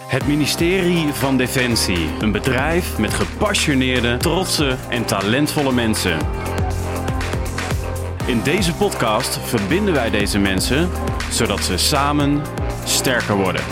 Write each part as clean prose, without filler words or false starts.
Het ministerie van Defensie. Een bedrijf met gepassioneerde, trotse en talentvolle mensen. In deze podcast verbinden wij deze mensen, zodat ze samen sterker worden.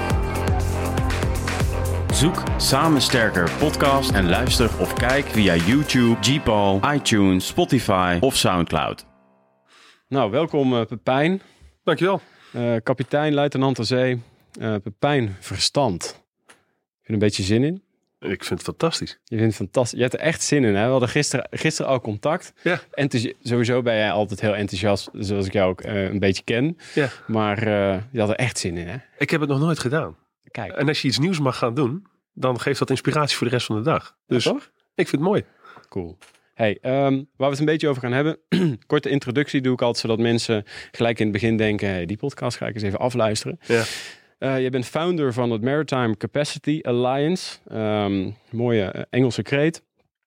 Zoek Samen Sterker podcast en luister of kijk via YouTube, Gpal, iTunes, Spotify of Soundcloud. Nou, welkom Pepijn. Dankjewel. Kapitein, luitenant ter zee. Pepijn Verstand. Heb je een beetje zin in? Ik vind het fantastisch. Je vindt het fantastisch. Je hebt er echt zin in, hè? We hadden gisteren al contact. Ja. Sowieso ben jij altijd heel enthousiast, zoals ik jou ook een beetje ken. Ja. Maar je had er echt zin in, hè? Ik heb het nog nooit gedaan. Kijk. En als je iets nieuws mag gaan doen, dan geeft dat inspiratie voor de rest van de dag. Dus ja, toch? Ik vind het mooi. Cool. Hey, waar we het een beetje over gaan hebben. Korte introductie doe ik altijd, zodat mensen gelijk in het begin denken, hey, die podcast ga ik eens even afluisteren. Ja. Je bent founder van het Maritime Capacity Alliance. Mooie Engelse kreet.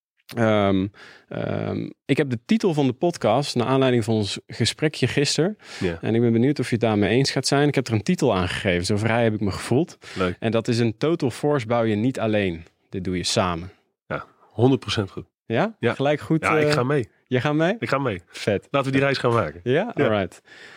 Ik heb de titel van de podcast naar aanleiding van ons gesprekje gisteren. Ja. En ik ben benieuwd of je het daarmee eens gaat zijn. Ik heb er een titel aan gegeven. Zo vrij heb ik me gevoeld. Leuk. En dat is een Total Force bouw je niet alleen. Dit doe je samen. Ja, 100% goed. Ja? Ja. Gelijk goed. Ja, ik ga mee. Je gaat mee? Ik ga mee. Vet. Laten we die reis gaan maken. Ja? Ja. Alright.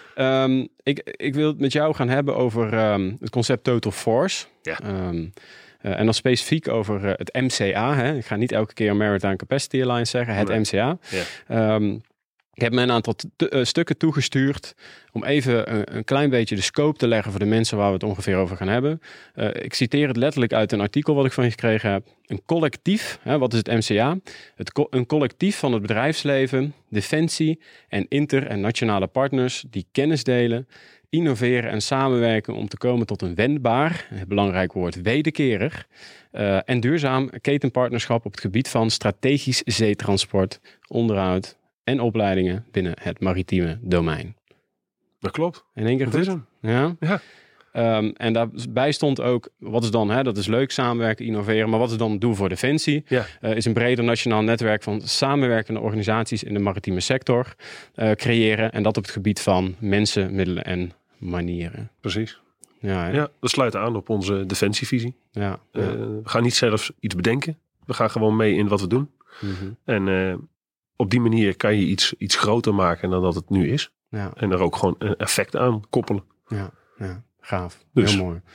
Ik wil het met jou gaan hebben over het concept Total Force. Ja. En dan specifiek over het MCA. Hè. Ik ga niet elke keer Maritime Capacity Alliance zeggen. Het MCA. Ja. Ik heb me een aantal stukken toegestuurd om even een klein beetje de scope te leggen voor de mensen waar we het ongeveer over gaan hebben. Ik citeer het letterlijk uit een artikel wat ik van je gekregen heb. Een collectief, wat is het MCA? Een collectief van het bedrijfsleven, defensie en inter- en nationale partners die kennis delen, innoveren en samenwerken om te komen tot een wendbaar, het belangrijk woord wederkerig, en duurzaam ketenpartnerschap op het gebied van strategisch zeetransport, onderhoud en opleidingen binnen het maritieme domein. Dat klopt. In één keer Dat goed? is hem. Ja. Ja. En daarbij stond ook, wat is dan, dat is leuk, samenwerken, innoveren, maar wat is dan het doel voor Defensie? Ja. Is een breder nationaal netwerk van samenwerkende organisaties in de maritieme sector creëren. En dat op het gebied van mensen, middelen en manieren. Precies. Ja, hè? Ja, dat sluit aan op onze defensievisie. Ja. We gaan niet zelf iets bedenken. We gaan gewoon mee in wat we doen. Mhm. En op die manier kan je iets groter maken dan dat het nu is. Ja. En er ook gewoon een effect aan koppelen. Ja. Gaaf. Dus, heel mooi.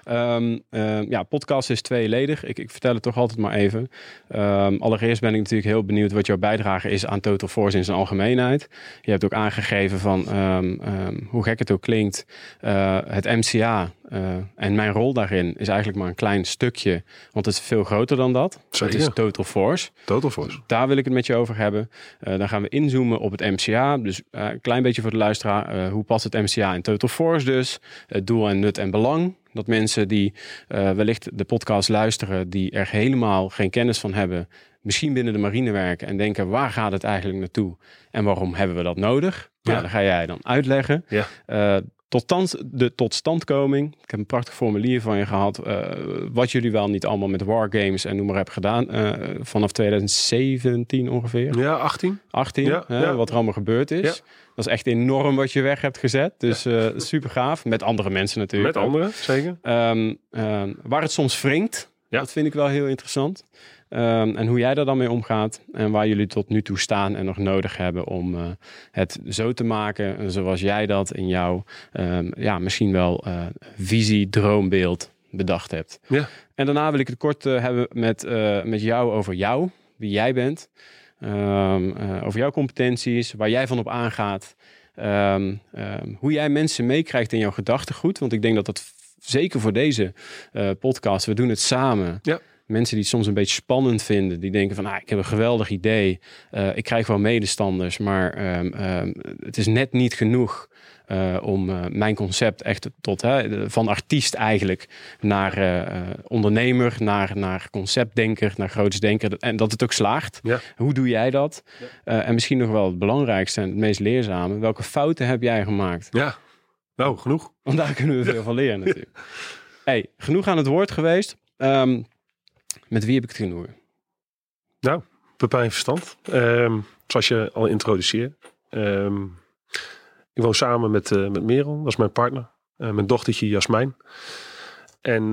Ja. Podcast is tweeledig. Ik vertel het toch altijd maar even. Allereerst ben ik natuurlijk heel benieuwd wat jouw bijdrage is aan Total Force in zijn algemeenheid. Je hebt ook aangegeven van, hoe gek het ook klinkt, het MCA en mijn rol daarin is eigenlijk maar een klein stukje, want het is veel groter dan dat. Zeker. Het is Total Force. Total Force. Daar wil ik het met je over hebben. Dan gaan we inzoomen op het MCA. Dus een klein beetje voor de luisteraar. Hoe past het MCA in Total Force dus? Doel en nut en belang. Dat mensen die wellicht de podcast luisteren, die er helemaal geen kennis van hebben, misschien binnen de marine werken en denken, waar gaat het eigenlijk naartoe? En waarom hebben we dat nodig? Ja. Nou, dan ga jij dan uitleggen. Ja. De totstandkoming. Ik heb een prachtig formulier van je gehad. Wat jullie wel niet allemaal met wargames en noem maar hebben gedaan. Vanaf 2017 ongeveer. Ja, 18. 18. Ja. Wat er allemaal gebeurd is. Ja. Dat is echt enorm wat je weg hebt gezet. Dus super gaaf. Met andere mensen natuurlijk. Met anderen, zeker. Waar het soms wringt. Ja. Dat vind ik wel heel interessant. En hoe jij daar dan mee omgaat. En waar jullie tot nu toe staan en nog nodig hebben om het zo te maken zoals jij dat in jouw misschien wel visie, droombeeld bedacht hebt. Ja. En daarna wil ik het kort hebben met jou over jou, wie jij bent. Over jouw competenties, waar jij van op aangaat. Hoe jij mensen meekrijgt in jouw gedachtegoed. Want ik denk dat dat zeker voor deze podcast, we doen het samen. Ja. Mensen die het soms een beetje spannend vinden. Die denken van, ik heb een geweldig idee. Ik krijg wel medestanders. Maar het is net niet genoeg om mijn concept echt tot van artiest eigenlijk naar ondernemer, naar conceptdenker, naar grootsdenker. En dat het ook slaagt. Ja. Hoe doe jij dat? Ja. En misschien nog wel het belangrijkste en het meest leerzame. Welke fouten heb jij gemaakt? Ja. Nou, genoeg. Want daar kunnen we veel van leren natuurlijk. Hey, genoeg aan het woord geweest. Met wie heb ik het genoegen? Nou, Pepijn Verstand. Zoals je al introduceert. Ik woon samen met Merel, dat is mijn partner. Mijn dochtertje Jasmijn. En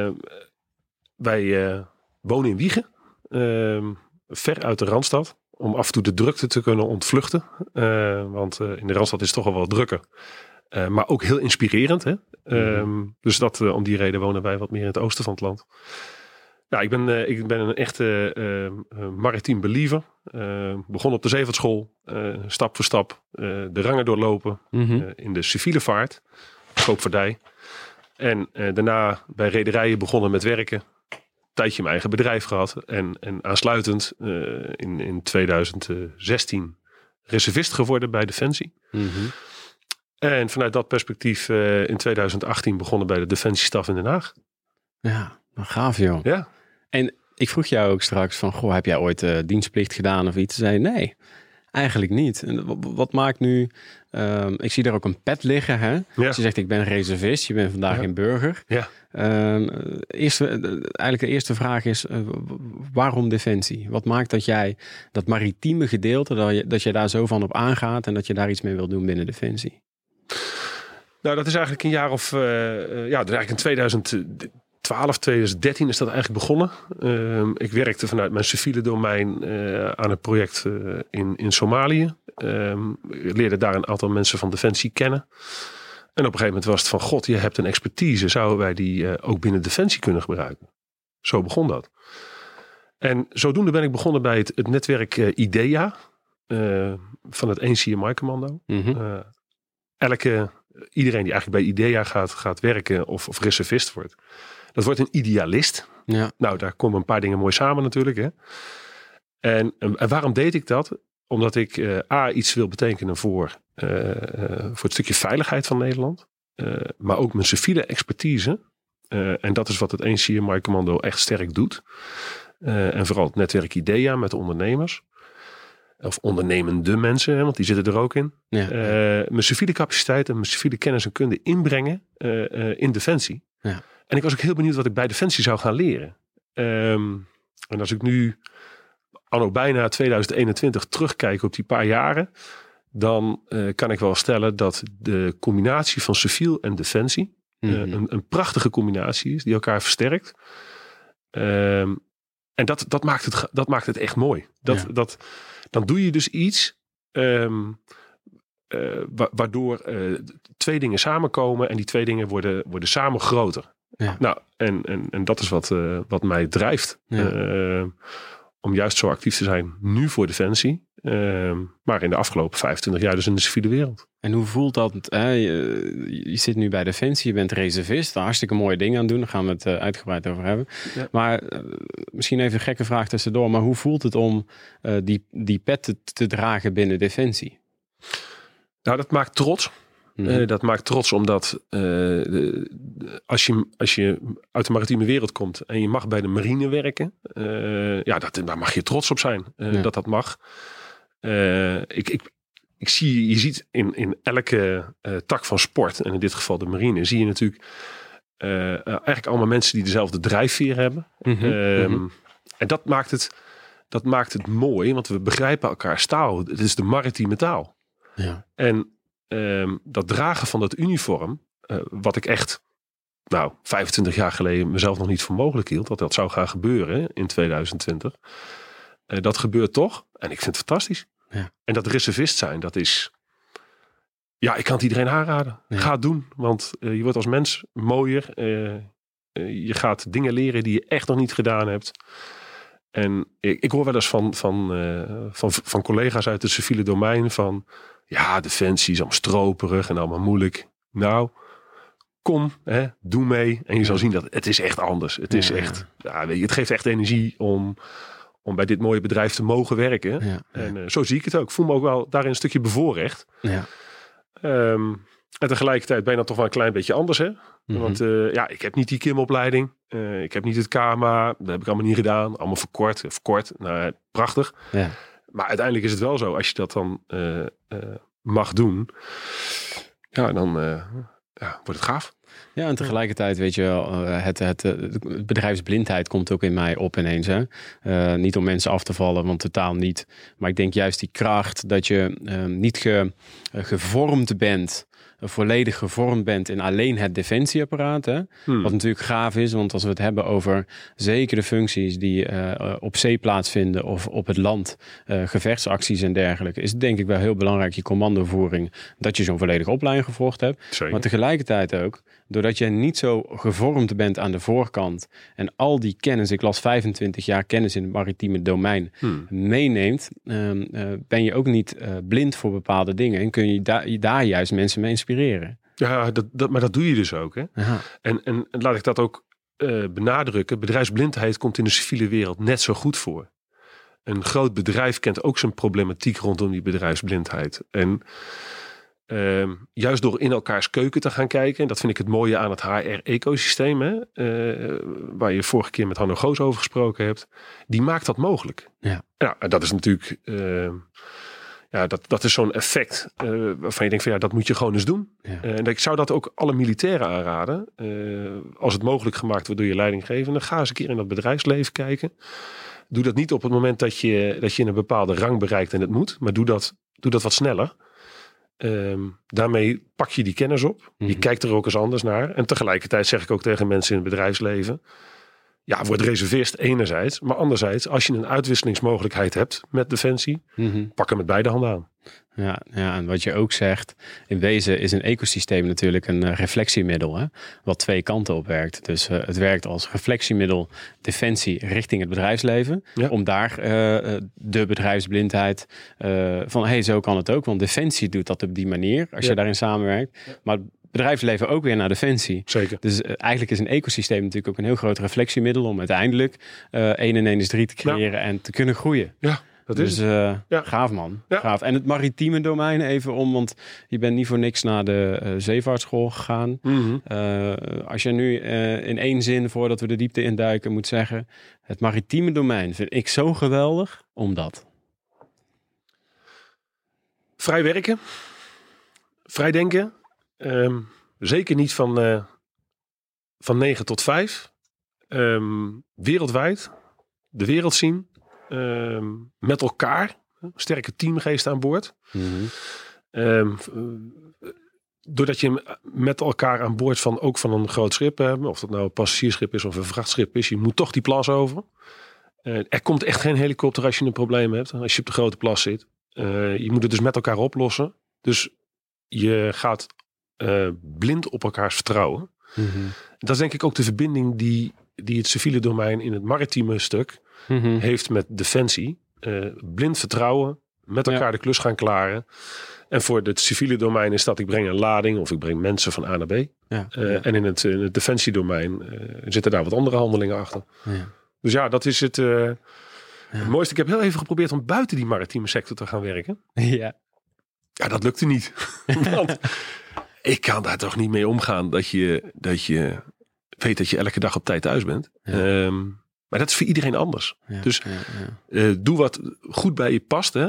wij wonen in Wijchen. Ver uit de Randstad. Om af en toe de drukte te kunnen ontvluchten. Want in de Randstad is het toch al wel drukker. Maar ook heel inspirerend. Hè? Dus om die reden wonen wij wat meer in het oosten van het land. Nou, ik ben een echte maritiem believer. Begon op de zeevaartschool. Stap voor stap de rangen doorlopen. In de civiele vaart. Koopvaardij. En daarna bij rederijen begonnen met werken. Een tijdje mijn eigen bedrijf gehad. En aansluitend in 2016 reservist geworden bij Defensie. En vanuit dat perspectief in 2018 begonnen bij de Defensiestaf in Den Haag. Ja, gaaf joh. Ja. En ik vroeg jou ook straks van, goh, heb jij ooit dienstplicht gedaan of iets? Zei je, nee, eigenlijk niet. En wat maakt nu, ik zie daar ook een pet liggen. Hè? Ja. Als je zegt, ik ben reservist, je bent vandaag geen burger. Ja. Eigenlijk de eerste vraag is, waarom Defensie? Wat maakt dat jij dat maritieme gedeelte, dat je daar zo van op aangaat en dat je daar iets mee wil doen binnen Defensie? Nou, dat is eigenlijk een jaar of, eigenlijk in 2012, 2013 is dat eigenlijk begonnen. Ik werkte vanuit mijn civiele domein aan een project in Somalië. Ik leerde daar een aantal mensen van Defensie kennen. En op een gegeven moment was het van, god, je hebt een expertise. Zouden wij die ook binnen Defensie kunnen gebruiken? Zo begon dat. En zodoende ben ik begonnen bij het netwerk IDEA van het 1 CMI Commando. Iedereen die eigenlijk bij IDEA gaat werken of reservist wordt. Dat wordt een idealist. Ja. Nou, daar komen een paar dingen mooi samen natuurlijk. Hè? En waarom deed ik dat? Omdat ik iets wil betekenen voor het stukje veiligheid van Nederland. Maar ook mijn civiele expertise. En dat is wat het 1 CMI Commando echt sterk doet. En vooral het netwerk IDEA met de ondernemers. Of ondernemende mensen, hè, want die zitten er ook in. Ja. Mijn civiele capaciteit en mijn civiele kennis en kunde inbrengen in Defensie. Ja. En ik was ook heel benieuwd wat ik bij Defensie zou gaan leren. En als ik nu anno bijna 2021 terugkijk op die paar jaren, dan kan ik wel stellen dat de combinatie van civiel en Defensie een prachtige combinatie is die elkaar versterkt. En dat maakt het echt mooi. Dan doe je dus iets waardoor twee dingen samenkomen en die twee dingen worden samen groter. Ja. Nou, en dat is wat mij drijft. Ja. Om juist zo actief te zijn nu voor Defensie. Maar in de afgelopen 25 jaar dus in de civiele wereld. En hoe voelt dat? Je zit nu bij Defensie, je bent reservist. Hartstikke mooie dingen aan het doen. Daar gaan we het uitgebreid over hebben. Ja. Maar misschien even een gekke vraag tussendoor. Maar hoe voelt het om die pet te dragen binnen Defensie? Nou, dat maakt trots. Dat maakt trots omdat als je uit de maritieme wereld komt en je mag bij de marine werken, daar mag je trots op zijn dat mag. Je ziet in elke tak van sport, en in dit geval de marine, zie je natuurlijk eigenlijk allemaal mensen die dezelfde drijfveer hebben. En dat maakt het mooi, want we begrijpen elkaars taal. Het is de maritieme taal. Ja. En dat dragen van dat uniform, wat ik echt 25 jaar geleden mezelf nog niet voor mogelijk hield, dat zou gaan gebeuren in 2020. Dat gebeurt toch. En ik vind het fantastisch. Ja. En dat reservist zijn, dat is, ik kan het iedereen aanraden. Ja. Ga het doen, want je wordt als mens mooier. Je gaat dingen leren die je echt nog niet gedaan hebt. En ik hoor wel eens van collega's uit het civiele domein van, Defensie is allemaal stroperig en allemaal moeilijk. Nou, kom, doe mee. En je zal zien dat het is echt anders. Het is echt, het geeft echt energie om bij dit mooie bedrijf te mogen werken. Ja. En zo zie ik het ook. Ik voel me ook wel daarin een stukje bevoorrecht. Ja. En tegelijkertijd ben je dan toch wel een klein beetje anders. Hè? Want ik heb niet die KIM-opleiding. Ik heb niet het KMA. Dat heb ik allemaal niet gedaan. Allemaal verkort. Nou, prachtig. Ja. Maar uiteindelijk is het wel zo. Als je dat dan mag doen. Dan wordt het gaaf. Ja, en tegelijkertijd weet je wel, het bedrijfsblindheid komt ook in mij op ineens. Hè? Niet om mensen af te vallen, want totaal niet. Maar ik denk juist die kracht dat je niet gevormd bent volledig gevormd bent in alleen het defensieapparaat. Hè? Wat natuurlijk gaaf is, want als we het hebben over zeker de functies die op zee plaatsvinden of op het land, gevechtsacties en dergelijke, is het denk ik wel heel belangrijk, je commandovoering, dat je zo'n volledige opleiding gevolgd hebt. Zeker. Maar tegelijkertijd ook, doordat je niet zo gevormd bent aan de voorkant en al die kennis, ik las 25 jaar kennis in het maritieme domein, meeneemt, ben je ook niet blind voor bepaalde dingen en kun je daar juist mensen mee inspireren. Ja, maar dat doe je dus ook. Hè? En laat ik dat ook benadrukken. Bedrijfsblindheid komt in de civiele wereld net zo goed voor. Een groot bedrijf kent ook zijn problematiek rondom die bedrijfsblindheid. En juist door in elkaars keuken te gaan kijken. En dat vind ik het mooie aan het HR-ecosysteem. Waar je vorige keer met Hanno Goos over gesproken hebt. Die maakt dat mogelijk. Ja, dat is natuurlijk... dat is zo'n effect waarvan je denkt van dat moet je gewoon eens doen. Ja. En ik zou dat ook alle militairen aanraden. Als het mogelijk gemaakt wordt door je leidinggevende. Ga eens een keer in dat bedrijfsleven kijken. Doe dat niet op het moment dat je een bepaalde rang bereikt en het moet. Maar doe dat wat sneller. Daarmee pak je die kennis op. Je kijkt er ook eens anders naar. En tegelijkertijd zeg ik ook tegen mensen in het bedrijfsleven. Ja, word reservist enerzijds. Maar anderzijds, als je een uitwisselingsmogelijkheid hebt met Defensie, pak hem met beide handen aan. Ja, en wat je ook zegt, in wezen is een ecosysteem natuurlijk een reflectiemiddel, hè, wat twee kanten op werkt. Dus het werkt als reflectiemiddel Defensie richting het bedrijfsleven. Ja. Om daar de bedrijfsblindheid van zo kan het ook. Want Defensie doet dat op die manier, als je daarin samenwerkt. Ja. Maar bedrijfsleven ook weer naar Defensie. Zeker. Dus eigenlijk is een ecosysteem natuurlijk ook een heel groot reflectiemiddel om uiteindelijk 1 en 1 is 3 te creëren en te kunnen groeien. Ja. Dat is gaaf man. Ja. Gaaf. En het maritieme domein even want je bent niet voor niks naar de zeevaartschool gegaan. Als je nu in 1 zin, voordat we de diepte induiken, moet zeggen, het maritieme domein vind ik zo geweldig, omdat. Vrij werken. Vrij denken. Zeker niet van 9 tot 5. Wereldwijd. De wereld zien. Met elkaar. Sterke teamgeest aan boord. Doordat je met elkaar aan boord ook van een groot schip hebt. Of dat nou een passagiersschip is of een vrachtschip is. Je moet toch die plas over. Er komt echt geen helikopter als je een probleem hebt. Als je op de grote plas zit. Je moet het dus met elkaar oplossen. Dus je gaat blind op elkaars vertrouwen. Dat is denk ik ook de verbinding die het civiele domein in het maritieme stuk heeft met Defensie. Blind vertrouwen, met elkaar de klus gaan klaren. En voor het civiele domein is dat ik breng een lading of ik breng mensen van A naar B. En in het defensiedomein zitten daar wat andere handelingen achter. Ja. Dus dat is het mooiste. Ik heb heel even geprobeerd om buiten die maritieme sector te gaan werken. Ja, dat lukte niet. Want ik kan daar toch niet mee omgaan dat je weet dat je elke dag op tijd thuis bent. Ja. Maar dat is voor iedereen anders. Ja, dus doe wat goed bij je past. Hè.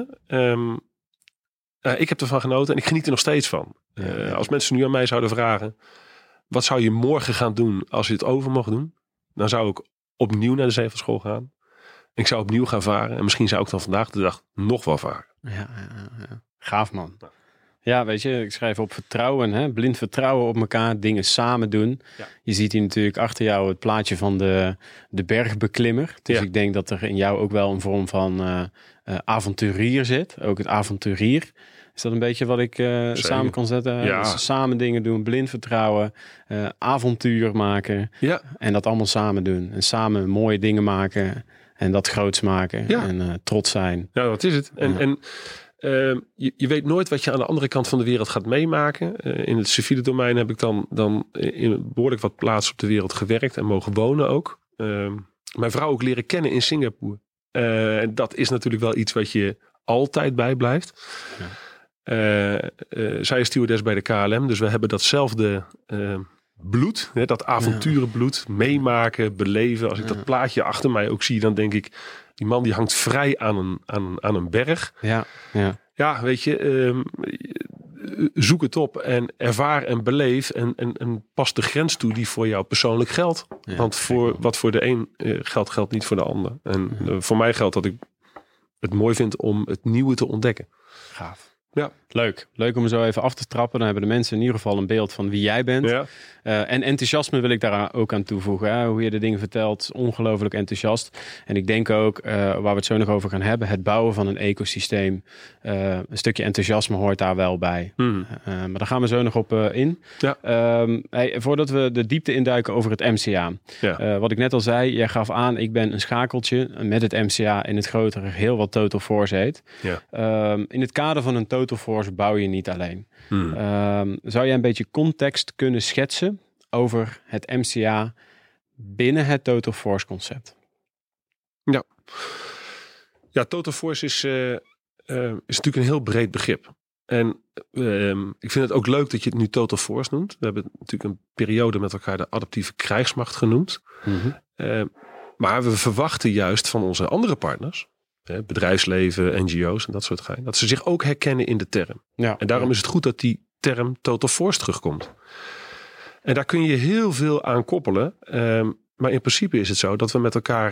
Ik heb ervan genoten en ik geniet er nog steeds van. Als mensen nu aan mij zouden vragen, wat zou je morgen gaan doen als je het over mocht doen? Dan zou ik opnieuw naar de zeevaartschool gaan. Ik zou opnieuw gaan varen. En misschien zou ik dan vandaag de dag nog wel varen. Ja. Gaaf man. Ja, weet je, ik schrijf op vertrouwen, hè? Blind vertrouwen op elkaar, dingen samen doen. Ja. Je ziet hier natuurlijk achter jou het plaatje van de bergbeklimmer. Dus ik denk dat er in jou ook wel een vorm van avonturier zit. Ook het avonturier. Is dat een beetje wat ik samen kan zetten? Ja. Dus samen dingen doen, blind vertrouwen, avontuur maken. Ja. En dat allemaal samen doen. En samen mooie dingen maken en dat groots maken. Ja. En trots zijn. Ja, dat is het. En je weet nooit wat je aan de andere kant van de wereld gaat meemaken. In het civiele domein heb ik dan in behoorlijk wat plaatsen op de wereld gewerkt en mogen wonen ook. Mijn vrouw ook leren kennen in Singapore. Dat is natuurlijk wel iets wat je altijd bijblijft. Ja. Zij is stewardess bij de KLM, dus we hebben datzelfde bloed, dat avonturenbloed, meemaken, beleven. Als ik dat plaatje achter mij ook zie, dan denk ik, die man die hangt vrij aan een berg. Ja, weet je, zoek het op en ervaar en beleef en pas de grens toe die voor jou persoonlijk geldt. Ja, want wat voor de een geldt niet voor de ander. En voor mij geldt dat ik het mooi vind om het nieuwe te ontdekken. Gaaf. Ja. Leuk om er zo even af te trappen. Dan hebben de mensen in ieder geval een beeld van wie jij bent. Ja. En enthousiasme wil ik daar ook aan toevoegen. Hè? Hoe je de dingen vertelt, ongelooflijk enthousiast. En ik denk ook, waar we het zo nog over gaan hebben, het bouwen van een ecosysteem. Een stukje enthousiasme hoort daar wel bij. Maar daar gaan we zo nog op in. Ja. Voordat we de diepte induiken over het MCA. Ja. Wat ik net al zei, jij gaf aan, ik ben een schakeltje met het MCA in het grotere geheel wat Total Force heet. Ja. In het kader van een Total Force bouw je niet alleen. Zou jij een beetje context kunnen schetsen over het MCA binnen het Total Force concept? Ja, Total Force is natuurlijk een heel breed begrip. En ik vind het ook leuk dat je het nu Total Force noemt. We hebben natuurlijk een periode met elkaar de adaptieve krijgsmacht genoemd. Maar we verwachten juist van onze andere partners, bedrijfsleven, NGO's en dat soort gein, dat ze zich ook herkennen in de term. Ja. En daarom is het goed dat die term Total Force terugkomt. En daar kun je heel veel aan koppelen. Maar in principe is het zo dat we met elkaar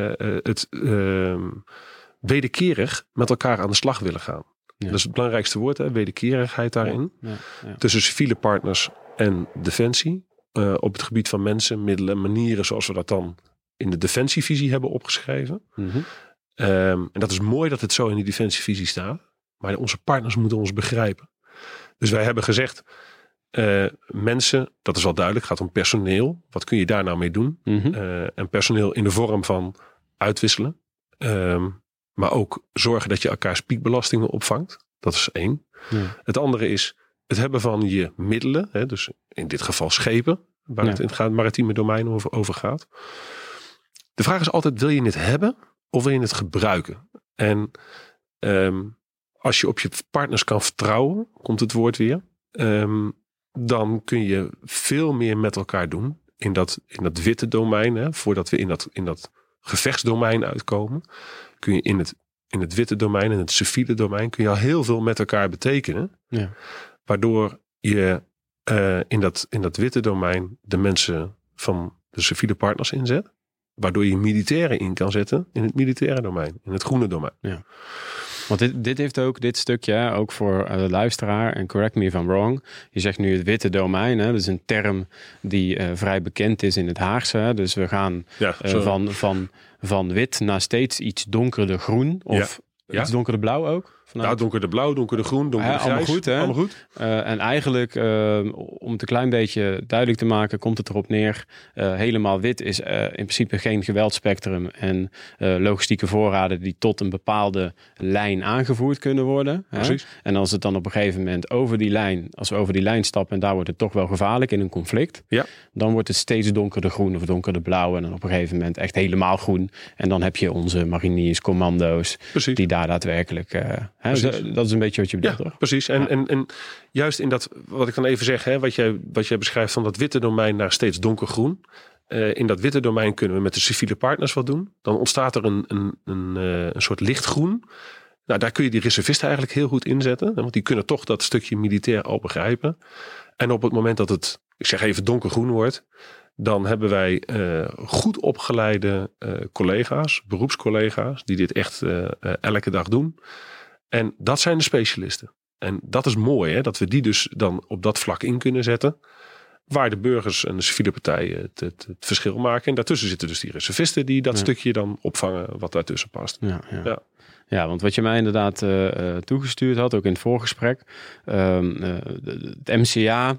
wederkerig met elkaar aan de slag willen gaan. Ja. Dat is het belangrijkste woord, wederkerigheid daarin. Ja. Tussen civiele partners en defensie. Op het gebied van mensen, middelen, manieren zoals we dat dan in de defensievisie hebben opgeschreven. En dat is mooi dat het zo in die defensievisie staat. Maar onze partners moeten ons begrijpen. Dus wij hebben gezegd, mensen, dat is wel duidelijk, gaat om personeel. Wat kun je daar nou mee doen? En personeel in de vorm van uitwisselen. Maar ook zorgen dat je elkaars piekbelastingen opvangt. Dat is 1. Ja. Het andere is het hebben van je middelen. Dus in dit geval schepen. Waar het in het maritieme domein over gaat. De vraag is altijd, wil je het hebben of wil je het gebruiken? En als je op je partners kan vertrouwen, komt het woord weer. Dan kun je veel meer met elkaar doen. In dat witte domein. Voordat we in dat gevechtsdomein uitkomen. Kun je in het witte domein, in het civiele domein, kun je al heel veel met elkaar betekenen. Ja. Waardoor je in dat witte domein de mensen van de civiele partners inzet. Waardoor je militairen in kan zetten in het militaire domein, in het groene domein. Ja. Want dit heeft ook dit stukje, ook voor de luisteraar, en correct me if I'm wrong. Je zegt nu het witte domein, dat is een term die vrij bekend is in het Haagse. Dus we gaan van wit naar steeds iets donkerder groen of iets donkerder blauw ook. Nou, donkerder blauw, donkerder groen, donkerder grijs. Allemaal goed, hè? Allemaal goed. En eigenlijk, om het een klein beetje duidelijk te maken, komt het erop neer. Helemaal wit is in principe geen geweldspectrum en logistieke voorraden die tot een bepaalde lijn aangevoerd kunnen worden. Precies. En als het dan op een gegeven moment als we over die lijn stappen en daar wordt het toch wel gevaarlijk in een conflict. Ja. Dan wordt het steeds donkerder groen of donkerder blauw en dan op een gegeven moment echt helemaal groen. En dan heb je onze mariniers, commando's, die daar daadwerkelijk... dat is een beetje wat je bedoelt, toch? Precies. En juist in dat, wat ik dan even zeg, wat jij beschrijft van dat witte domein naar steeds donkergroen. In dat witte domein kunnen we met de civiele partners wat doen. Dan ontstaat er een soort lichtgroen. Nou, daar kun je die reservisten eigenlijk heel goed inzetten. Want die kunnen toch dat stukje militair al begrijpen. En op het moment dat het, ik zeg even donkergroen wordt, dan hebben wij goed opgeleide collega's, beroepscollega's, die dit echt elke dag doen. En dat zijn de specialisten. En dat is mooi, dat we die dus dan op dat vlak in kunnen zetten. Waar de burgers en de civiele partijen het verschil maken. En daartussen zitten dus die reservisten die dat stukje dan opvangen wat daartussen past. Ja, want wat je mij inderdaad toegestuurd had, ook in het voorgesprek. Het MCA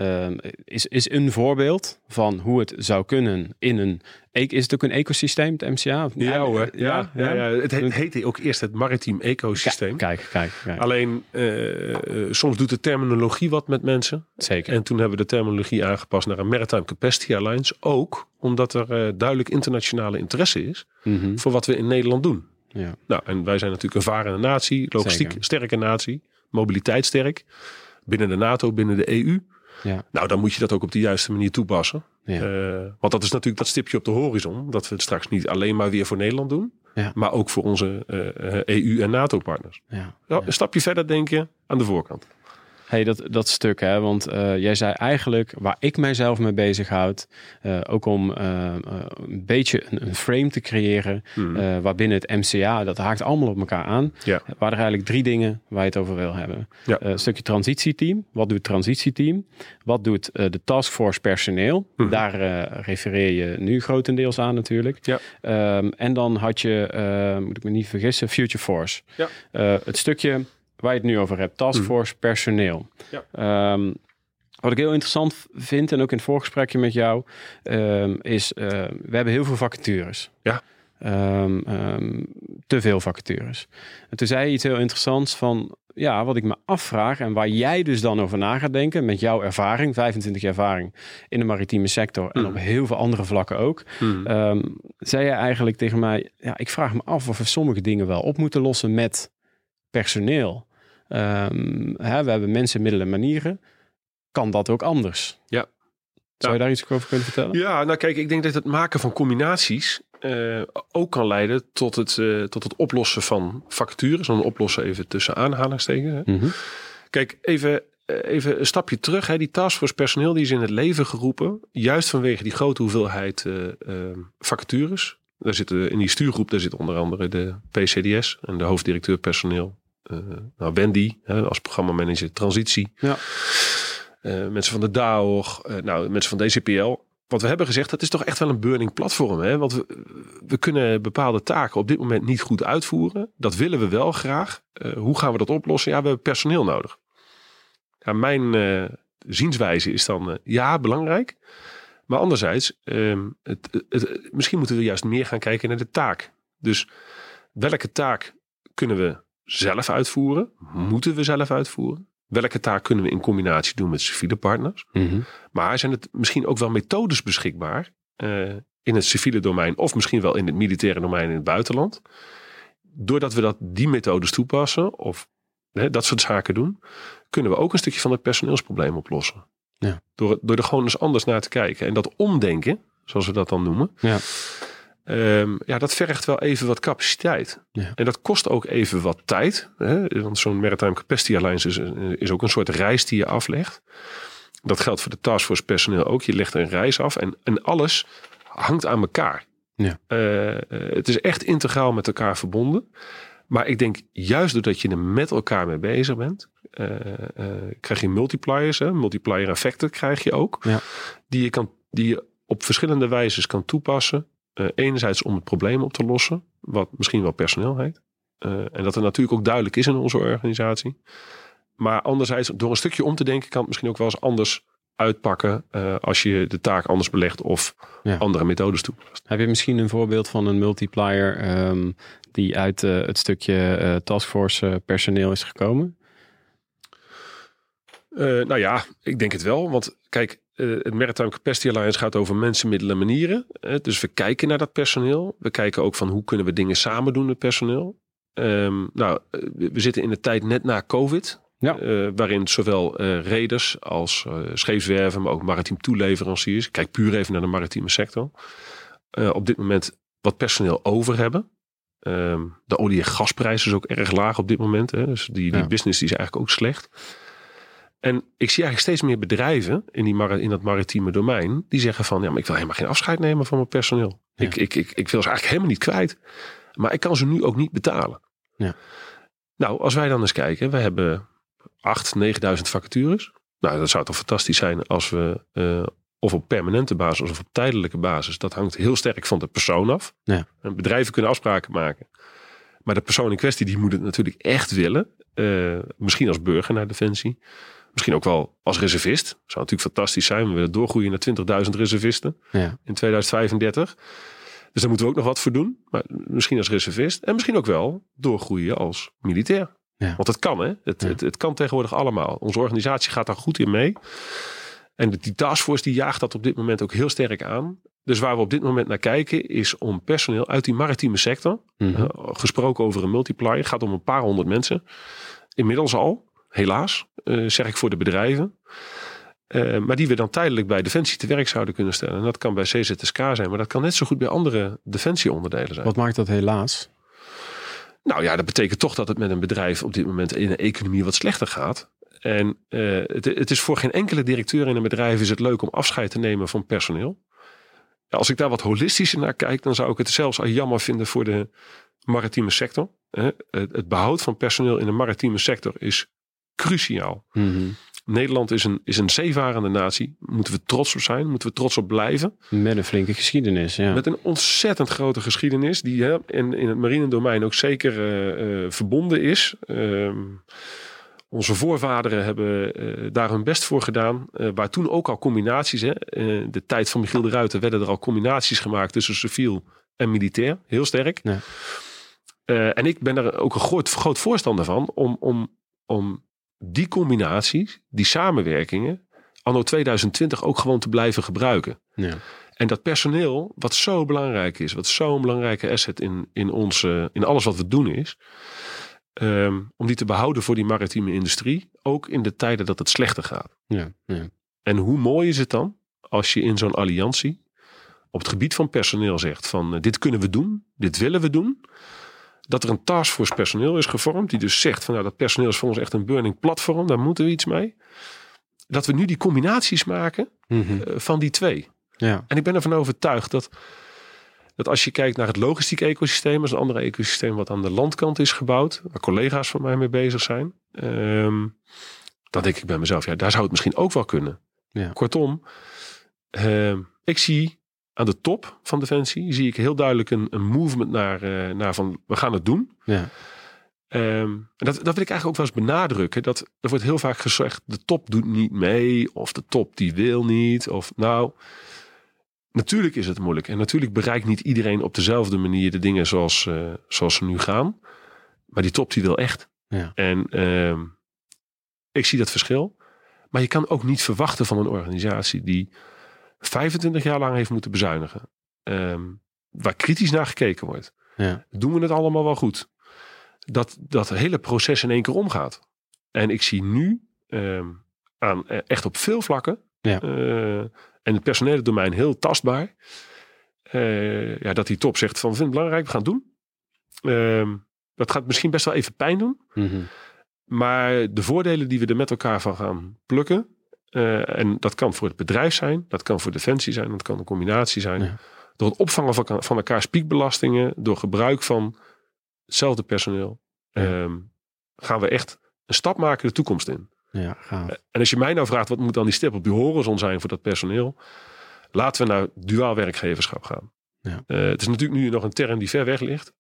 is een voorbeeld van hoe het zou kunnen in een... Is het ook een ecosysteem, het MCA? Ja hoor. Ja. Het heette ook eerst het maritiem ecosysteem. Kijk. Alleen soms doet de terminologie wat met mensen. Zeker. En toen hebben we de terminologie aangepast naar een Maritime Capacity Alliance. Ook omdat er duidelijk internationale interesse is voor wat we in Nederland doen. Ja. Nou, en wij zijn natuurlijk een varende natie, logistiek sterke natie, mobiliteit sterk, binnen de NATO, binnen de EU. Ja. Nou, dan moet je dat ook op de juiste manier toepassen. Ja. Want dat is natuurlijk dat stipje op de horizon, dat we het straks niet alleen maar weer voor Nederland doen, maar ook voor onze EU- en NATO-partners. Een stapje verder denken aan de voorkant. Hey, dat stuk, hè, want jij zei eigenlijk waar ik mijzelf mee bezighoud, ook om een beetje een frame te creëren, waarbinnen het MCA, dat haakt allemaal op elkaar aan. Ja. Waren er eigenlijk 3 dingen waar je het over wil hebben. Ja. Een stukje transitieteam. Wat doet het transitieteam? Wat doet de taskforce personeel? Daar refereer je nu grotendeels aan natuurlijk. Ja. En dan had je, moet ik me niet vergissen, Future Force. Ja. Het stukje waar je het nu over hebt, taskforce personeel. Ja. Wat ik heel interessant vind, en ook in het voorgesprekje met jou, is we hebben heel veel vacatures. Ja. Te veel vacatures. En toen zei je iets heel interessants van, ja, wat ik me afvraag en waar jij dus dan over na gaat denken met jouw ervaring, 25 jaar ervaring in de maritieme sector en op heel veel andere vlakken ook, zei je eigenlijk tegen mij, ja, ik vraag me af of we sommige dingen wel op moeten lossen met personeel. We hebben mensen, middelen en manieren. Kan dat ook anders? Ja. Zou je daar iets over kunnen vertellen? Ja, nou kijk, ik denk dat het maken van combinaties ook kan leiden tot het oplossen van vacatures. Dan oplossen even tussen aanhalingstekens. Kijk, even een stapje terug. Hè. Die taskforce personeel die is in het leven geroepen. Juist vanwege die grote hoeveelheid vacatures. In die stuurgroep daar zit onder andere de PCDS en de hoofddirecteur personeel. Wendy als programmamanager transitie. Ja. Mensen van de DAOG, mensen van DCPL. Wat we hebben gezegd, dat is toch echt wel een burning platform. Hè? Want we kunnen bepaalde taken op dit moment niet goed uitvoeren. Dat willen we wel graag. Hoe gaan we dat oplossen? Ja, we hebben personeel nodig. Ja, mijn zienswijze is dan belangrijk. Maar anderzijds, misschien moeten we juist meer gaan kijken naar de taak. Dus welke taak kunnen we zelf uitvoeren? Moeten we zelf uitvoeren? Welke taak kunnen we in combinatie doen met civiele partners? Maar zijn het misschien ook wel methodes beschikbaar in het civiele domein of misschien wel in het militaire domein in het buitenland? Doordat we die methodes toepassen of dat soort zaken doen, kunnen we ook een stukje van het personeelsprobleem oplossen. Ja. Door er gewoon eens anders naar te kijken. En dat omdenken, zoals we dat dan noemen, dat vergt wel even wat capaciteit. Ja. En dat kost ook even wat tijd. Hè? Want zo'n Maritime Capacity Alliance is ook een soort reis die je aflegt. Dat geldt voor de taskforce personeel ook. Je legt een reis af en alles hangt aan elkaar. Ja. Het is echt integraal met elkaar verbonden. Maar ik denk juist doordat je er met elkaar mee bezig bent, krijg je multipliers. Multiplier effecten krijg je ook. Ja. Die je op verschillende wijzes kan toepassen. Enerzijds om het probleem op te lossen, wat misschien wel personeel heet. En dat er natuurlijk ook duidelijk is in onze organisatie. Maar anderzijds, door een stukje om te denken, kan het misschien ook wel eens anders uitpakken als je de taak anders belegt of andere methodes toepast. Heb je misschien een voorbeeld van een multiplier die uit het stukje taskforce personeel is gekomen? Ik denk het wel. Want kijk, het Maritime Capacity Alliance gaat over mensen, middelen en manieren. Dus we kijken naar dat personeel. We kijken ook van hoe kunnen we dingen samen doen met personeel. We zitten in de tijd net na COVID. Ja. Waarin zowel reders als scheepswerven, maar ook maritiem toeleveranciers. Kijk puur even naar de maritieme sector. Op dit moment wat personeel over hebben. De olie- en gasprijs is ook erg laag op dit moment. Hè. Dus die business die is eigenlijk ook slecht. En ik zie eigenlijk steeds meer bedrijven in dat maritieme domein. Die zeggen van, maar ik wil helemaal geen afscheid nemen van mijn personeel. Ja. Ik wil ze eigenlijk helemaal niet kwijt. Maar ik kan ze nu ook niet betalen. Ja. Nou, als wij dan eens kijken. We hebben 8.000, 9.000 vacatures. Nou, dat zou toch fantastisch zijn als we of op permanente basis of op tijdelijke basis. Dat hangt heel sterk van de persoon af. Ja. En bedrijven kunnen afspraken maken. Maar de persoon in kwestie die moet het natuurlijk echt willen. Misschien als burger naar Defensie. Misschien ook wel als reservist. Zou natuurlijk fantastisch zijn. We willen doorgroeien naar 20.000 reservisten in 2035. Dus daar moeten we ook nog wat voor doen. Maar misschien als reservist. En misschien ook wel doorgroeien als militair. Ja. Want het kan, hè? Het kan tegenwoordig allemaal. Onze organisatie gaat daar goed in mee. En die taskforce die jaagt dat op dit moment ook heel sterk aan. Dus waar we op dit moment naar kijken is om personeel uit die maritieme sector. Gesproken over een multiplier. Het gaat om een paar honderd mensen. Inmiddels al, helaas, zeg ik voor de bedrijven. Maar die we dan tijdelijk bij Defensie te werk zouden kunnen stellen. En dat kan bij CZSK zijn. Maar dat kan net zo goed bij andere Defensie-onderdelen zijn. Wat maakt dat helaas? Nou ja, dat betekent toch dat het met een bedrijf op dit moment in de economie wat slechter gaat. En het is voor geen enkele directeur in een bedrijf is het leuk om afscheid te nemen van personeel. Ja, als ik daar wat holistischer naar kijk, dan zou ik het zelfs al jammer vinden voor de maritieme sector. Het behoud van personeel in de maritieme sector is cruciaal. Mm-hmm. Nederland is een zeevarende natie. Moeten we trots op zijn. Moeten we trots op blijven. Met een flinke geschiedenis. Ja. Met een ontzettend grote geschiedenis. Die in het marine domein ook zeker verbonden is. Onze voorvaderen hebben daar hun best voor gedaan. Waar toen ook al combinaties. De tijd van Michiel de Ruyter werden er al combinaties gemaakt tussen civiel en militair. Heel sterk. Ja. En ik ben er ook een groot voorstander van om die combinaties, die samenwerkingen, anno 2020 ook gewoon te blijven gebruiken. Ja. En dat personeel, wat zo belangrijk is, wat zo'n belangrijke asset in alles wat we doen is, om die te behouden voor die maritieme industrie, ook in de tijden dat het slechter gaat. Ja, ja. En hoe mooi is het dan als je in zo'n alliantie op het gebied van personeel zegt van dit kunnen we doen, dit willen we doen. Dat er een taskforce personeel is gevormd. Die dus zegt van dat personeel is voor ons echt een burning platform. Daar moeten we iets mee. Dat we nu die combinaties maken van die twee. Ja. En ik ben ervan overtuigd dat als je kijkt naar het logistiek ecosysteem. Dat is een ander ecosysteem wat aan de landkant is gebouwd. Waar collega's van mij mee bezig zijn. Dan denk ik bij mezelf. Ja, daar zou het misschien ook wel kunnen. Ja. Kortom. Ik zie aan de top van Defensie zie ik heel duidelijk een movement naar van we gaan het doen. Ja. En dat wil ik eigenlijk ook wel eens benadrukken. Er wordt heel vaak gezegd de top doet niet mee. Of de top die wil niet. Of nou, natuurlijk is het moeilijk. En natuurlijk bereikt niet iedereen op dezelfde manier de dingen zoals ze nu gaan. Maar die top die wil echt. Ja. En ik zie dat verschil. Maar je kan ook niet verwachten van een organisatie die 25 jaar lang heeft moeten bezuinigen. Waar kritisch naar gekeken wordt. Ja. Doen we het allemaal wel goed? Dat hele proces in één keer omgaat. En ik zie nu echt op veel vlakken. Ja. En het personele domein heel tastbaar. Dat die top zegt van we vinden het belangrijk, we gaan het doen. Dat gaat misschien best wel even pijn doen. Mm-hmm. Maar de voordelen die we er met elkaar van gaan plukken. En dat kan voor het bedrijf zijn. Dat kan voor Defensie zijn. Dat kan een combinatie zijn. Ja. Door het opvangen van elkaars piekbelastingen. Door gebruik van hetzelfde personeel. Ja. Gaan we echt een stap maken de toekomst in. Ja, gaaf. En als je mij nou vraagt. Wat moet dan die stip op die horizon zijn voor dat personeel. Laten we naar duaal werkgeverschap gaan. Ja. Het is natuurlijk nu nog een term die ver weg ligt.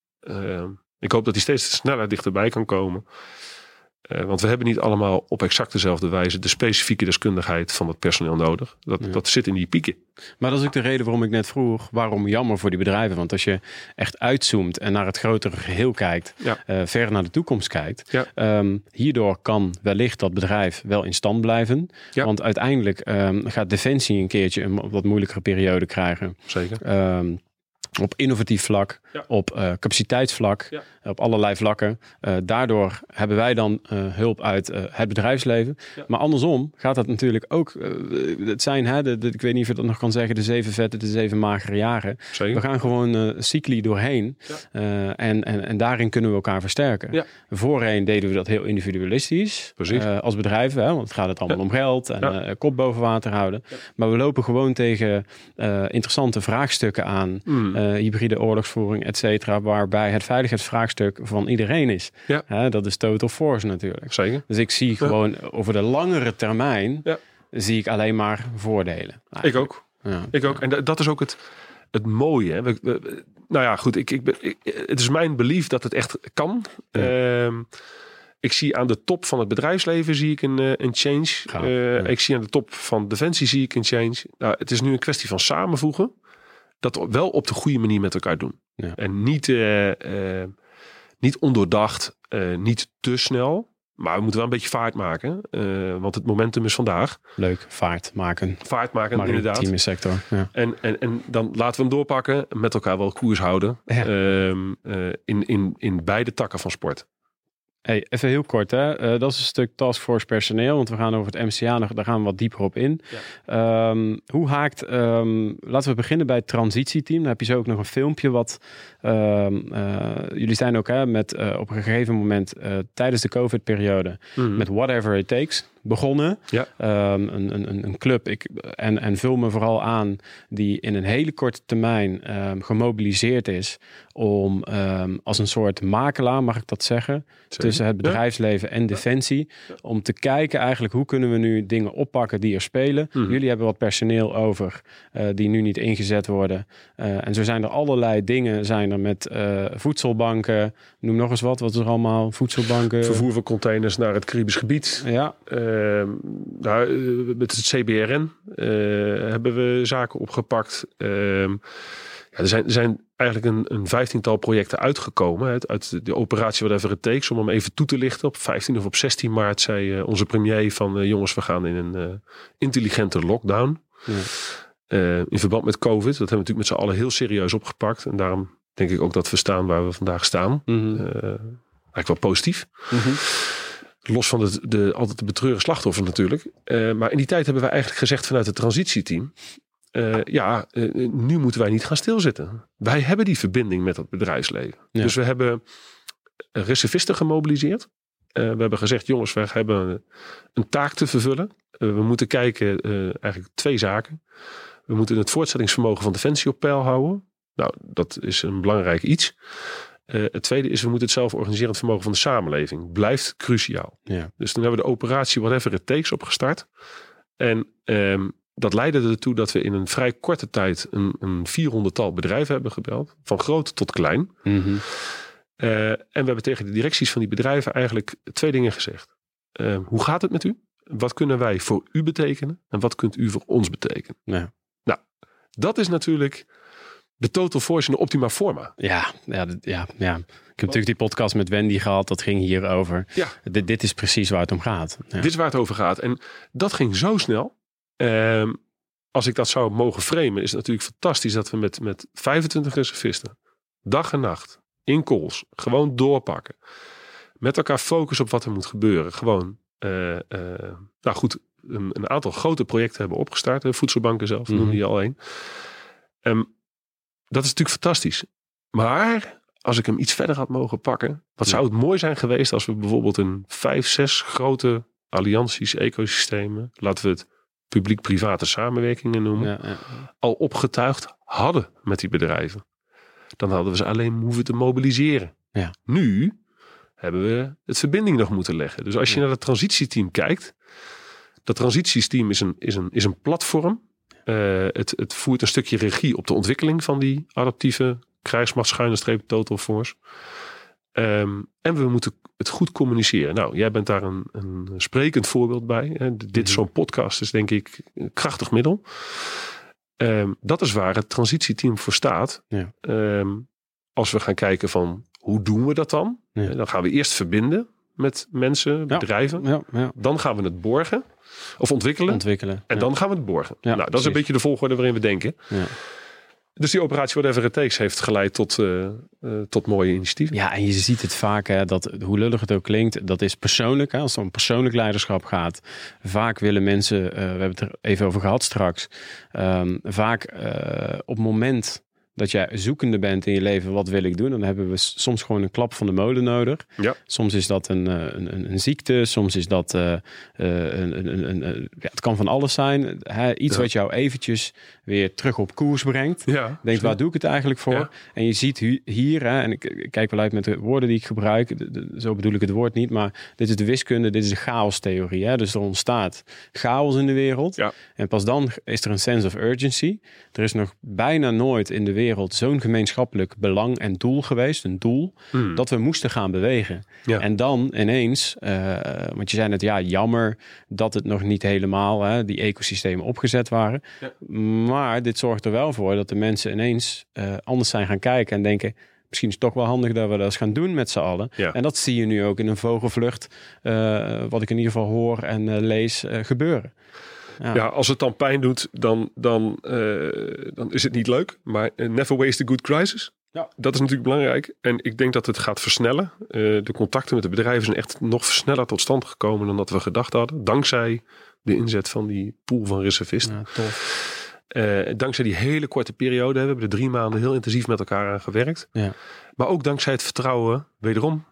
Ik hoop dat die steeds sneller dichterbij kan komen. Want we hebben niet allemaal op exact dezelfde wijze de specifieke deskundigheid van het personeel nodig. Dat zit in die pieken. Maar dat is ook de reden waarom ik net vroeg, waarom jammer voor die bedrijven? Want als je echt uitzoomt en naar het grotere geheel kijkt, ver naar de toekomst kijkt. Ja. Hierdoor kan wellicht dat bedrijf wel in stand blijven. Ja. Want uiteindelijk gaat Defensie een keertje een wat moeilijkere periode krijgen. Zeker. Op innovatief vlak, op capaciteitsvlak, op allerlei vlakken. Daardoor hebben wij dan hulp uit het bedrijfsleven. Ja. Maar andersom gaat dat natuurlijk ook. Het zijn, ik weet niet of je dat nog kan zeggen, de 7 vette, de 7 magere jaren. Zeker. We gaan gewoon cycli doorheen. Ja. En daarin kunnen we elkaar versterken. Ja. Voorheen deden we dat heel individualistisch. Als bedrijven, want het gaat allemaal om geld en kop boven water houden. Ja. Maar we lopen gewoon tegen interessante vraagstukken aan. Hybride oorlogsvoering, et cetera, waarbij het veiligheidsvraagstuk van iedereen is. Ja. Dat is total force natuurlijk. Zeker. Dus ik zie gewoon over de langere termijn zie ik alleen maar voordelen. Eigenlijk. Ik ook. Ja. Ik ook. En dat is ook het mooie. Hè. Nou ja, goed. Het is mijn belief dat het echt kan. Ja. Ik zie aan de top van het bedrijfsleven zie ik een change. Ik zie aan de top van Defensie zie ik een change. Nou, het is nu een kwestie van samenvoegen. Dat wel op de goede manier met elkaar doen. Ja. En niet ondoordacht, niet te snel. Maar we moeten wel een beetje vaart maken. Want het momentum is vandaag. Leuk, vaart maken. Vaart maken, maar inderdaad. Maritieme sector. Ja. En dan laten we hem doorpakken. Met elkaar wel koers houden. Ja. In beide takken van sport. Hey, even heel kort, hè. Dat is een stuk taskforce personeel, want we gaan over het MCA, daar gaan we wat dieper op in. Ja. Hoe haakt, laten we beginnen bij het transitieteam. Dan heb je zo ook nog een filmpje wat, jullie zijn ook met op een gegeven moment tijdens de COVID-periode met Whatever It Takes. begonnen. Ja. Een club. En vul me vooral aan die in een hele korte termijn gemobiliseerd is om als een soort makelaar, mag ik dat zeggen, tussen het bedrijfsleven en Defensie, om te kijken eigenlijk hoe kunnen we nu dingen oppakken die er spelen. Jullie hebben wat personeel over die nu niet ingezet worden. En zo zijn er allerlei dingen zijn er met voedselbanken. Noem nog eens wat is er allemaal? Voedselbanken. Vervoer van containers naar het Caribisch gebied. Ja. Met het CBRN hebben we zaken opgepakt. Er zijn eigenlijk een 15-tal projecten uitgekomen. Uit de operatie Whatever It Takes. Om hem even toe te lichten. Op 15 of op 16 maart zei onze premier van... jongens, we gaan in een intelligente lockdown. Ja. In verband met COVID. Dat hebben we natuurlijk met z'n allen heel serieus opgepakt. En daarom denk ik ook dat we staan waar we vandaag staan. Eigenlijk wel positief. Los van altijd de betreurde slachtoffer natuurlijk. Maar in die tijd hebben wij eigenlijk gezegd vanuit het transitieteam... nu moeten wij niet gaan stilzitten. Wij hebben die verbinding met het bedrijfsleven. Ja. Dus we hebben reservisten gemobiliseerd. We hebben gezegd, jongens, we hebben een taak te vervullen. We moeten kijken, eigenlijk 2 zaken. We moeten het voortzettingsvermogen van Defensie op peil houden. Nou, dat is een belangrijk iets. Het tweede is, we moeten het zelforganiserend vermogen van de samenleving. Blijft cruciaal. Ja. Dus toen hebben we de operatie Whatever It Takes opgestart. En dat leidde ertoe dat we in een vrij korte tijd een 400-tal bedrijven hebben gebeld. Van groot tot klein. En we hebben tegen de directies van die bedrijven eigenlijk 2 dingen gezegd. Hoe gaat het met u? Wat kunnen wij voor u betekenen? En wat kunt u voor ons betekenen? Ja. Nou, dat is natuurlijk de total force in de optima forma. Ja. Ik heb natuurlijk die podcast met Wendy gehad. Dat ging hierover. Ja. Dit is precies waar het om gaat. Ja. Dit is waar het over gaat. En dat ging zo snel. Als ik dat zou mogen framen, is het natuurlijk fantastisch dat we met 25 reservisten dag en nacht in calls gewoon doorpakken. Met elkaar focussen op wat er moet gebeuren. Gewoon, een aantal grote projecten hebben opgestart. Voedselbanken zelf, noemde je al een. Dat is natuurlijk fantastisch. Maar als ik hem iets verder had mogen pakken, wat zou het mooi zijn geweest als we bijvoorbeeld een 5, 6 grote allianties, ecosystemen, laten we het publiek-private samenwerkingen noemen, al opgetuigd hadden met die bedrijven. Dan hadden we ze alleen hoeven te mobiliseren. Ja. Nu hebben we het verbinding nog moeten leggen. Dus als je naar het transitieteam kijkt, dat transitieteam is een platform. Het voert een stukje regie op de ontwikkeling van die adaptieve krijgsmacht-total force. En we moeten het goed communiceren. Nou, jij bent daar een sprekend voorbeeld bij. Dit zo'n podcast is denk ik een krachtig middel. Dat is waar het transitieteam voor staat. Ja. Als we gaan kijken van hoe doen we dat dan? Ja. Dan gaan we eerst verbinden met mensen, bedrijven. Ja. Dan gaan we het borgen of ontwikkelen. En dan gaan we het borgen. Ja, nou, dat is een beetje de volgorde waarin we denken. Ja. Dus die operatie Whatever It Takes heeft geleid tot mooie initiatieven. Ja, en je ziet het vaak, hoe lullig het ook klinkt, dat is persoonlijk. Als het om persoonlijk leiderschap gaat, vaak willen mensen, we hebben het er even over gehad straks, vaak op het moment dat jij zoekende bent in je leven, wat wil ik doen? Dan hebben we soms gewoon een klap van de molen nodig. Ja. Soms is dat een ziekte, soms is dat het kan van alles zijn. Iets wat jou eventjes weer terug op koers brengt. Ja, denkt, waar doe ik het eigenlijk voor? Ja. En je ziet hier, en ik kijk wel uit met de woorden die ik gebruik, zo bedoel ik het woord niet, maar dit is de wiskunde, dit is de chaostheorie. Dus er ontstaat chaos in de wereld. Ja. En pas dan is er een sense of urgency. Er is nog bijna nooit in de wereld zo'n gemeenschappelijk belang en doel geweest, een doel, dat we moesten gaan bewegen. Ja. En dan ineens, want je zei net, jammer dat het nog niet helemaal die ecosystemen opgezet waren. Ja. Maar dit zorgt er wel voor dat de mensen ineens anders zijn gaan kijken en denken, misschien is het toch wel handig dat we dat eens gaan doen met z'n allen. Ja. En dat zie je nu ook in een vogelvlucht, wat ik in ieder geval hoor en lees gebeuren. Ja, als het dan pijn doet, dan is het niet leuk. Maar never waste a good crisis. Ja. Dat is natuurlijk belangrijk. En ik denk dat het gaat versnellen. De contacten met de bedrijven zijn echt nog sneller tot stand gekomen dan dat we gedacht hadden. Dankzij de inzet van die pool van reservisten. Ja, tof. Dankzij die hele korte periode hebben we er 3 maanden heel intensief met elkaar aan gewerkt. Ja. Maar ook dankzij het vertrouwen, wederom,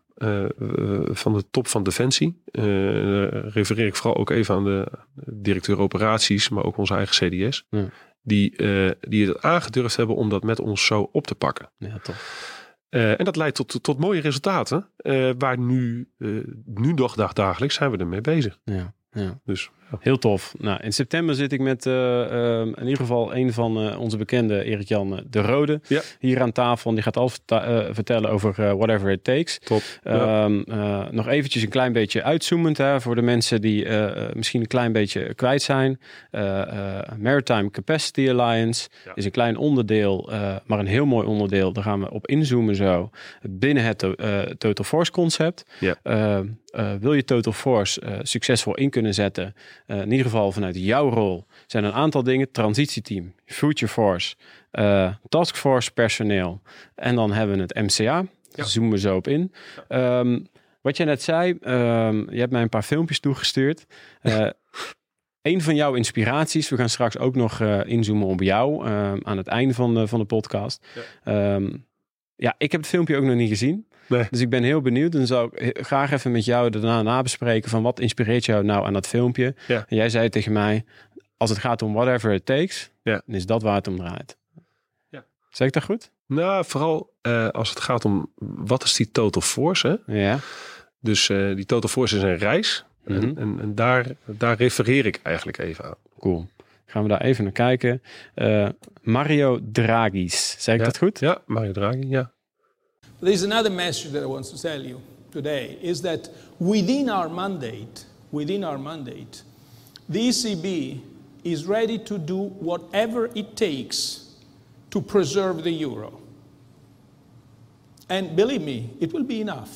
van de top van Defensie. Refereer ik vooral ook even aan de directeur operaties, maar ook onze eigen CDS. Ja. Die het aangedurfd hebben om dat met ons zo op te pakken. Ja, toch. En dat leidt tot mooie resultaten. Waar nu nog dagelijks zijn we ermee bezig. Ja. Dus, ja. Heel tof. Nou, in september zit ik met in ieder geval een van onze bekende Erik-Jan de Rode hier aan tafel. Die gaat al vertellen over Whatever It Takes. Top. Nog eventjes een klein beetje uitzoomend voor de mensen die misschien een klein beetje kwijt zijn. Maritime Capacity Alliance is een klein onderdeel, maar een heel mooi onderdeel. Daar gaan we op inzoomen zo binnen het Total Force concept. Ja. Wil je Total Force succesvol in kunnen zetten, in ieder geval vanuit jouw rol, zijn een aantal dingen. Transitieteam, Future Force, Taskforce personeel. En dan hebben we het MCA. Daar zoomen we zo op in. Wat jij net zei, je hebt mij een paar filmpjes toegestuurd. Een van jouw inspiraties, we gaan straks ook nog inzoomen op jou aan het einde van de podcast. Ik heb het filmpje ook nog niet gezien. Nee. Dus ik ben heel benieuwd. Dan zou ik graag even met jou daarna nabespreken van wat inspireert jou nou aan dat filmpje. Ja. En jij zei tegen mij, als het gaat om whatever it takes, dan is dat waar het om draait. Ja. Zeg ik dat goed? Nou, vooral als het gaat om wat is die Total Force. Hè? Ja. Dus die Total Force is een reis. Mm-hmm. En daar refereer ik eigenlijk even aan. Cool. Gaan we daar even naar kijken. Mario Draghi's. Zeg ik dat goed? Ja, Mario Draghi, ja. There's another message that I want to tell you today is that within our mandate, the ECB is ready to do whatever it takes to preserve the euro. And believe me, it will be enough.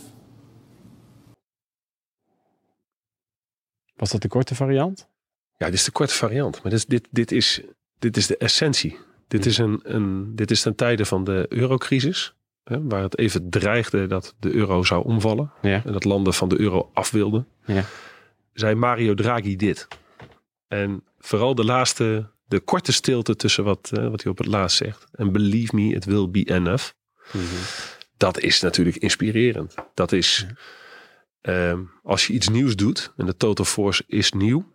Was dat de korte variant? Ja, dit is de korte variant. Maar dit is de essentie. Dit is ten tijde van de eurocrisis. Waar het even dreigde dat de euro zou omvallen. Ja. En dat landen van de euro af wilden. Ja. Zei Mario Draghi dit. En vooral de korte stilte tussen wat hij op het laatst zegt. En believe me, it will be enough. Mm-hmm. Dat is natuurlijk inspirerend. Dat is, als je iets nieuws doet. En de Total Force is nieuw.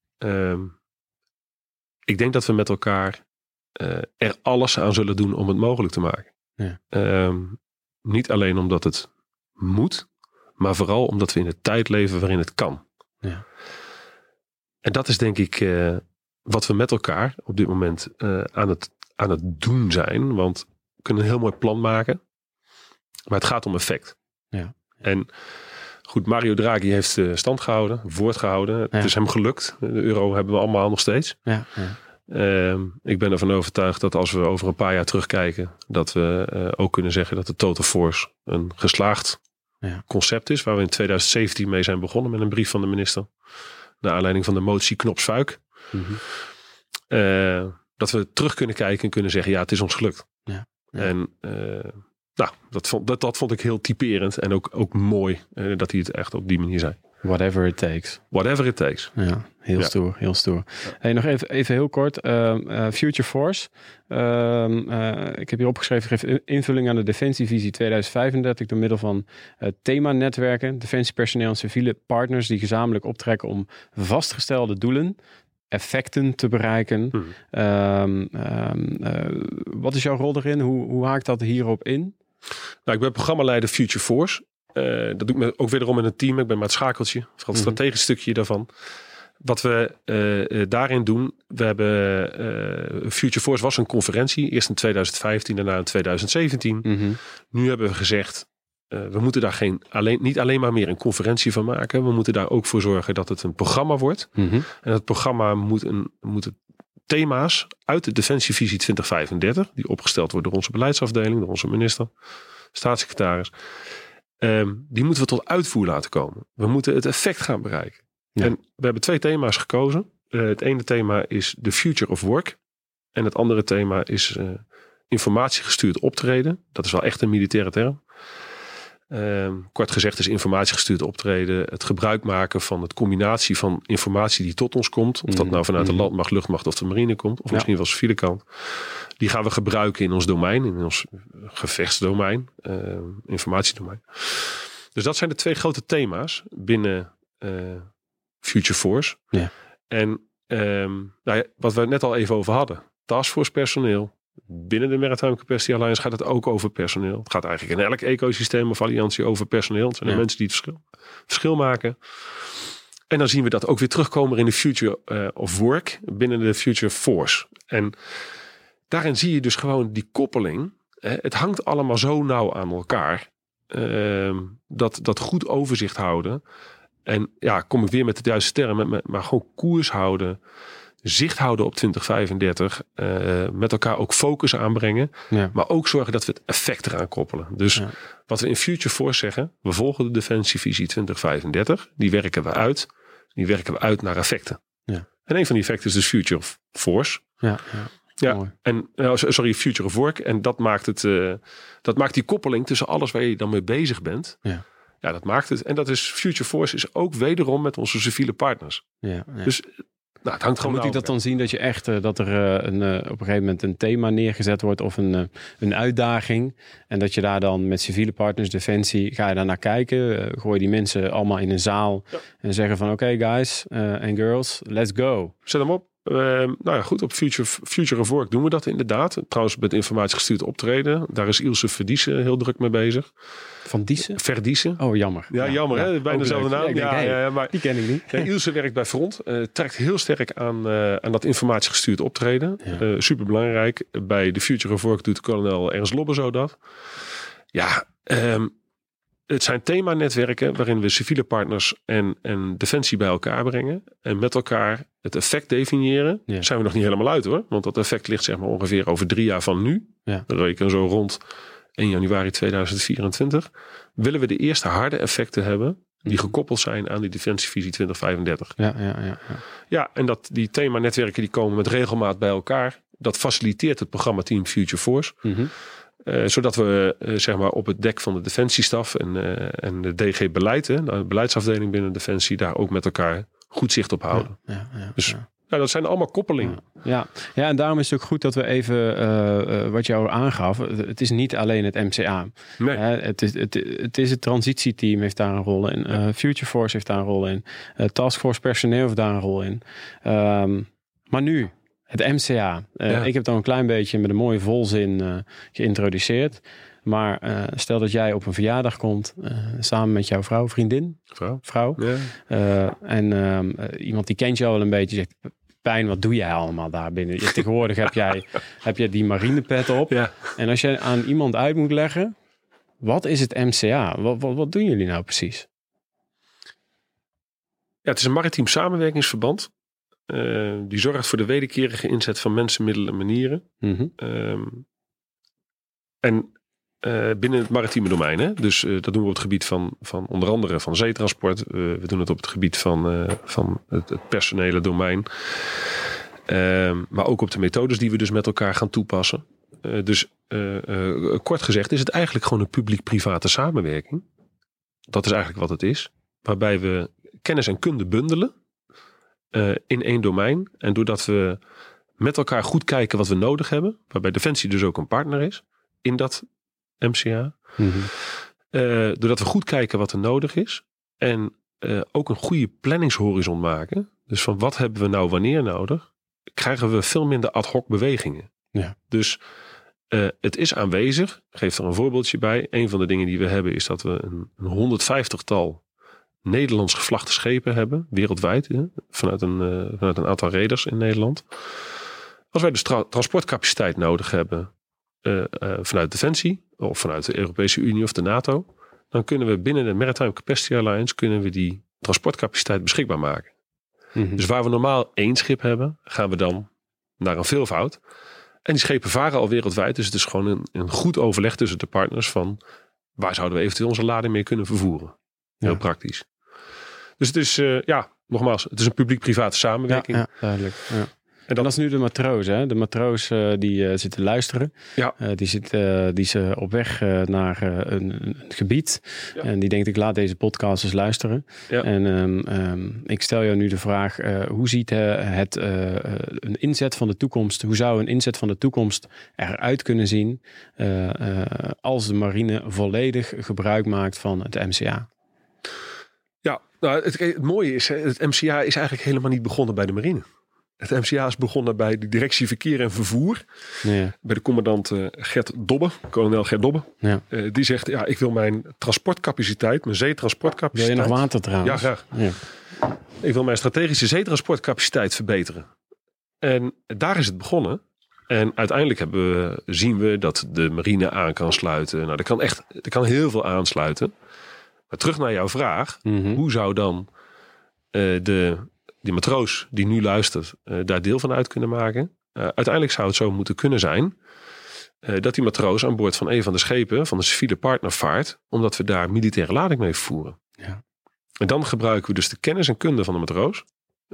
Ik denk dat we met elkaar er alles aan zullen doen om het mogelijk te maken. Ja. Niet alleen omdat het moet, maar vooral omdat we in een tijd leven waarin het kan. Ja. En dat is denk ik wat we met elkaar op dit moment aan het doen zijn. Want we kunnen een heel mooi plan maken, maar het gaat om effect. Ja. En goed, Mario Draghi heeft stand gehouden, woord gehouden. Het is hem gelukt. De euro hebben we allemaal nog steeds. Ja. Ik ben ervan overtuigd dat als we over een paar jaar terugkijken, dat we ook kunnen zeggen dat de Total Force een geslaagd concept is. Waar we in 2017 mee zijn begonnen met een brief van de minister. Naar aanleiding van de motie Knops-Fuik. Mm-hmm. Dat we terug kunnen kijken en kunnen zeggen, ja, het is ons gelukt. Ja. En dat vond ik heel typerend en ook mooi dat hij het echt op die manier zei. Whatever it takes. Whatever it takes. Ja, heel stoer, heel stoer. Ja. Hey, nog even heel kort. Future Force. Ik heb hier opgeschreven, geef invulling aan de Defensievisie 2035 door middel van themanetwerken, defensiepersoneel en civiele partners die gezamenlijk optrekken om vastgestelde doelen, effecten te bereiken. Wat is jouw rol erin? Hoe haakt dat hierop in? Nou, ik ben programmaleider Future Force. Dat doe ik ook wederom in een team. Ik ben maar het schakeltje. Vooral het strategisch stukje daarvan. Wat we daarin doen. We hebben Future Force was een conferentie. Eerst in 2015, daarna in 2017. Mm-hmm. Nu hebben we gezegd. We moeten daar niet alleen maar meer een conferentie van maken. We moeten daar ook voor zorgen dat het een programma wordt. Mm-hmm. En dat programma moet thema's uit de Defensievisie 2035. Die opgesteld wordt door onze beleidsafdeling. Door onze minister. Staatssecretaris. Die moeten we tot uitvoer laten komen. We moeten het effect gaan bereiken. Ja. En we hebben 2 thema's gekozen. Het ene thema is the future of work. En het andere thema is informatiegestuurd optreden. Dat is wel echt een militaire term. Kort gezegd is informatiegestuurd optreden het gebruik maken van het combinatie van informatie die tot ons komt. Of dat nou vanuit de landmacht, luchtmacht of de marine komt. Of misschien wel civiele kant. Die gaan we gebruiken in ons domein. In ons gevechtsdomein. Informatiedomein. Dus dat zijn de 2 grote thema's binnen Future Force. Ja. En wat we het net al even over hadden. Taskforce personeel. Binnen de Maritime Capacity Alliance gaat het ook over personeel. Het gaat eigenlijk in elk ecosysteem of alliantie over personeel. Het zijn de mensen die het verschil maken. En dan zien we dat ook weer terugkomen in de Future of Work binnen de Future Force. En daarin zie je dus gewoon die koppeling. Het hangt allemaal zo nauw aan elkaar. Dat goed overzicht houden. En ja, kom ik weer met het juiste term. Maar gewoon koers houden. Zicht houden op 2035. Met elkaar ook focus aanbrengen. Ja. Maar ook zorgen dat we het effect eraan koppelen. Dus wat we in Future Force zeggen. We volgen de Defensievisie 2035. Die werken we uit. Die werken we uit naar effecten. Ja. En een van die effecten is dus Future of Force. Ja, en Future of Work. En dat maakt die koppeling tussen alles waar je dan mee bezig bent. Ja, dat maakt het. En dat is Future Force is ook wederom met onze civiele partners. Dus het hangt gewoon. Moet ik dat dan zien dat je echt dat er op een gegeven moment een thema neergezet wordt of een uitdaging en dat je daar dan met civiele partners, Defensie, ga je daar naar kijken, gooi je die mensen allemaal in een zaal en zeggen van oké, guys en girls, let's go. Zet hem op. Goed, op Future of Work doen we dat inderdaad. Trouwens, met informatiegestuurd optreden. Daar is Ilse Verdiessen heel druk mee bezig. Van Diessen? Verdiessen. Oh, jammer. Ja, jammer hè? Bijna dezelfde naam. Maar die ken ik niet. Ja, Ilse werkt bij Front. Trekt heel sterk aan dat informatiegestuurd optreden. Super belangrijk. Bij de Future of Work doet kolonel Ernst Lobbezo dat. Ja, het zijn themanetwerken waarin we civiele partners en Defensie bij elkaar brengen. En met elkaar het effect definiëren. Ja. Zijn we nog niet helemaal uit hoor. Want dat effect ligt zeg maar ongeveer over 3 jaar van nu. Ja. Dan reken zo rond 1 januari 2024. Willen we de eerste harde effecten hebben die gekoppeld zijn aan die Defensievisie 2035. Ja, en die themanetwerken die komen met regelmaat bij elkaar. Dat faciliteert het programma Team Future Force. Mm-hmm. Zodat we zeg maar op het dek van de Defensiestaf en de DG Beleid, de beleidsafdeling binnen Defensie, daar ook met elkaar goed zicht op houden. Dus dat zijn allemaal koppelingen. Ja, en daarom is het ook goed dat we even wat jou aangaf. Het is niet alleen het MCA. Nee. Het is het transitieteam heeft daar een rol in. Future Force heeft daar een rol in. Taskforce personeel heeft daar een rol in. Maar nu. Het MCA. Ik heb dan een klein beetje met een mooie volzin geïntroduceerd. Maar stel dat jij op een verjaardag komt. Samen met jouw vriendin. Vrouw. Ja. Iemand die kent jou wel een beetje. Zegt, Pijn, wat doe jij allemaal daar binnen? Tegenwoordig heb je die marinepet op. Ja. En als je aan iemand uit moet leggen. Wat is het MCA? Wat doen jullie nou precies? Ja, het is een maritiem samenwerkingsverband. Die zorgt voor de wederkerige inzet van mensen, middelen en manieren. Mm-hmm. Binnen het maritieme domein. Hè? Dus dat doen we op het gebied van onder andere van zeetransport. We doen het op het gebied van het personele domein. Maar ook op de methodes die we dus met elkaar gaan toepassen. Kort gezegd is het eigenlijk gewoon een publiek-private samenwerking. Dat is eigenlijk wat het is. Waarbij we kennis en kunde bundelen. In één domein. En doordat we met elkaar goed kijken wat we nodig hebben. Waarbij Defensie dus ook een partner is. In dat MCA. Mm-hmm. Doordat we goed kijken wat er nodig is. En ook een goede planningshorizon maken. Dus van wat hebben we nou wanneer nodig. Krijgen we veel minder ad hoc bewegingen. Ja. Dus het is aanwezig. Ik geef er een voorbeeldje bij. Een van de dingen die we hebben is dat we een 150-tal Nederlands gevlachte schepen hebben, wereldwijd, vanuit een aantal reders in Nederland. Als wij dus transportcapaciteit nodig hebben vanuit Defensie of vanuit de Europese Unie of de NATO, dan kunnen we binnen de Maritime Capacity Alliance die transportcapaciteit beschikbaar maken. Mm-hmm. Dus waar we normaal 1 schip hebben, gaan we dan naar een veelvoud. En die schepen varen al wereldwijd, dus het is gewoon een goed overleg tussen de partners van waar zouden we eventueel onze lading mee kunnen vervoeren. Heel praktisch. Dus het is, nogmaals, het is een publiek-private samenwerking. Ja, duidelijk. Ja. En dat is nu de matroos, hè? De matroos die zit te luisteren. Ja. Die is op weg naar een gebied. Ja. En die denkt, ik laat deze podcast eens luisteren. Ja. En ik stel jou nu de vraag, hoe ziet een inzet van de toekomst, hoe zou een inzet van de toekomst eruit kunnen zien als de marine volledig gebruik maakt van het MCA? Ja, nou, het mooie is, het MCA is eigenlijk helemaal niet begonnen bij de marine. Het MCA is begonnen bij de directie verkeer en vervoer. Ja. Bij de commandant Gert Dobbe, kolonel Gert Dobbe. Ja. Die zegt, ik wil mijn transportcapaciteit, mijn zeetransportcapaciteit. Wil je nog water trouwens? Ja, graag. Ja. Ik wil mijn strategische zeetransportcapaciteit verbeteren. En daar is het begonnen. En uiteindelijk zien we dat de marine aan kan sluiten. Nou, er kan heel veel aansluiten. Maar terug naar jouw vraag. Mm-hmm. Hoe zou dan die matroos die nu luistert daar deel van uit kunnen maken? Uiteindelijk zou het zo moeten kunnen zijn dat die matroos aan boord van een van de schepen van de civiele partner vaart, omdat we daar militaire lading mee vervoeren. Ja. En dan gebruiken we dus de kennis en kunde van de matroos.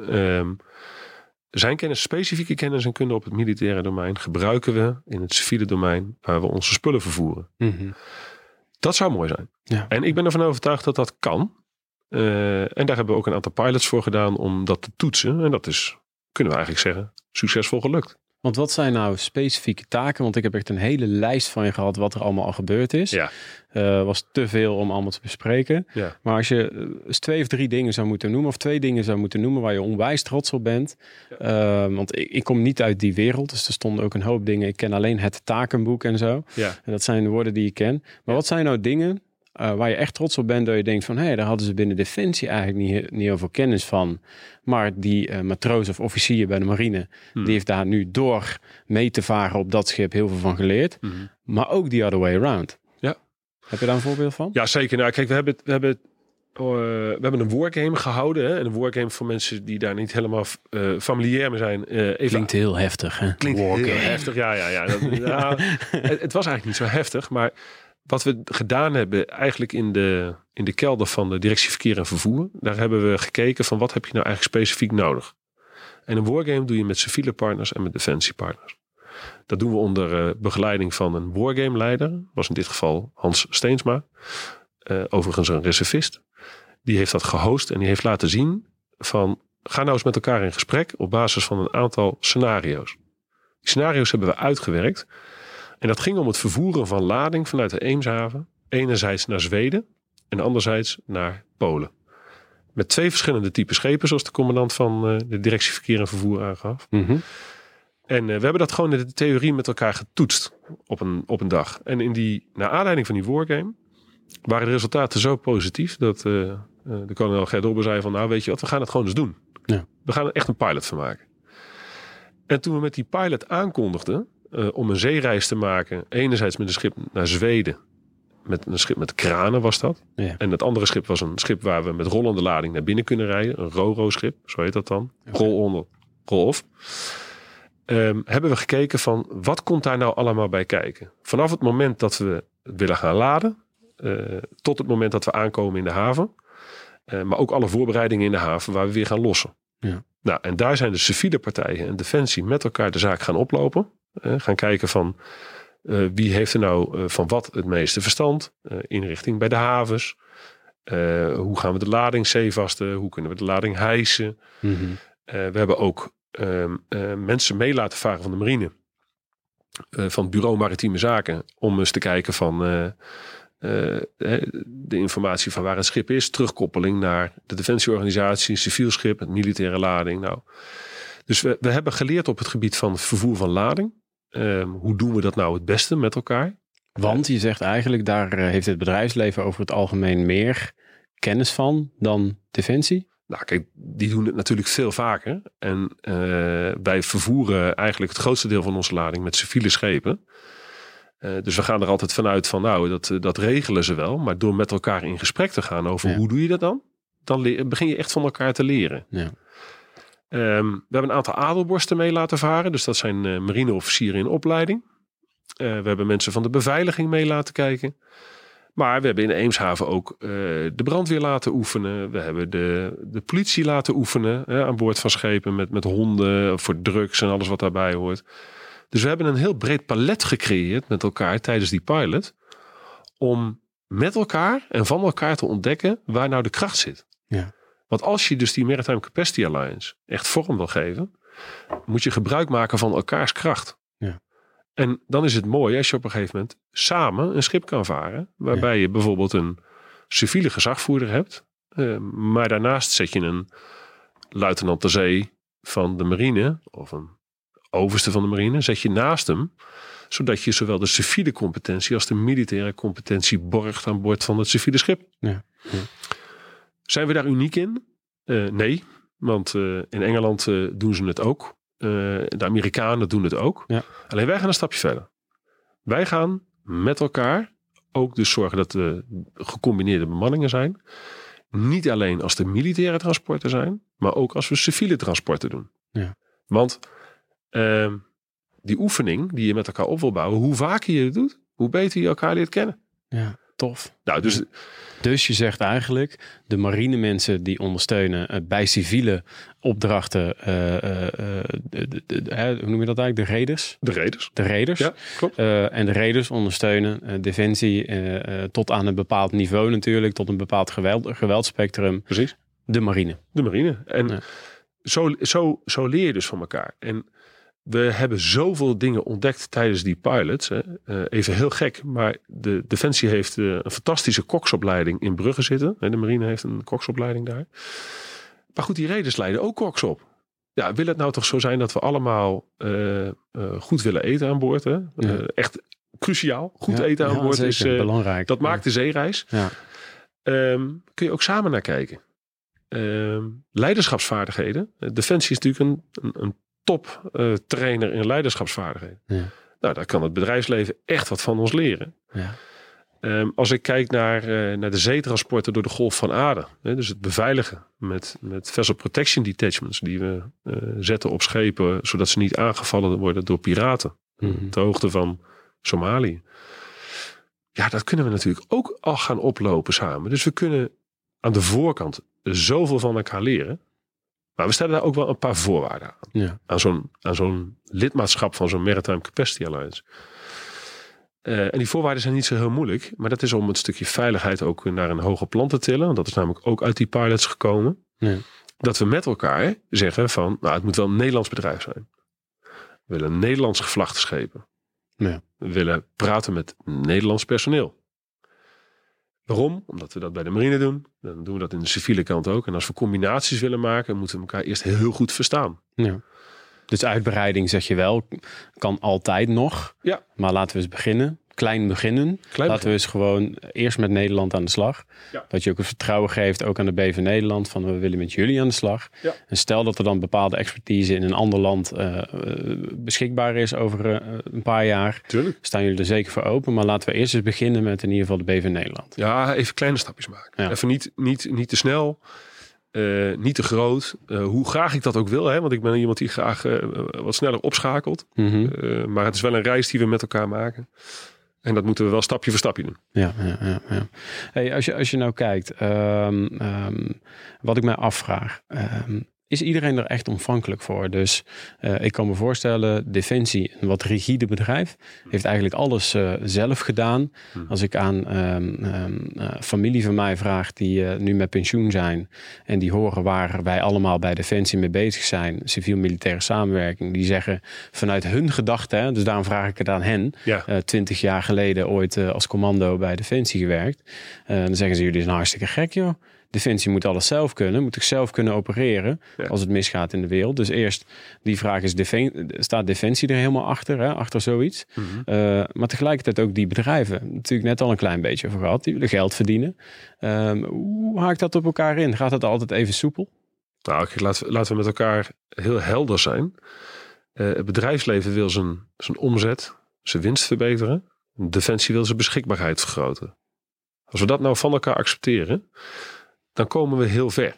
Zijn kennis, specifieke kennis en kunde op het militaire domein, gebruiken we in het civiele domein waar we onze spullen vervoeren. Mm-hmm. Dat zou mooi zijn. Ja. En ik ben ervan overtuigd dat dat kan. En daar hebben we ook een aantal pilots voor gedaan om dat te toetsen. En dat is, kunnen we eigenlijk zeggen, succesvol gelukt. Want wat zijn nou specifieke taken? Want ik heb echt een hele lijst van je gehad wat er allemaal al gebeurd is. Ja. Was te veel om allemaal te bespreken. Ja. Maar als je 2 of 3 dingen zou moeten noemen, of 2 dingen zou moeten noemen waar je onwijs trots op bent. Ja. Want ik kom niet uit die wereld, dus er stonden ook een hoop dingen. Ik ken alleen het takenboek en zo. Ja. En dat zijn de woorden die ik ken. Maar wat zijn nou dingen waar je echt trots op bent, dat je denkt van, daar hadden ze binnen Defensie eigenlijk niet heel veel kennis van. Maar die matroos of officier bij de marine, die heeft daar nu door mee te varen op dat schip heel veel van geleerd. Mm-hmm. Maar ook the other way around. Ja. Heb je daar een voorbeeld van? Ja, zeker. Nou, kijk, we hebben een wargame gehouden. Hè? En een wargame voor mensen die daar niet helemaal familiair mee zijn. Klinkt heel heftig, hè? Klinkt heel heftig, ja. Het was eigenlijk niet zo heftig, maar wat we gedaan hebben eigenlijk in de kelder van de directie verkeer en vervoer, daar hebben we gekeken van wat heb je nou eigenlijk specifiek nodig. En een wargame doe je met civiele partners en met defensiepartners. Dat doen we onder begeleiding van een wargame leider. Was in dit geval Hans Steensma. Overigens een reservist. Die heeft dat gehost en die heeft laten zien van, ga nou eens met elkaar in gesprek op basis van een aantal scenario's. Die scenario's hebben we uitgewerkt. En dat ging om het vervoeren van lading vanuit de Eemshaven. Enerzijds naar Zweden en anderzijds naar Polen. Met 2 verschillende typen schepen, zoals de commandant van de directie verkeer en vervoer aangaf. Mm-hmm. En we hebben dat gewoon in de theorie met elkaar getoetst op een dag. En naar aanleiding van die wargame waren de resultaten zo positief dat de kolonel Gert Dobbe zei van, nou weet je wat, we gaan het gewoon eens doen. Ja. We gaan er echt een pilot van maken. En toen we met die pilot aankondigden om een zeereis te maken, enerzijds met een schip naar Zweden, met een schip met kranen was dat. Ja. En het andere schip was een schip waar we met rollende lading naar binnen kunnen rijden. Een RoRo schip, zo heet dat dan. Okay. Rol onder, rol off. Hebben we gekeken van, wat komt daar nou allemaal bij kijken? Vanaf het moment dat we willen gaan laden, tot het moment dat we aankomen in de haven. Maar ook alle voorbereidingen in de haven waar we weer gaan lossen. Ja. Nou, en daar zijn de civiele partijen en Defensie met elkaar de zaak gaan oplopen. Gaan kijken van, wie heeft er nou van wat het meeste verstand? Inrichting bij de havens. Hoe gaan we de lading zeevasten? Hoe kunnen we de lading hijsen? Mm-hmm. We hebben ook mensen mee laten varen van de marine. Van het Bureau Maritieme Zaken. Om eens te kijken van de informatie van waar het schip is. Terugkoppeling naar de defensieorganisatie, civiel schip, het militaire lading. Nou, dus we hebben geleerd op het gebied van het vervoer van lading. Hoe doen we dat nou het beste met elkaar? Want je zegt eigenlijk, daar heeft het bedrijfsleven over het algemeen meer kennis van dan Defensie? Nou kijk, die doen het natuurlijk veel vaker. En wij vervoeren eigenlijk het grootste deel van onze lading met civiele schepen. Dus we gaan er altijd vanuit van, nou, dat regelen ze wel. Maar door met elkaar in gesprek te gaan over hoe doe je dat dan begin je echt van elkaar te leren. Ja. We hebben een aantal adelborsten mee laten varen. Dus dat zijn marineofficieren in opleiding. We hebben mensen van de beveiliging mee laten kijken. Maar we hebben in Eemshaven ook de brandweer laten oefenen. We hebben de politie laten oefenen aan boord van schepen met honden voor drugs en alles wat daarbij hoort. Dus we hebben een heel breed palet gecreëerd met elkaar tijdens die pilot. Om met elkaar en van elkaar te ontdekken waar nou de kracht zit. Ja. Want als je dus die Maritime Capacity Alliance echt vorm wil geven, moet je gebruik maken van elkaars kracht. Ja. En dan is het mooi als je op een gegeven moment samen een schip kan varen. Waarbij je bijvoorbeeld een civiele gezagvoerder hebt. Maar daarnaast zet je een luitenant ter zee van de marine. Of een overste van de marine. Zet je naast hem. Zodat je zowel de civiele competentie als de militaire competentie borgt aan boord van het civiele schip. Ja. Ja. Zijn we daar uniek in? Nee. Want in Engeland doen ze het ook. De Amerikanen doen het ook. Ja. Alleen wij gaan een stapje verder. Wij gaan met elkaar ook dus zorgen dat er gecombineerde bemanningen zijn. Niet alleen als de militaire transporten zijn, maar ook als we civiele transporten doen. Ja. Want die oefening die je met elkaar op wil bouwen, hoe vaker je het doet, hoe beter je elkaar leert kennen. Ja, tof. Nou, dus je zegt eigenlijk, de marinemensen die ondersteunen bij civiele opdrachten, hoe noem je dat eigenlijk? De raiders? De raiders, ja, klopt. En de raiders ondersteunen defensie tot aan een bepaald niveau natuurlijk, tot een bepaald geweldspectrum. Precies. De marine. En zo leer je dus van elkaar. En we hebben zoveel dingen ontdekt tijdens die pilots. Even heel gek, maar de Defensie heeft een fantastische koksopleiding in Brugge zitten. De marine heeft een koksopleiding daar. Maar goed, die raiders leiden ook koks op. Ja, wil het nou toch zo zijn dat we allemaal goed willen eten aan boord? Hè? Ja. Echt cruciaal. Goed eten aan boord zeker, is belangrijk. Dat maakt de zeereis. Ja. Kun je ook samen naar kijken. Leiderschapsvaardigheden. Defensie is natuurlijk een top trainer in leiderschapsvaardigheden. Ja. Nou, daar kan het bedrijfsleven echt wat van ons leren. Ja. Als ik kijk naar de zeetransporten door de Golf van Aden. Dus het beveiligen met vessel protection detachments die we zetten op schepen, zodat ze niet aangevallen worden door piraten. Mm-hmm. Ter hoogte van Somalië. Ja, dat kunnen we natuurlijk ook al gaan oplopen samen. Dus we kunnen aan de voorkant zoveel van elkaar leren. Maar we stellen daar ook wel een paar voorwaarden aan. Ja. Aan zo'n lidmaatschap van zo'n Maritime Capacity Alliance. En die voorwaarden zijn niet zo heel moeilijk. Maar dat is om het stukje veiligheid ook naar een hoger plan te tillen. Dat is namelijk ook uit die pilots gekomen. Ja. Dat we met elkaar zeggen van, nou, het moet wel een Nederlands bedrijf zijn. We willen Nederlands gevlachte schepen. Ja. We willen praten met Nederlands personeel. Waarom? Omdat we dat bij de marine doen. Dan doen we dat in de civiele kant ook. En als we combinaties willen maken, moeten we elkaar eerst heel goed verstaan. Ja. Dus uitbreiding zeg je wel, kan altijd nog. Ja. Maar laten we eens beginnen. Klein beginnen. Laten we eens gewoon eerst met Nederland aan de slag. Ja. Dat je ook het vertrouwen geeft, ook aan de BV Nederland, van we willen met jullie aan de slag. Ja. En stel dat er dan bepaalde expertise in een ander land beschikbaar is over een paar jaar. Tuurlijk. Staan jullie er zeker voor open. Maar laten we eerst eens beginnen met in ieder geval de BV Nederland. Ja, even kleine stapjes maken. Ja. Even niet te snel. Niet te groot. Hoe graag ik dat ook wil. Hè? Want ik ben iemand die graag wat sneller opschakelt. Mm-hmm. Maar het is wel een reis die we met elkaar maken. En dat moeten we wel stapje voor stapje doen. Ja. Hey, als je nou kijkt. Wat ik mij afvraag. Is iedereen er echt ontvankelijk voor? Dus ik kan me voorstellen, Defensie, een wat rigide bedrijf, heeft eigenlijk alles zelf gedaan. Als ik aan familie van mij vraag die nu met pensioen zijn en die horen waar wij allemaal bij Defensie mee bezig zijn, civiel-militaire samenwerking, die zeggen vanuit hun gedachten, dus daarom vraag ik het aan hen, 20 jaar geleden ooit als commando bij Defensie gewerkt. Dan zeggen ze, jullie zijn hartstikke gek, joh. Defensie moet alles zelf kunnen, moet zichzelf kunnen opereren als het misgaat in de wereld. Dus eerst die vraag is, staat Defensie er helemaal achter, hè, achter zoiets? Mm-hmm. Maar tegelijkertijd ook die bedrijven, natuurlijk net al een klein beetje over gehad, die willen geld verdienen. Hoe haakt dat op elkaar in? Gaat dat altijd even soepel? Nou, laten we met elkaar heel helder zijn. Het bedrijfsleven wil zijn omzet, zijn winst verbeteren. Defensie wil zijn beschikbaarheid vergroten. Als we dat nou van elkaar accepteren, dan komen we heel ver.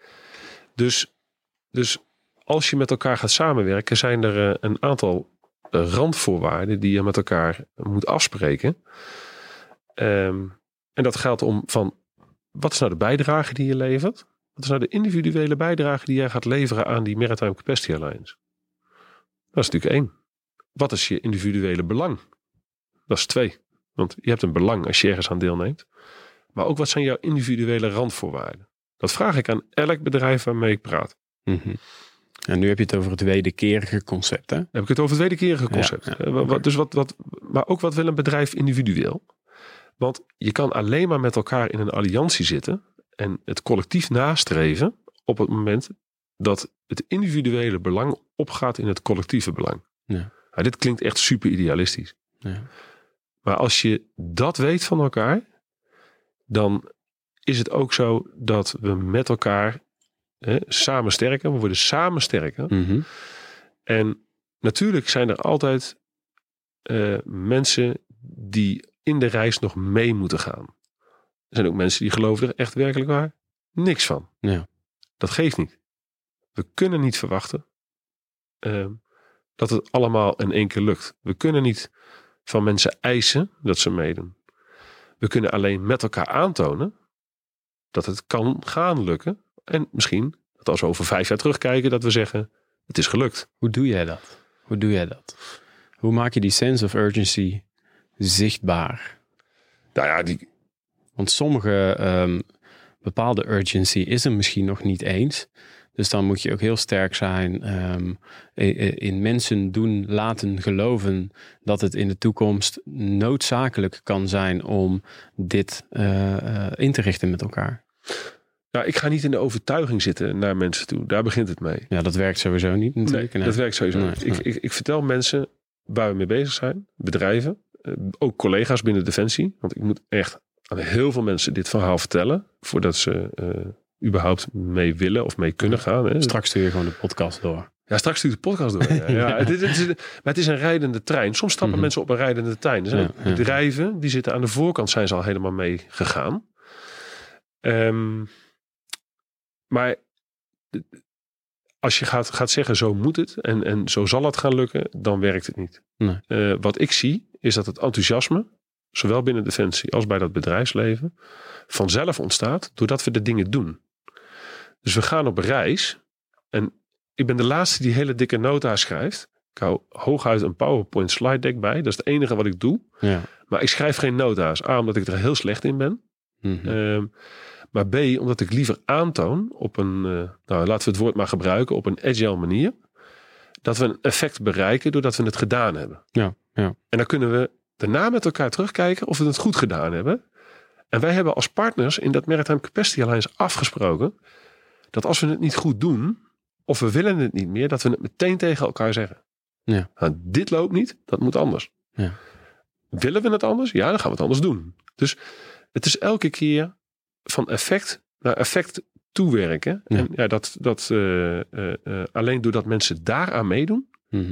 Dus als je met elkaar gaat samenwerken, zijn er een aantal randvoorwaarden die je met elkaar moet afspreken. En En dat geldt om van, wat is nou de bijdrage die je levert? Wat is nou de individuele bijdrage die jij gaat leveren aan die Maritime Capacity Alliance? Dat is natuurlijk 1. Wat is je individuele belang? Dat is 2. Want je hebt een belang als je ergens aan deelneemt. Maar ook wat zijn jouw individuele randvoorwaarden? Dat vraag ik aan elk bedrijf waarmee ik praat. Mm-hmm. En nu heb je het over het wederkerige concept, hè? Heb ik het over het wederkerige concept. Ja, okay. Dus maar ook wat wil een bedrijf individueel? Want je kan alleen maar met elkaar in een alliantie zitten en het collectief nastreven op het moment dat het individuele belang opgaat in het collectieve belang. Ja. Nou, dit klinkt echt super idealistisch. Ja. Maar als je dat weet van elkaar, dan is het ook zo dat we met elkaar samen sterker. We worden samen sterker. Mm-hmm. En natuurlijk zijn er altijd mensen die in de reis nog mee moeten gaan. Er zijn ook mensen die geloven er echt werkelijk waar niks van. Ja. Dat geeft niet. We kunnen niet verwachten dat het allemaal in één keer lukt. We kunnen niet van mensen eisen dat ze meedoen. We kunnen alleen met elkaar aantonen dat het kan gaan lukken. En misschien dat als we over 5 jaar terugkijken dat we zeggen het is gelukt. Hoe doe jij dat? Hoe maak je die sense of urgency zichtbaar? Nou ja, Want sommige bepaalde urgency is er misschien nog niet eens. Dus dan moet je ook heel sterk zijn in mensen laten geloven dat het in de toekomst noodzakelijk kan zijn om dit in te richten met elkaar. Nou, ik ga niet in de overtuiging zitten naar mensen toe. Daar begint het mee. Ja, dat werkt sowieso niet natuurlijk. Nee, dat werkt sowieso niet. Ik vertel mensen waar we mee bezig zijn. Bedrijven. Ook collega's binnen Defensie. Want ik moet echt aan heel veel mensen dit verhaal vertellen. Voordat ze überhaupt mee willen of mee kunnen gaan. Hè. Straks stuur je gewoon de podcast door. Ja, straks stuur je de podcast door. Maar het is een rijdende trein. Soms stappen mensen op een rijdende trein. Er zijn bedrijven die zitten aan de voorkant. Zijn ze al helemaal mee gegaan. Maar als je gaat zeggen zo moet het en zo zal het gaan lukken, dan werkt het niet. Nee. Wat ik zie is dat het enthousiasme, zowel binnen Defensie als bij dat bedrijfsleven, vanzelf ontstaat doordat we de dingen doen. Dus we gaan op reis en ik ben de laatste die hele dikke nota schrijft. Ik hou hooguit een PowerPoint slide deck bij. Dat is het enige wat ik doe. Ja. Maar ik schrijf geen nota's. A, omdat ik er heel slecht in ben. Mm-hmm. Maar B, omdat ik liever aantoon op een, laten we het woord maar gebruiken, op een agile manier, dat we een effect bereiken doordat we het gedaan hebben. Ja. En dan kunnen we daarna met elkaar terugkijken of we het goed gedaan hebben. En wij hebben als partners in dat Maritime Capacity Alliance afgesproken dat als we het niet goed doen, of we willen het niet meer, dat we het meteen tegen elkaar zeggen. Ja. Nou, dit loopt niet, dat moet anders. Ja. Willen we het anders? Ja, dan gaan we het anders doen. Dus het is elke keer van effect naar effect toewerken. Ja. En ja, dat alleen doordat mensen daaraan meedoen,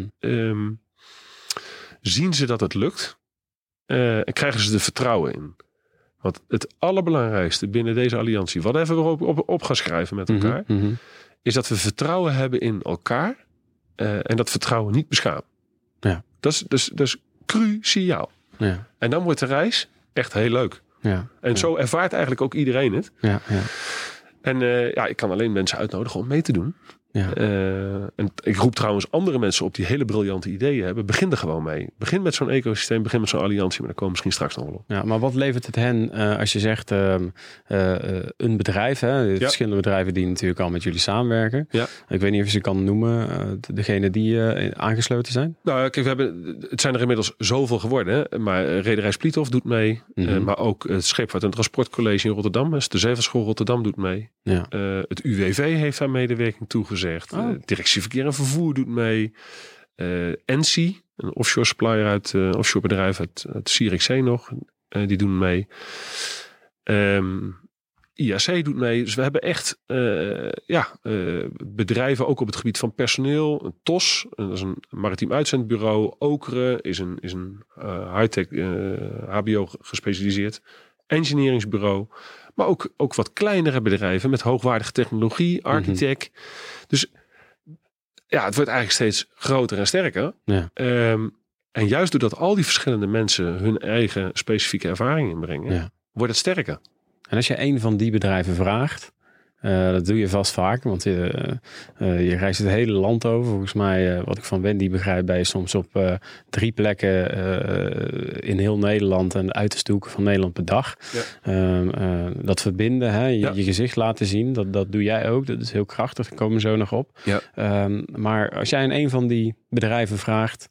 zien ze dat het lukt en krijgen ze er vertrouwen in. Want het allerbelangrijkste binnen deze alliantie, wat even op gaan schrijven met elkaar, is dat we vertrouwen hebben in elkaar en dat vertrouwen niet beschamen. Ja. Dat is cruciaal. Ja. En dan wordt de reis echt heel leuk. Ja. En zo ervaart eigenlijk ook iedereen het. Ja. En ik kan alleen mensen uitnodigen om mee te doen. Ja. En ik roep trouwens andere mensen op die hele briljante ideeën hebben. Begin er gewoon mee. Begin met zo'n ecosysteem, begin met zo'n alliantie. Maar daar komen we misschien straks nog wel op. Ja, maar wat levert het hen als je zegt een bedrijf, verschillende bedrijven die natuurlijk al met jullie samenwerken. Ja. Ik weet niet of je ze kan noemen, degene die aangesloten zijn. Nou, kijk, het zijn er inmiddels zoveel geworden. Hè? Maar Rederij Spliethof doet mee. Maar ook het Scheepvaart- en Transportcollege in Rotterdam. Dus de Zeevaartschool Rotterdam doet mee. Ja. Het UWV heeft daar medewerking toegezegd. Directie Verkeer en Vervoer doet mee. ENSI, een offshore supplier offshore bedrijf uit Zierikzee nog. Die doen mee. IAC doet mee. Dus we hebben echt bedrijven ook op het gebied van personeel. TOS, dat is een maritiem uitzendbureau. Okre is een high-tech HBO gespecialiseerd engineeringsbureau. Maar ook wat kleinere bedrijven met hoogwaardige technologie, architect. Dus ja, het wordt eigenlijk steeds groter en sterker. Ja. En juist doordat al die verschillende mensen hun eigen specifieke ervaring inbrengen, wordt het sterker. En als je een van die bedrijven vraagt, dat doe je vast vaak, want je reist het hele land over. Volgens mij, wat ik van Wendy begrijp, ben je soms op 3 plekken in heel Nederland en de uiterste hoeken van Nederland per dag. Ja. Dat verbinden, hè, je gezicht laten zien, dat doe jij ook. Dat is heel krachtig, daar komen we zo nog op. Ja. Maar als jij in een van die bedrijven vraagt,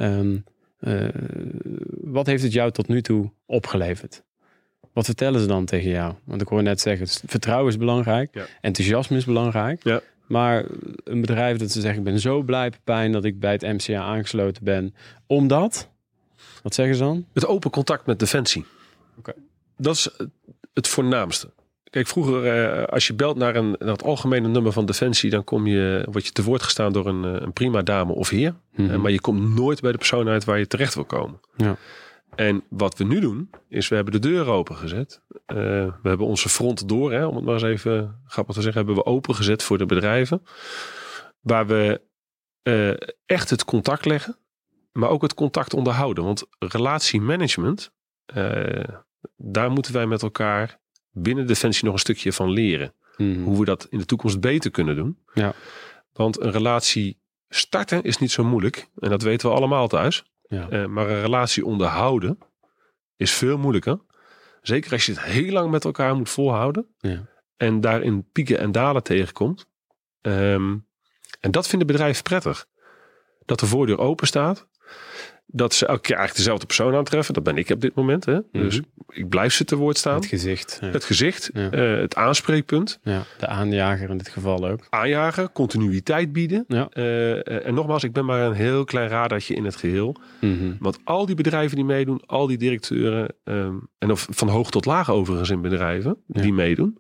wat heeft het jou tot nu toe opgeleverd? Wat vertellen ze dan tegen jou? Want ik hoor net zeggen, vertrouwen is belangrijk. Ja. Enthousiasme is belangrijk. Ja. Maar een bedrijf dat ze zeggen, ik ben zo blij, Pepijn, dat ik bij het MCA aangesloten ben. Omdat? Wat zeggen ze dan? Het open contact met Defensie. Okay. Dat is het voornaamste. Kijk, vroeger als je belt naar het algemene nummer van Defensie, dan word je te woord gestaan door een prima dame of heer. Mm-hmm. Maar je komt nooit bij de persoon uit waar je terecht wil komen. Ja. En wat we nu doen, is we hebben de deur open gezet. We hebben onze front door, om het maar eens even grappig te zeggen, hebben we open gezet voor de bedrijven. Waar we echt het contact leggen, maar ook het contact onderhouden. Want relatiemanagement, daar moeten wij met elkaar binnen Defensie nog een stukje van leren. Mm-hmm. Hoe we dat in de toekomst beter kunnen doen. Ja. Want een relatie starten is niet zo moeilijk. En dat weten we allemaal thuis. Ja. Maar een relatie onderhouden is veel moeilijker. Zeker als je het heel lang met elkaar moet volhouden. Ja. En daarin pieken en dalen tegenkomt. En dat vinden bedrijven prettig. Dat de voordeur open staat. Dat ze elke keer eigenlijk dezelfde persoon aantreffen. Dat ben ik op dit moment. Hè? Mm-hmm. Dus ik blijf ze te woord staan. Het gezicht. Ja. Het gezicht. Ja. Het aanspreekpunt. Ja, de aanjager in dit geval ook. Aanjagen, continuïteit bieden. Ja. En nogmaals, ik ben maar een heel klein radartje in het geheel. Mm-hmm. Want al die bedrijven die meedoen, al die directeuren. En of van hoog tot laag overigens in bedrijven die meedoen.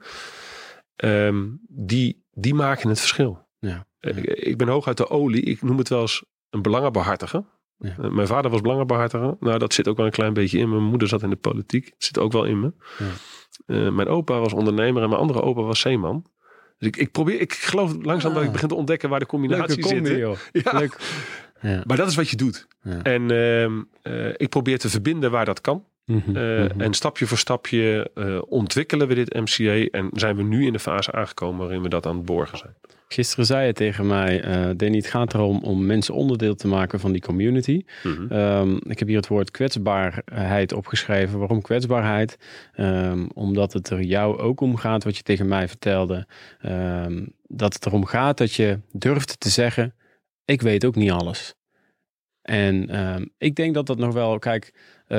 Die maken het verschil. Ja. Ik ben hoog uit de olie. Ik noem het wel eens een belangenbehartiger. Ja. Mijn vader was belangenbehartiger. Nou, dat zit ook wel een klein beetje in me. Mijn moeder zat in de politiek. Het zit ook wel in me. Ja. Mijn opa was ondernemer en mijn andere opa was zeeman. Dus ik geloof langzaam dat ik begin te ontdekken waar de combinatie zit. Ja. Leuk. Ja. Maar dat is wat je doet. Ja. En ik probeer te verbinden waar dat kan. En stapje voor stapje ontwikkelen we dit MCA. En zijn we nu in de fase aangekomen waarin we dat aan het borgen zijn. Gisteren zei je tegen mij, Danny, het gaat erom om mensen onderdeel te maken van die community. Mm-hmm. Ik heb hier het woord kwetsbaarheid opgeschreven. Waarom kwetsbaarheid? Omdat het er jou ook om gaat, wat je tegen mij vertelde. Dat het erom gaat dat je durft te zeggen, ik weet ook niet alles. En ik denk dat nog wel, kijk,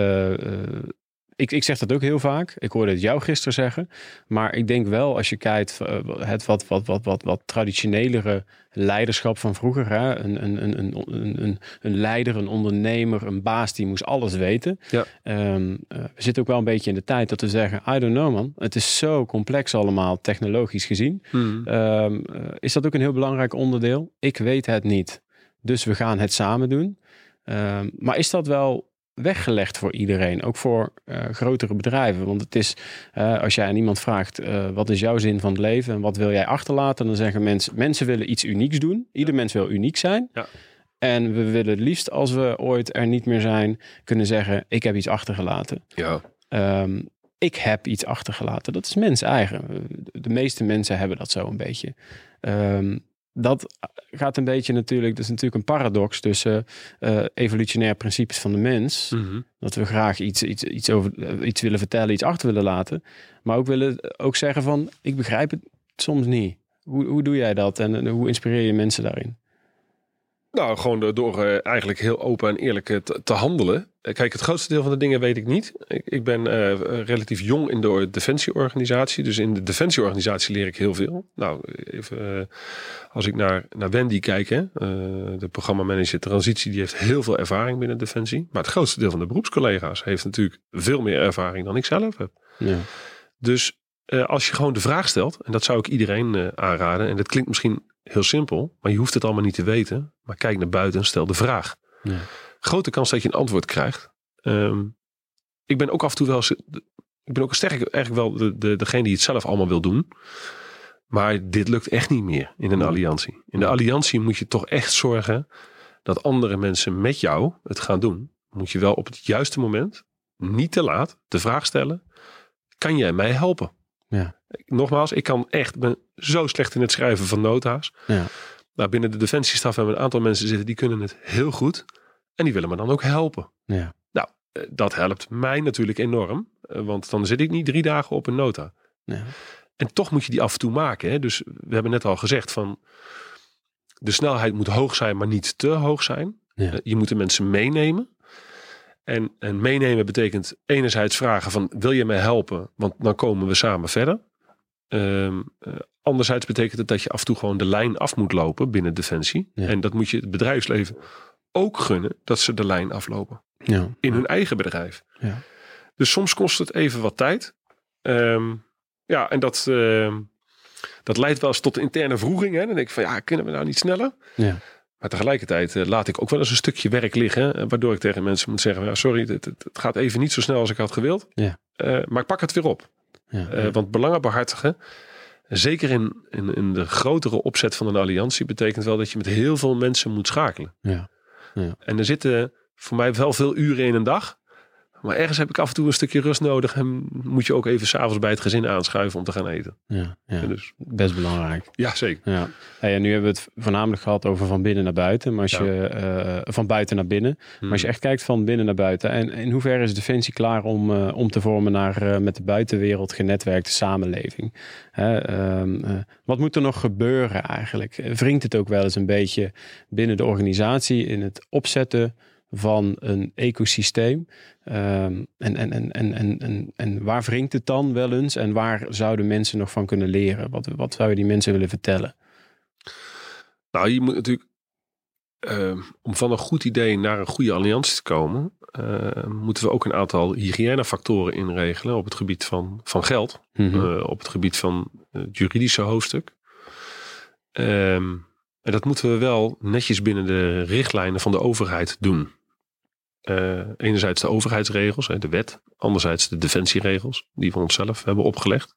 ik zeg dat ook heel vaak. Ik hoorde het jou gisteren zeggen. Maar ik denk wel, als je kijkt, het wat traditionelere leiderschap van vroeger. Hè? Een leider, een ondernemer, een baas, die moest alles weten. Ja. We zitten ook wel een beetje in de tijd dat we zeggen, I don't know man. Het is zo complex allemaal, technologisch gezien. Is dat ook een heel belangrijk onderdeel? Ik weet het niet. Dus we gaan het samen doen. Maar is dat wel weggelegd voor iedereen, ook voor grotere bedrijven? Want het is, als jij aan iemand vraagt, wat is jouw zin van het leven en wat wil jij achterlaten, dan zeggen mensen willen iets unieks doen. Ieder mens wil uniek zijn. Ja. En we willen het liefst, als we ooit er niet meer zijn, kunnen zeggen, ik heb iets achtergelaten. Ja. Ik heb iets achtergelaten. Dat is mens eigen. De meeste mensen hebben dat zo een beetje. Dat gaat een beetje natuurlijk, dat is natuurlijk een paradox tussen evolutionair principes van de mens. Mm-hmm. Dat we graag iets willen vertellen, iets achter willen laten. Maar ook zeggen van, ik begrijp het soms niet. Hoe doe jij dat en hoe inspireer je mensen daarin? Nou, gewoon door eigenlijk heel open en eerlijk te handelen. Kijk, het grootste deel van de dingen weet ik niet. Ik ben relatief jong in de defensieorganisatie. Dus in de defensieorganisatie leer ik heel veel. Nou, even als ik naar Wendy kijk, de programmamanager transitie, die heeft heel veel ervaring binnen Defensie. Maar het grootste deel van de beroepscollega's heeft natuurlijk veel meer ervaring dan ik zelf heb. Ja. Dus als je gewoon de vraag stelt, en dat zou ik iedereen aanraden, en dat klinkt misschien heel simpel, maar je hoeft het allemaal niet te weten. Maar kijk naar buiten en stel de vraag. Ja. Grote kans dat je een antwoord krijgt. Ik ben ook af en toe wel, ik ben ook sterk eigenlijk wel degene die het zelf allemaal wil doen. Maar dit lukt echt niet meer in een alliantie. In de alliantie moet je toch echt zorgen dat andere mensen met jou het gaan doen. Moet je wel op het juiste moment, niet te laat, de vraag stellen. kan jij mij helpen? Ja. Nogmaals, ben zo slecht in het schrijven van nota's. Ja. Nou, binnen de defensiestaf hebben we een aantal mensen zitten die kunnen het heel goed. En die willen me dan ook helpen. Ja. Nou, dat helpt mij natuurlijk enorm. Want dan zit ik niet 3 dagen op een nota. Ja. En toch moet je die af en toe maken. Hè? Dus we hebben net al gezegd van de snelheid moet hoog zijn, maar niet te hoog zijn. Ja. Je moet de mensen meenemen. En meenemen betekent enerzijds vragen van wil je mij helpen? Want dan komen we samen verder. Anderzijds betekent het dat je af en toe gewoon de lijn af moet lopen binnen Defensie. Ja. En dat moet je het bedrijfsleven ook gunnen dat ze de lijn aflopen. Ja. In hun eigen bedrijf. Ja. Dus soms kost het even wat tijd. En dat leidt wel eens tot interne wroeging. Hè? Dan denk ik van kunnen we nou niet sneller? Ja. Maar tegelijkertijd laat ik ook wel eens een stukje werk liggen. Waardoor ik tegen mensen moet zeggen, sorry, het gaat even niet zo snel als ik had gewild. Ja. Maar ik pak het weer op. Ja. Want belangen behartigen, zeker in de grotere opzet van een alliantie, betekent wel dat je met heel veel mensen moet schakelen. Ja. Ja. En er zitten voor mij wel veel uren in een dag. Maar ergens heb ik af en toe een stukje rust nodig. En moet je ook even 's avonds bij het gezin aanschuiven om te gaan eten. Ja, dus, best belangrijk. Ja, zeker. Ja. En nu hebben we het voornamelijk gehad over van binnen naar buiten. Maar als je van buiten naar binnen. Maar als je echt kijkt van binnen naar buiten. En in hoeverre is Defensie klaar om te vormen naar met de buitenwereld genetwerkte samenleving? Wat moet er nog gebeuren eigenlijk? Wringt het ook wel eens een beetje binnen de organisatie in het opzetten van een ecosysteem? En waar wringt het dan wel eens? En waar zouden mensen nog van kunnen leren? Wat zou je die mensen willen vertellen? Nou, je moet natuurlijk om van een goed idee naar een goede alliantie te komen, moeten we ook een aantal hygiënefactoren inregelen op het gebied van geld. Mm-hmm. Op het gebied van het juridische hoofdstuk. En dat moeten we wel netjes binnen de richtlijnen van de overheid doen. Enerzijds de overheidsregels, de wet. Anderzijds de defensieregels die we onszelf hebben opgelegd.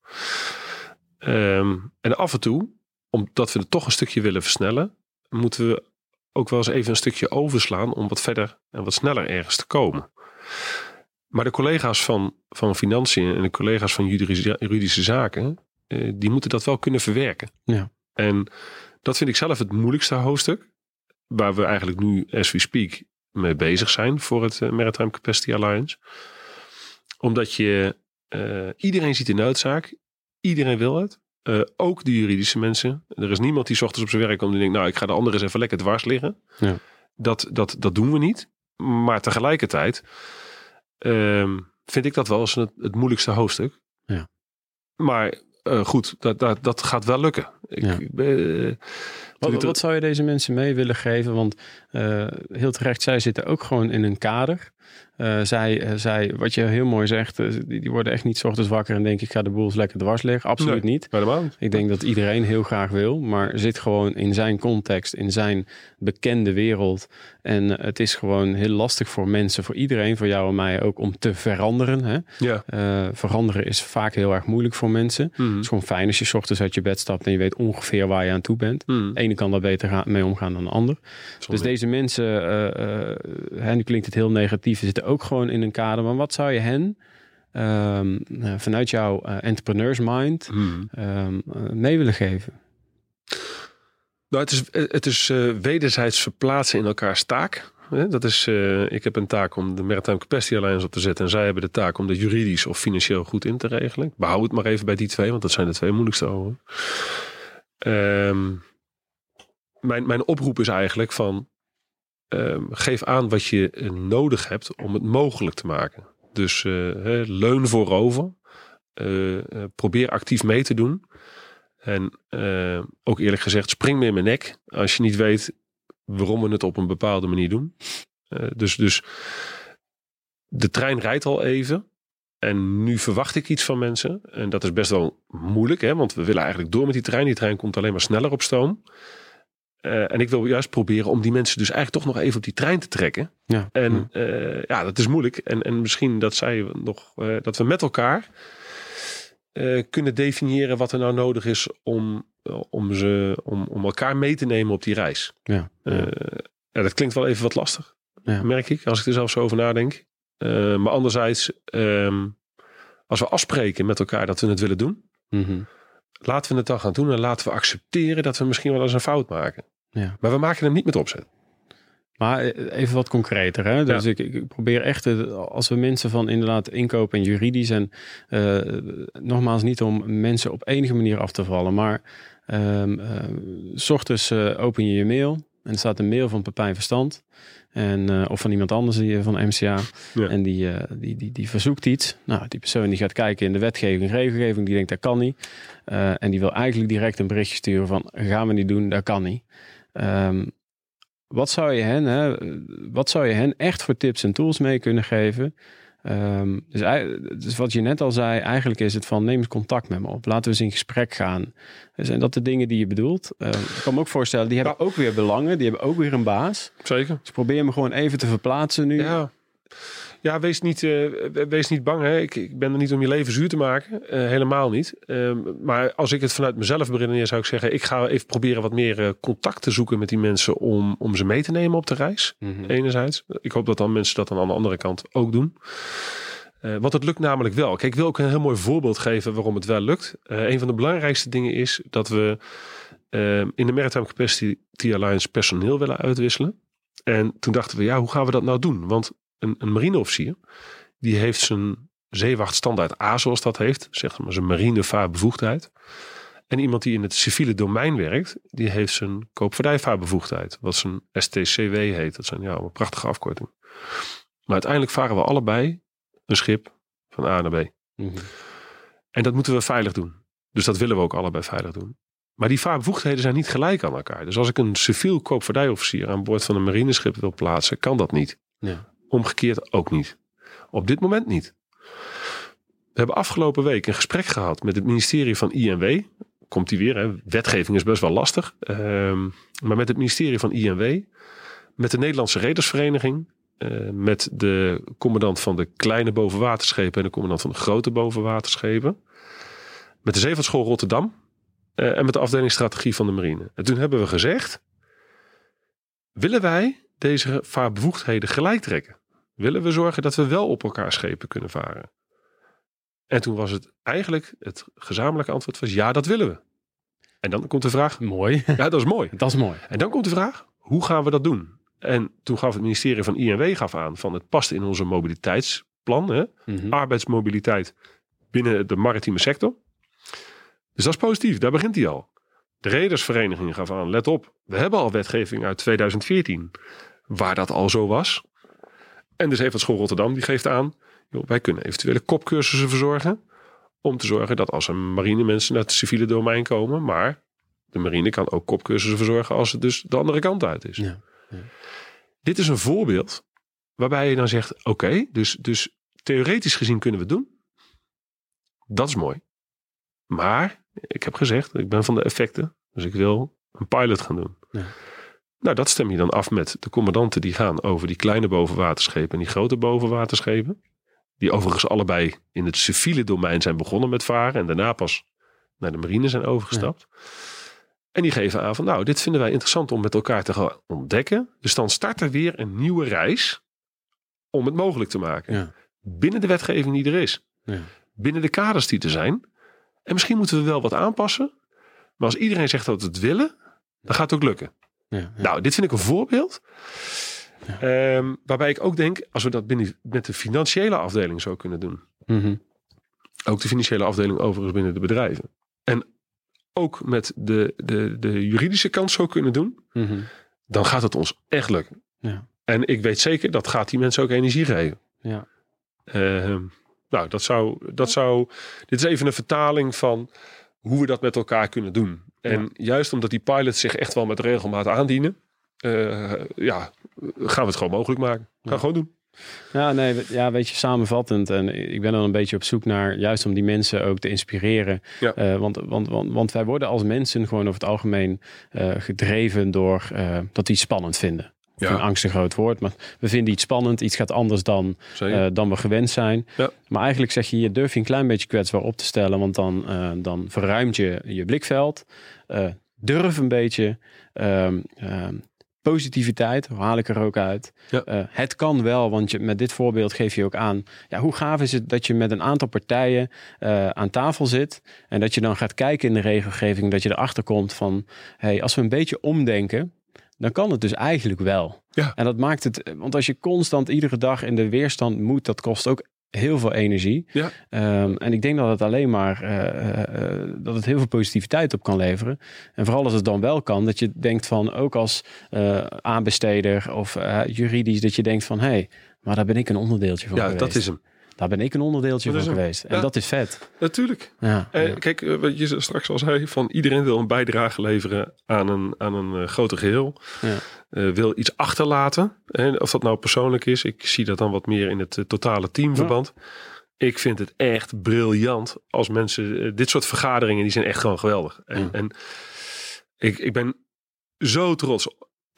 En af en toe, omdat we het toch een stukje willen versnellen, moeten we ook wel eens even een stukje overslaan om wat verder en wat sneller ergens te komen. Maar de collega's van financiën en de collega's van juridische zaken, die moeten dat wel kunnen verwerken. Ja. En dat vind ik zelf het moeilijkste hoofdstuk, waar we eigenlijk nu, as we speak, mee bezig zijn voor het Maritime Capacity Alliance. Omdat je iedereen ziet de noodzaak, iedereen wil het. Ook de juridische mensen. Er is niemand die 's ochtends op zijn werk komt en denkt, nou, ik ga de anderen eens even lekker dwars liggen. Ja. Dat doen we niet. Maar tegelijkertijd vind ik dat wel eens het moeilijkste hoofdstuk. Ja. Maar goed, dat gaat wel lukken. Wat zou je deze mensen mee willen geven? Want heel terecht, zij zitten ook gewoon in een kader. Zij, wat je heel mooi zegt, die worden echt niet 's ochtends wakker en denken, ik ga de boel eens lekker dwars liggen. Absoluut niet. Ik denk dat iedereen heel graag wil, maar zit gewoon in zijn context, in zijn bekende wereld. En het is gewoon heel lastig voor mensen, voor iedereen, voor jou en mij ook, om te veranderen. Hè? Ja. Veranderen is vaak heel erg moeilijk voor mensen. Het is gewoon fijn als je 's ochtends uit je bed stapt en je weet ongeveer waar je aan toe bent. De ene kan daar beter mee omgaan dan de ander. Dus deze mensen, nu klinkt het heel negatief, zitten ook gewoon in een kader. Maar wat zou je hen vanuit jouw entrepreneurs mind mee willen geven? Nou, het is wederzijds verplaatsen in elkaars taak. Dat is, ik heb een taak om de Maritime Capacity Alliance op te zetten. En zij hebben de taak om dat juridisch of financieel goed in te regelen. Ik behoud het maar even bij die twee, want dat zijn de twee moeilijkste over. Mijn oproep is eigenlijk van, geef aan wat je nodig hebt om het mogelijk te maken. Dus leun voorover. Probeer actief mee te doen. En ook eerlijk gezegd, spring me in mijn nek als je niet weet waarom we het op een bepaalde manier doen. Dus de trein rijdt al even. En nu verwacht ik iets van mensen. En dat is best wel moeilijk, hè? Want we willen eigenlijk door met die trein. Die trein komt alleen maar sneller op stoom. En ik wil juist proberen om die mensen dus eigenlijk toch nog even op die trein te trekken. Ja. En dat is moeilijk. En misschien dat dat we met elkaar kunnen definiëren wat er nou nodig is om elkaar mee te nemen op die reis. Ja. Dat klinkt wel even wat lastig, merk ik, als ik er zelf zo over nadenk. Maar anderzijds, Als we afspreken met elkaar dat we het willen doen. Laten we het dan gaan doen. En laten we accepteren dat we misschien wel eens een fout maken. Ja. Maar we maken hem niet met opzet. Maar even wat concreter. Hè? Dus ik probeer echt, als we mensen van inderdaad inkoop en juridisch. En nogmaals niet om mensen op enige manier af te vallen. Maar 's ochtends open je mail. En er staat een mail van Pepijn Verstand. Of van iemand anders van MCA. Ja. En die verzoekt iets. Nou, die persoon die gaat kijken in de wetgeving, regelgeving. Die denkt dat kan niet. En die wil eigenlijk direct een berichtje sturen van gaan we niet doen, dat kan niet. Wat zou je hen echt voor tips en tools mee kunnen geven? Dus wat je net al zei, eigenlijk is het van neem eens contact met me op. Laten we eens in gesprek gaan. Zijn dat de dingen die je bedoelt? Ik kan me ook voorstellen, die hebben ook weer belangen. Die hebben ook weer een baas. Zeker. Dus probeer me gewoon even te verplaatsen nu. Ja, wees niet bang. Hè. Ik ben er niet om je leven zuur te maken. Helemaal niet. Maar als ik het vanuit mezelf beredeneer, zou ik zeggen, ik ga even proberen wat meer contact te zoeken met die mensen om ze mee te nemen op de reis. Enerzijds. Ik hoop dat dan mensen dat dan aan de andere kant ook doen. Want het lukt namelijk wel. Kijk, ik wil ook een heel mooi voorbeeld geven waarom het wel lukt. Een van de belangrijkste dingen is dat we in de Maritime Capacity Alliance personeel willen uitwisselen. En toen dachten we, hoe gaan we dat nou doen? Want een marineofficier, die heeft zijn zeewachtstandaard A, zoals dat heeft, zeg maar zijn marinevaarbevoegdheid. En iemand die in het civiele domein werkt, die heeft zijn koopvaardijvaarbevoegdheid, wat zijn STCW heet. Dat zijn een prachtige afkorting. Maar uiteindelijk varen we allebei een schip van A naar B. En dat moeten we veilig doen. Dus dat willen we ook allebei veilig doen. Maar die vaarbevoegdheden zijn niet gelijk aan elkaar. Dus als ik een civiel koopvaardijofficier aan boord van een marineschip wil plaatsen, kan dat niet. Ja. Omgekeerd ook niet. Op dit moment niet. We hebben afgelopen week een gesprek gehad met het ministerie van INW. Komt die weer, hè? Wetgeving is best wel lastig. Maar met het ministerie van INW, met de Nederlandse Redersvereniging, met de commandant van de kleine bovenwaterschepen en de commandant van de grote bovenwaterschepen, met de Zeevaartschool Rotterdam en met de afdeling strategie van de marine. En toen hebben we gezegd, willen wij deze vaarbevoegdheden gelijk trekken? Willen we zorgen dat we wel op elkaar schepen kunnen varen? En toen was het eigenlijk, het gezamenlijke antwoord was ja, dat willen we. En dan komt de vraag. Mooi. Ja, dat is mooi. Dat is mooi. En dan komt de vraag, hoe gaan we dat doen? En toen gaf het ministerie van INW aan van het past in onze mobiliteitsplan. Hè? Arbeidsmobiliteit binnen de maritieme sector. Dus dat is positief, daar begint hij al. De redersvereniging gaf aan, let op, we hebben al wetgeving uit 2014 waar dat al zo was. En de Zeevaartschool Rotterdam die geeft aan, wij kunnen eventuele kopcursussen verzorgen om te zorgen dat als er marinemensen naar het civiele domein komen, maar de marine kan ook kopcursussen verzorgen als het dus de andere kant uit is. Ja. Dit is een voorbeeld waarbij je dan zegt, oké, dus theoretisch gezien kunnen we het doen. Dat is mooi. Maar ik heb gezegd, ik ben van de effecten, dus ik wil een pilot gaan doen. Ja. Nou, dat stem je dan af met de commandanten die gaan over die kleine bovenwaterschepen en die grote bovenwaterschepen. Die overigens allebei in het civiele domein zijn begonnen met varen en daarna pas naar de marine zijn overgestapt. Ja. En die geven aan van, dit vinden wij interessant om met elkaar te gaan ontdekken. Dus dan start er weer een nieuwe reis om het mogelijk te maken. Ja. Binnen de wetgeving die er is. Ja. Binnen de kaders die er zijn. En misschien moeten we wel wat aanpassen. Maar als iedereen zegt dat we het willen, dan gaat het ook lukken. Ja. Nou, dit vind ik een voorbeeld. Ja. Waarbij ik ook denk, als we dat met de financiële afdeling zo kunnen doen. Ook de financiële afdeling overigens binnen de bedrijven. En ook met de juridische kant zo kunnen doen. Dan gaat het ons echt lukken. Ja. En ik weet zeker, dat gaat die mensen ook energie geven. Ja. Nou, dit is even een vertaling van hoe we dat met elkaar kunnen doen. En juist omdat die pilots zich echt wel met regelmaat aandienen, gaan we het gewoon mogelijk maken. Gaan gewoon doen. Weet je, samenvattend. En ik ben dan een beetje op zoek naar, juist om die mensen ook te inspireren. Ja. Want wij worden als mensen gewoon over het algemeen gedreven door dat we iets spannend vinden. Ja. Een angst een groot woord, maar we vinden iets spannend. Iets gaat anders dan we gewend zijn. Ja. Maar eigenlijk zeg je, durf je een klein beetje kwetsbaar op te stellen. Want dan verruimt je blikveld. Durf een beetje. positiviteit, haal ik er ook uit. Ja. Het kan wel, want met dit voorbeeld geef je ook aan... Ja, hoe gaaf is het dat je met een aantal partijen aan tafel zit... en dat je dan gaat kijken in de regelgeving... dat je erachter komt van... hey, als we een beetje omdenken... dan kan het dus eigenlijk wel. Ja. En dat maakt het... Want als je constant iedere dag in de weerstand moet... dat kost ook heel veel energie. Ja. En ik denk dat het alleen maar... dat het heel veel positiviteit op kan leveren. En vooral als het dan wel kan... dat je denkt van... ook als aanbesteder of juridisch... dat je denkt van... hey, maar daar ben ik een onderdeeltje van geweest. Dat is hem. Daar ben ik een onderdeeltje van geweest. En dat is vet. Natuurlijk. Ja. Kijk, wat je straks al zei... van iedereen wil een bijdrage leveren aan een groter geheel. Ja. Wil iets achterlaten. Of dat nou persoonlijk is. Ik zie dat dan wat meer in het totale teamverband. Ja. Ik vind het echt briljant als mensen... dit soort vergaderingen, die zijn echt gewoon geweldig. En ik ben zo trots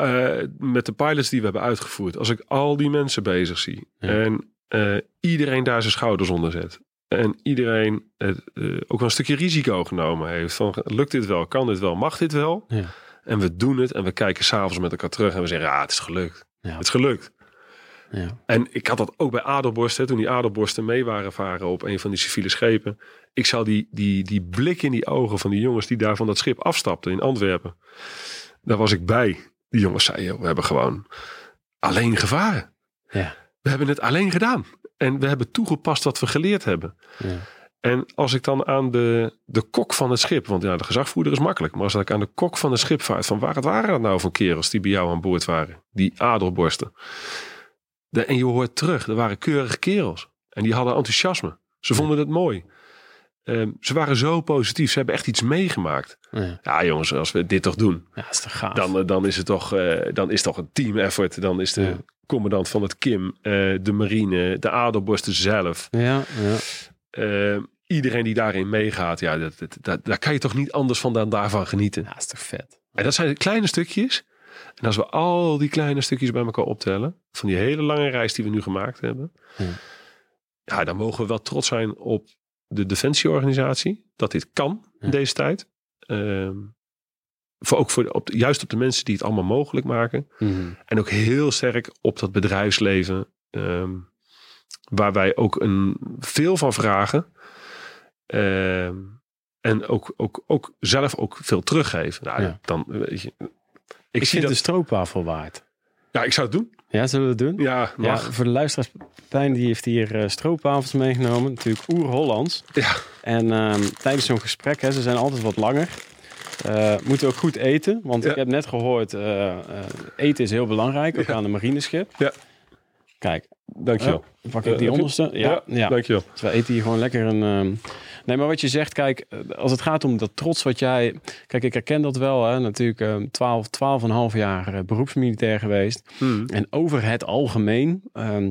met de pilots die we hebben uitgevoerd. Als ik al die mensen bezig zie. Ja. En iedereen daar zijn schouders onder zet. En iedereen ook wel een stukje risico genomen heeft. Van, lukt dit wel? Kan dit wel? Mag dit wel? Ja. En we doen het. En we kijken s'avonds met elkaar terug. En we zeggen, het is gelukt. Ja. Het is gelukt. Ja. En ik had dat ook bij Adelborst. Toen die Adelborsten mee waren varen op een van die civiele schepen. Ik zou die blik in die ogen van die jongens die daar van dat schip afstapten in Antwerpen. Daar was ik bij. Die jongens zeiden, we hebben gewoon alleen gevaren. Ja. We hebben het alleen gedaan. En we hebben toegepast wat we geleerd hebben. Ja. En als ik dan aan de kok van het schip... want de gezagvoerder is makkelijk... maar als ik aan de kok van het schip vaart... van wat waren dat nou voor kerels die bij jou aan boord waren? Die Adelborsten. En je hoort terug, er waren keurige kerels. En die hadden enthousiasme. Ze vonden het mooi. Ze waren zo positief. Ze hebben echt iets meegemaakt. Ja jongens, als we dit toch doen... Ja, is toch gaaf. Dan is het toch, dan is toch een team effort. Dan is de commandant van het KIM... de marine, de Adelborsten zelf... Ja. Iedereen die daarin meegaat, daar kan je toch niet anders dan daarvan genieten. Ja, is toch vet. En dat zijn kleine stukjes. En als we al die kleine stukjes bij elkaar optellen, van die hele lange reis die we nu gemaakt hebben, dan mogen we wel trots zijn op de defensieorganisatie, dat dit kan in deze tijd. Juist op de mensen die het allemaal mogelijk maken. En ook heel sterk op dat bedrijfsleven, waar wij ook veel van vragen. En ook zelf ook veel teruggeven. Dan weet je. Ik vind de stroopwafel waard. Ja, ik zou het doen. Ja, zullen we het doen? Ja, mag. Ja, voor de luisteraars, Pijn die heeft hier stroopwafels meegenomen. Natuurlijk oer-Hollands. Ja. En tijdens zo'n gesprek, ze zijn altijd wat langer. Moeten we ook goed eten. Want ik heb net gehoord, eten is heel belangrijk. Ook aan een marineschip. Ja. Kijk. Dankjewel. Pak ik die onderste? Ja. Dankjewel. Dus wij eten hier gewoon lekker een... Nee, maar wat je zegt, kijk, als het gaat om dat trots wat jij... Kijk, ik herken dat wel, hè. Natuurlijk 12,5 jaar beroepsmilitair geweest. En over het algemeen...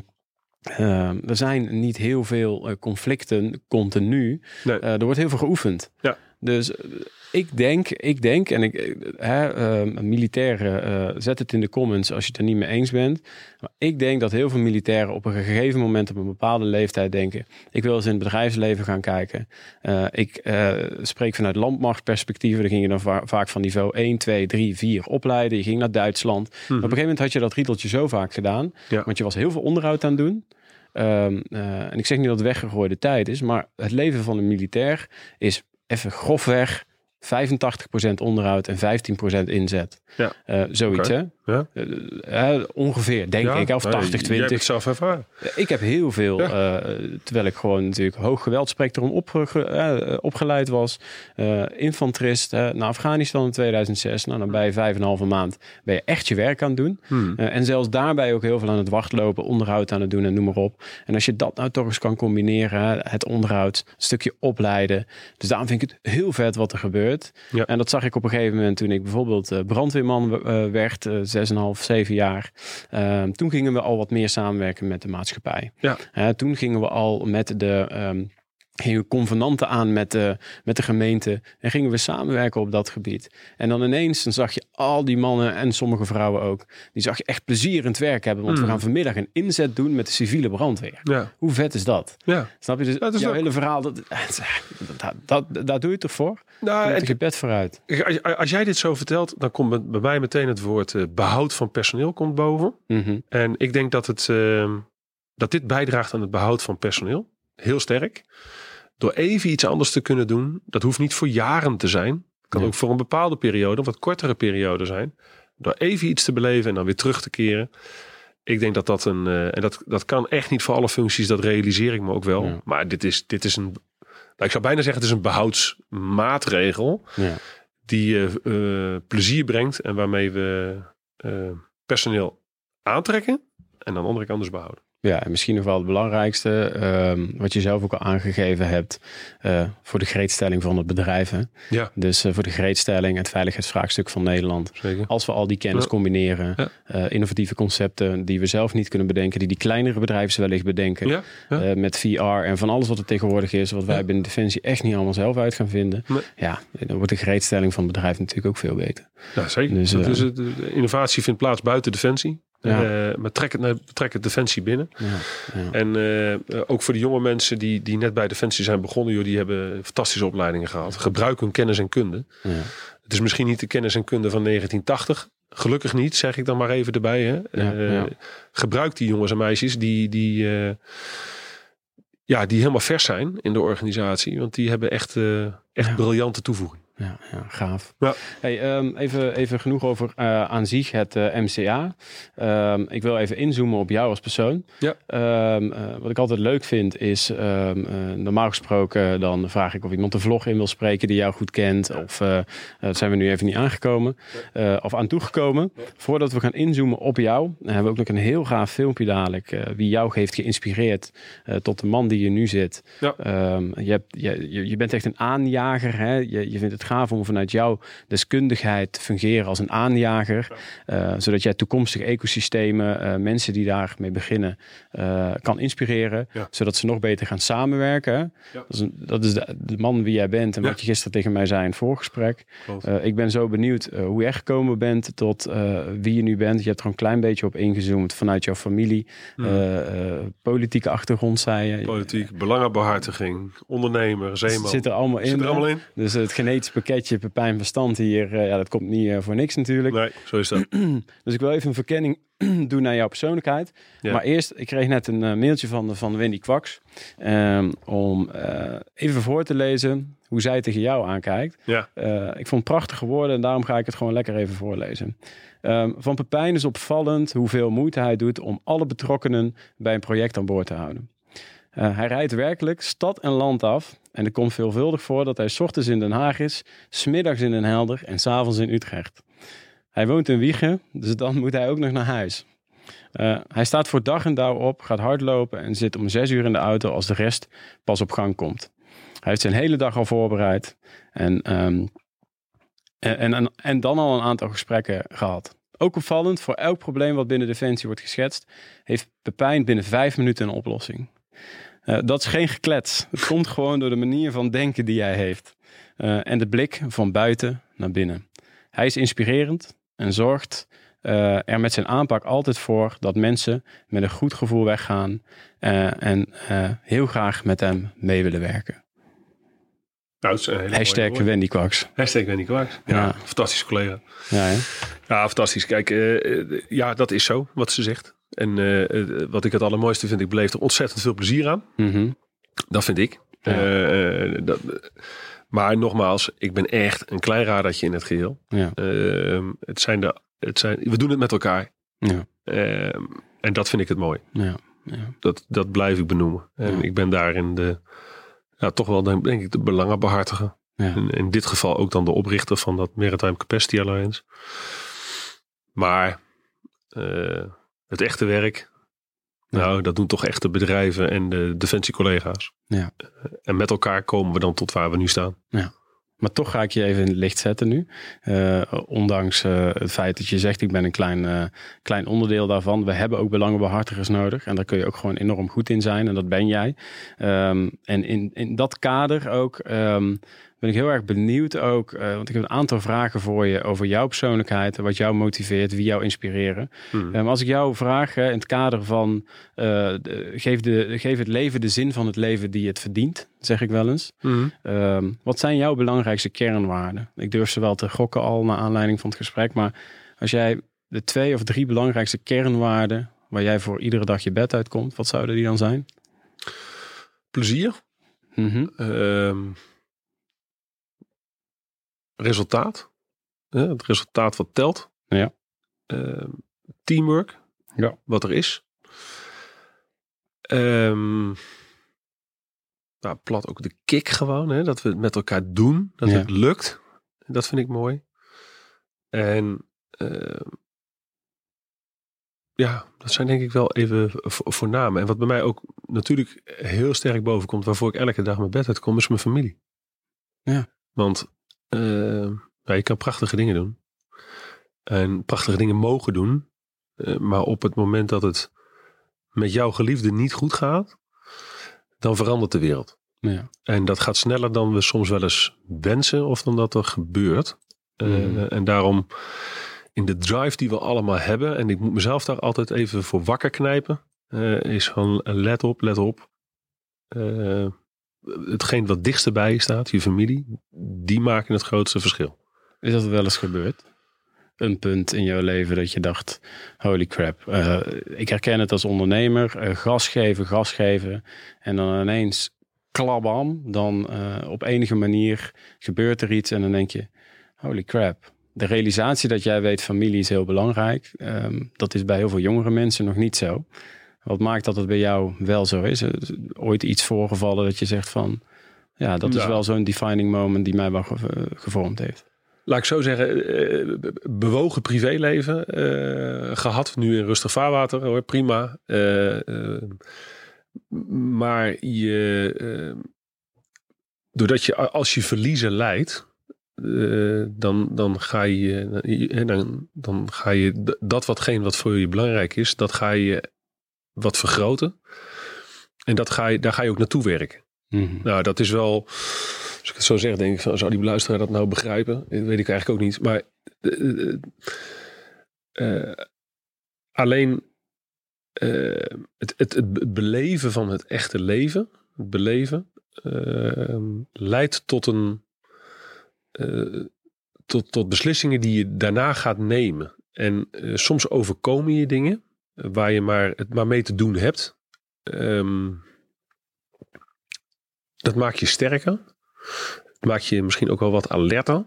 er zijn niet heel veel conflicten continu. Nee. Er wordt heel veel geoefend. Ja. Dus ik denk, en militairen, zet het in de comments als je het er niet mee eens bent. Maar ik denk dat heel veel militairen op een gegeven moment op een bepaalde leeftijd denken, ik wil eens in het bedrijfsleven gaan kijken. Ik spreek vanuit landmachtperspectieven. Dan ging je dan vaak van niveau 1, 2, 3, 4 opleiden. Je ging naar Duitsland. Op een gegeven moment had je dat riedeltje zo vaak gedaan. Ja. Want je was heel veel onderhoud aan het doen. En ik zeg niet dat het weggegooide tijd is, maar het leven van een militair is even grofweg 85% onderhoud en 15% inzet. Ja. Zoiets, hè? Ja. Ongeveer, denk ik. Of 80-20. Je hebt het zelf ervaren. Ik heb heel veel, terwijl ik gewoon natuurlijk hoog geweldspectrum opgeleid was. Infanterist, naar Afghanistan in 2006. Nou, dan bij 5,5 maand ben je echt je werk aan het doen. En zelfs daarbij ook heel veel aan het wachtlopen, onderhoud aan het doen en noem maar op. En als je dat nou toch eens kan combineren, het onderhoud, een stukje opleiden. Dus daarom vind ik het heel vet wat er gebeurt. Ja. En dat zag ik op een gegeven moment toen ik bijvoorbeeld brandweerman werd, 6,5, 7 jaar. Toen gingen we al wat meer samenwerken met de maatschappij. Ja. Toen gingen we al met de gingen we convenanten aan met de gemeente en gingen we samenwerken op dat gebied. En dan ineens zag je al die mannen en sommige vrouwen ook, die zag je echt plezier in het werk hebben, want we gaan vanmiddag een inzet doen met de civiele brandweer. Ja. Hoe vet is dat? Ja. Snap je? Dus dat is jouw hele verhaal, daar doe je het toch voor? Nou, en je bed vooruit. Als jij dit zo vertelt, dan komt bij mij meteen het woord behoud van personeel komt boven. Mm-hmm. En ik denk dat dit bijdraagt aan het behoud van personeel. Heel sterk. Door even iets anders te kunnen doen. Dat hoeft niet voor jaren te zijn. Het kan ook voor een bepaalde periode, een wat kortere periode zijn. Door even iets te beleven en dan weer terug te keren. Ik denk dat en dat kan echt niet voor alle functies. Dat realiseer ik me ook wel. Ja. Maar dit is een, ik zou bijna zeggen, het is een behoudsmaatregel. Ja. Die plezier brengt en waarmee we personeel aantrekken. En aan de andere kant dus behouden. Ja, en misschien nog wel het belangrijkste, wat je zelf ook al aangegeven hebt, voor de greetstelling van het bedrijf. Hè? Ja. Dus voor de greetstelling, het veiligheidsvraagstuk van Nederland. Zeker. Als we al die kennis combineren, innovatieve concepten die we zelf niet kunnen bedenken, die kleinere bedrijven wellicht bedenken, met VR en van alles wat er tegenwoordig is, wat wij binnen Defensie echt niet allemaal zelf uit gaan vinden. Nee. Ja, dan wordt de greetstelling van het bedrijf natuurlijk ook veel beter. Ja, zeker. Dus, de innovatie vindt plaats buiten Defensie. Ja. Maar trek het Defensie binnen. Ja, ja. En ook voor de jonge mensen die net bij Defensie zijn begonnen, die hebben fantastische opleidingen gehad. Gebruik hun kennis en kunde. Ja. Het is misschien niet de kennis en kunde van 1980. Gelukkig niet, zeg ik dan maar even erbij. Hè. Gebruik die jongens en meisjes die helemaal vers zijn in de organisatie. Want die hebben echt briljante toevoeging. Ja, gaaf. Ja. Hey, even genoeg over aan zich het MCA. Ik wil even inzoomen op jou als persoon. Ja. Wat ik altijd leuk vind is, normaal gesproken dan vraag ik of iemand de vlog in wil spreken die jou goed kent. Of dat zijn we nu even niet aangekomen. Of aan toegekomen. Ja. Voordat we gaan inzoomen op jou, hebben we ook nog een heel gaaf filmpje dadelijk. Wie jou heeft geïnspireerd tot de man die je nu zit. Ja. Je bent echt een aanjager. Hè? Je vindt het gaaf om vanuit jouw deskundigheid te fungeren als een aanjager. Zodat jij toekomstige ecosystemen, mensen die daarmee beginnen, kan inspireren. Ja. Zodat ze nog beter gaan samenwerken. Ja. Dat is de man wie jij bent en wat je gisteren tegen mij zei in het voorgesprek. Ik ben zo benieuwd hoe je gekomen bent tot wie je nu bent. Je hebt er een klein beetje op ingezoomd vanuit jouw familie. Politieke achtergrond, zei je. Politiek, belangenbehartiging, ondernemer, zeeman. Het zit er allemaal in. Dus het genetisch pakketje Pepijn Verstand hier, dat komt niet voor niks natuurlijk. Nee, zo is dat. Dus ik wil even een verkenning doen naar jouw persoonlijkheid. Ja. Maar eerst, ik kreeg net een mailtje van Wendy Kwaks. Om even voor te lezen hoe zij tegen jou aankijkt. Ja. Ik vond prachtige woorden en daarom ga ik het gewoon lekker even voorlezen. Van Pepijn is opvallend hoeveel moeite hij doet om alle betrokkenen bij een project aan boord te houden. Hij rijdt werkelijk stad en land af. En het komt veelvuldig voor dat hij 's ochtends in Den Haag is, 's middags in Den Helder en 's avonds in Utrecht. Hij woont in Wijchen, dus dan moet hij ook nog naar huis. Hij staat voor dag en dauw op, gaat hardlopen en zit om 6 uur in de auto als de rest pas op gang komt. Hij heeft zijn hele dag al voorbereid en dan al een aantal gesprekken gehad. Ook opvallend, voor elk probleem wat binnen Defensie wordt geschetst, heeft Pepijn binnen 5 minuten een oplossing. Dat is geen geklets. Het komt gewoon door de manier van denken die hij heeft. En de blik van buiten naar binnen. Hij is inspirerend en zorgt er met zijn aanpak altijd voor dat mensen met een goed gevoel weggaan en heel graag met hem mee willen werken. Nou, Hashtag Wendy Kwaks. Hashtag Wendy Kwaks. Ja, fantastische collega. Ja, hè? Ja, fantastisch. Kijk, dat is zo wat ze zegt. En wat ik het allermooiste vind, ik beleef er ontzettend veel plezier aan. Mm-hmm. Dat vind ik. Ja. Maar nogmaals, ik ben echt een klein radertje in het geheel. Ja. We doen het met elkaar. Ja. En dat vind ik het mooi. Ja. Ja. Dat blijf ik benoemen. En ik ben daarin toch wel, denk ik, de belangenbehartiger. Ja. En in dit geval ook dan de oprichter van dat Maritime Capacity Alliance. Maar het echte werk, dat doen toch echt de bedrijven en de defensiecollega's. Ja. En met elkaar komen we dan tot waar we nu staan. Ja. Maar toch ga ik je even in het licht zetten nu. Ondanks het feit dat je zegt, ik ben een klein onderdeel daarvan. We hebben ook belangenbehartigers nodig. En daar kun je ook gewoon enorm goed in zijn. En dat ben jij. En in dat kader ook ben ik heel erg benieuwd ook. Want ik heb een aantal vragen voor je over jouw persoonlijkheid. Wat jou motiveert, wie jou inspireren. Als ik jou vraag in het kader van geef het leven de zin van het leven die het verdient. Zeg ik wel eens. Wat zijn jouw belangrijkste kernwaarden? Ik durf ze wel te gokken al naar aanleiding van het gesprek. Maar als jij de 2 of 3 belangrijkste kernwaarden waar jij voor iedere dag je bed uitkomt, wat zouden die dan zijn? Plezier. Resultaat. Het resultaat wat telt. Ja. Teamwork. Ja. Wat er is. Plat ook de kick gewoon. Hè? Dat we het met elkaar doen. Dat het lukt. Dat vind ik mooi. En dat zijn denk ik wel even voornamen. En wat bij mij ook natuurlijk heel sterk boven komt, waarvoor ik elke dag mijn bed uitkom, is mijn familie. Ja. Want je kan prachtige dingen doen. En prachtige dingen mogen doen. Maar op het moment dat het met jouw geliefde niet goed gaat, dan verandert de wereld. Ja. En dat gaat sneller dan we soms wel eens wensen of dan dat er gebeurt. En daarom in de drive die we allemaal hebben, en ik moet mezelf daar altijd even voor wakker knijpen, is van let op. Hetgeen wat dichtst bij staat, je familie, die maken het grootste verschil. Is dat wel eens gebeurd? Een punt in jouw leven dat je dacht, holy crap. Ik herken het als ondernemer. Gas geven. En dan ineens klabam. Dan op enige manier gebeurt er iets. En dan denk je, holy crap. De realisatie dat jij weet, familie is heel belangrijk. Dat is bij heel veel jongere mensen nog niet zo. Wat maakt dat het bij jou wel zo is? Er is ooit iets voorgevallen dat je zegt van, ja, dat is wel zo'n defining moment die mij wel gevormd heeft. Laat ik zo zeggen, bewogen privéleven gehad. Nu in rustig vaarwater, hoor, prima. Maar doordat je als je verliezen leidt, dan ga je dat wat voor je belangrijk is, dat ga je wat vergroten. En daar ga je ook naartoe werken. Nou, dat is wel, als ik het zo zeg, denk ik van, zou die beluisteraar dat nou begrijpen? Dat weet ik eigenlijk ook niet. Maar alleen het beleven van het echte leven, leidt tot tot beslissingen die je daarna gaat nemen. En soms overkomen je dingen waar je het maar mee te doen hebt. Dat maakt je sterker. Het maakt je misschien ook wel wat alerter.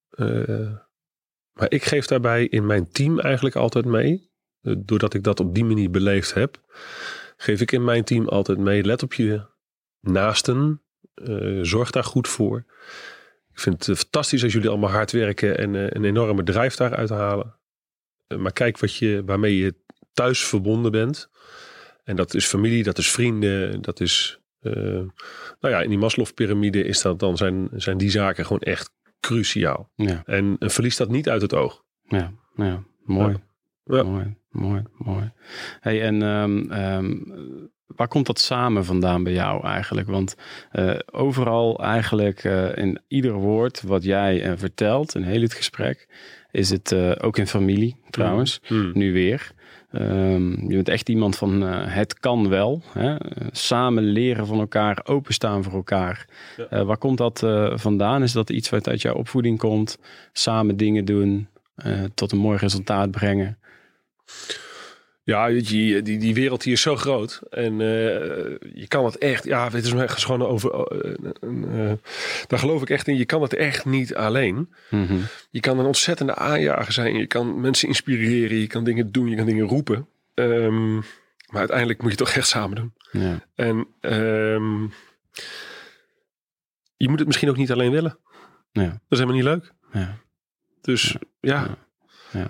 Maar ik geef daarbij in mijn team eigenlijk altijd mee. Doordat ik dat op die manier beleefd heb, geef ik in mijn team altijd mee. Let op je naasten. Zorg daar goed voor. Ik vind het fantastisch als jullie allemaal hard werken en een enorme drive daaruit halen. Maar kijk waarmee je thuis verbonden bent. En dat is familie, dat is vrienden, dat is... in die Maslow-pyramide is dat dan zijn die zaken gewoon echt cruciaal. Ja. En verlies dat niet uit het oog. Ja, mooi. Ja. Mooi. Hey, en waar komt dat samen vandaan bij jou eigenlijk? Want overal eigenlijk in ieder woord wat jij vertelt in heel het gesprek, is het ook in familie trouwens, nu weer. Je bent echt iemand van het kan wel. Hè? Samen leren van elkaar, openstaan voor elkaar. Ja. Waar komt dat vandaan? Is dat iets wat uit jouw opvoeding komt? Samen dingen doen, tot een mooi resultaat brengen? Ja, die wereld hier is zo groot. En je kan het echt... Ja, het is gewoon over... daar geloof ik echt in. Je kan het echt niet alleen. Mm-hmm. Je kan een ontzettende aanjager zijn. Je kan mensen inspireren. Je kan dingen doen. Je kan dingen roepen. Maar uiteindelijk moet je het toch echt samen doen. Ja. En je moet het misschien ook niet alleen willen. Ja. Dat is helemaal niet leuk. Ja. Dus ja.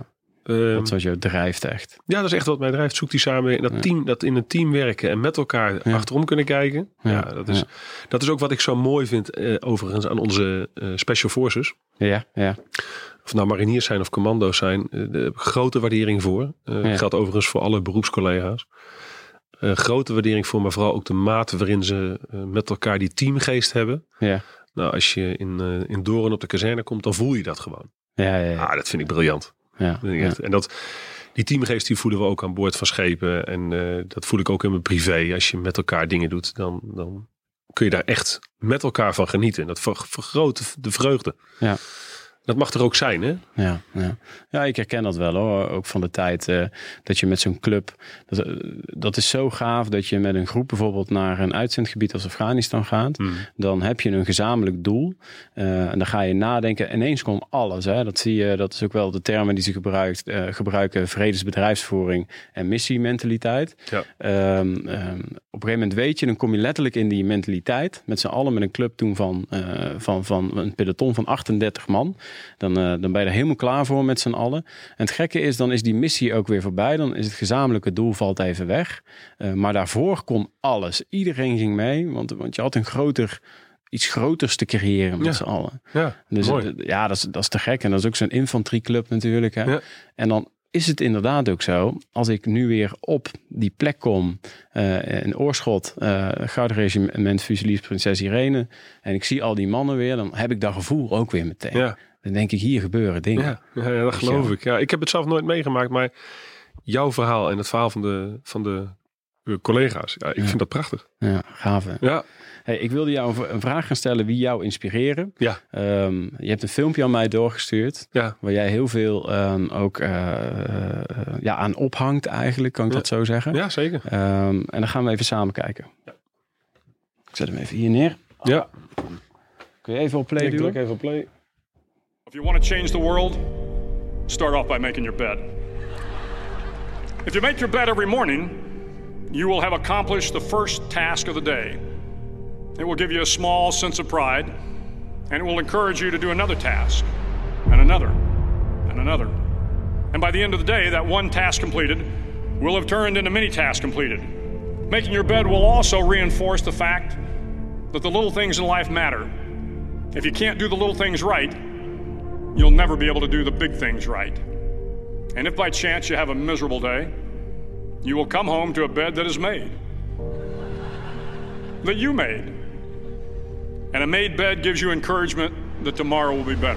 Wat zoals jou drijft echt. Ja, dat is echt wat mij drijft. Zoek die samenwerking. Dat team, dat in een team werken en met elkaar achterom kunnen kijken. Dat is ook wat ik zo mooi vind overigens aan onze Special Forces. Ja. Of nou mariniers zijn of commando's zijn. Grote waardering voor. Geldt overigens voor alle beroepscollega's. Grote waardering voor, maar vooral ook de mate waarin ze met elkaar die teamgeest hebben. Ja. Nou, als je in Doorn op de kazerne komt, dan voel je dat gewoon. Ja. Dat vind ik briljant. Ja. En die teamgeest die voelen we ook aan boord van schepen. En dat voel ik ook in mijn privé. Als je met elkaar dingen doet, dan kun je daar echt met elkaar van genieten. Dat vergroot de vreugde. Ja. Dat mag er ook zijn, hè? Ja, ik herken dat wel, hoor. Ook van de tijd dat je met zo'n club... Dat is zo gaaf dat je met een groep bijvoorbeeld naar een uitzendgebied als Afghanistan gaat. Dan heb je een gezamenlijk doel. En dan ga je nadenken. Ineens komt alles, hè? Dat zie je. Dat is ook wel de termen die ze gebruiken. Vredesbedrijfsvoering en missiementaliteit. Ja. Op een gegeven moment weet je, dan kom je letterlijk in die mentaliteit. Met z'n allen met een club toen van een peloton van 38 man. Dan ben je er helemaal klaar voor met z'n allen. En het gekke is, dan is die missie ook weer voorbij. Dan is het gezamenlijke doel valt even weg. Maar daarvoor kon alles. Iedereen ging mee. Want je had iets groters te creëren met z'n allen. Ja, dus dat is te gek. En dat is ook zo'n infanterieclub natuurlijk. Hè? Ja. En dan is het inderdaad ook zo. Als ik nu weer op die plek kom. In Oorschot. Garderegiment Fusiliers Prinses Irene. En ik zie al die mannen weer. Dan heb ik dat gevoel ook weer meteen. Ja. Dan denk ik, hier gebeuren dingen. Ja, dat geloof ik. Ja, ik heb het zelf nooit meegemaakt. Maar jouw verhaal en het verhaal van de collega's. Ja, ik vind dat prachtig. Ja, gaaf hè? Ja. Hey, ik wilde jou een vraag gaan stellen wie jou inspireren. Ja. Je hebt een filmpje aan mij doorgestuurd. Ja. Waar jij heel veel aan ophangt eigenlijk. Kan ik dat zo zeggen? Ja, zeker. En dan gaan we even samen kijken. Ja. Ik zet hem even hier neer. Ja. Kun je even op play doen? Druk even op play. If you want to change the world, start off by making your bed. If you make your bed every morning, you will have accomplished the first task of the day. It will give you a small sense of pride, and it will encourage you to do another task, and another, and another. And by the end of the day, that one task completed will have turned into many tasks completed. Making your bed will also reinforce the fact that the little things in life matter. If you can't do the little things right, you'll never be able to do the big things right. And if by chance you have a miserable day, you will come home to a bed that is made. That you made. And a made bed gives you encouragement that tomorrow will be better.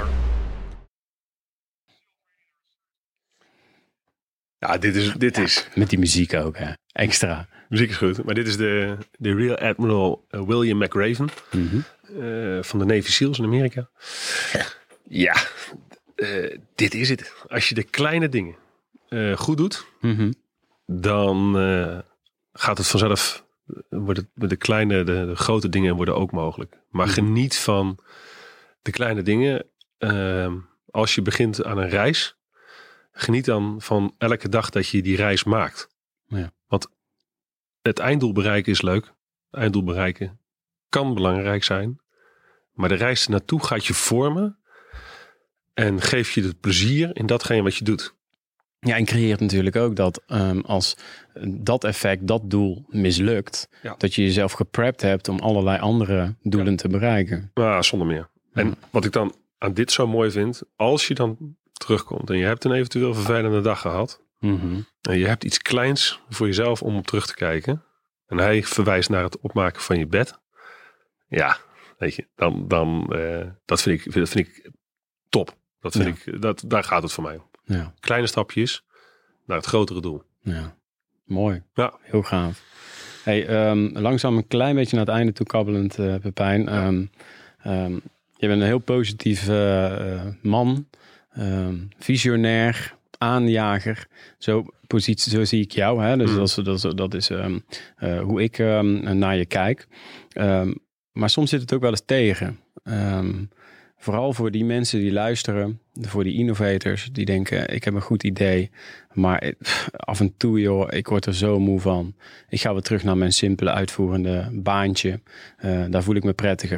Ja, dit is... Met die muziek ook, hè? Extra. Muziek is goed. Maar dit is de Rear Admiral William McRaven. Van de Navy SEALs in Amerika. Ja, dit is het. Als je de kleine dingen goed doet, dan gaat het vanzelf... De grote dingen worden ook mogelijk. Maar geniet van de kleine dingen. Als je begint aan een reis, geniet dan van elke dag dat je die reis maakt. Ja. Want het einddoel bereiken is leuk. Einddoel bereiken kan belangrijk zijn. Maar de reis ernaartoe gaat je vormen en geeft je het plezier in datgene wat je doet. Ja, en creëert natuurlijk ook dat als dat effect, dat doel mislukt, dat je jezelf geprept hebt om allerlei andere doelen te bereiken. Ja, zonder meer. En wat ik dan aan dit zo mooi vind, als je dan terugkomt en je hebt een eventueel vervelende dag gehad, en je hebt iets kleins voor jezelf om op terug te kijken, en hij verwijst naar het opmaken van je bed. Ja, weet je, dan dat vind ik top. Dat vind ik, daar gaat het voor mij om. Ja. Kleine stapjes naar het grotere doel. Ja, mooi. Ja. Heel gaaf. Hey, langzaam een klein beetje naar het einde toe kabbelend, Pepijn. Je bent een heel positief man. Visionair, aanjager. Zo zie ik jou. Hè? Dus dat is hoe ik naar je kijk. Maar soms zit het ook wel eens tegen. Vooral voor die mensen die luisteren, voor die innovators die denken, ik heb een goed idee, maar af en toe joh, ik word er zo moe van. Ik ga weer terug naar mijn simpele uitvoerende baantje. Daar voel ik me prettiger.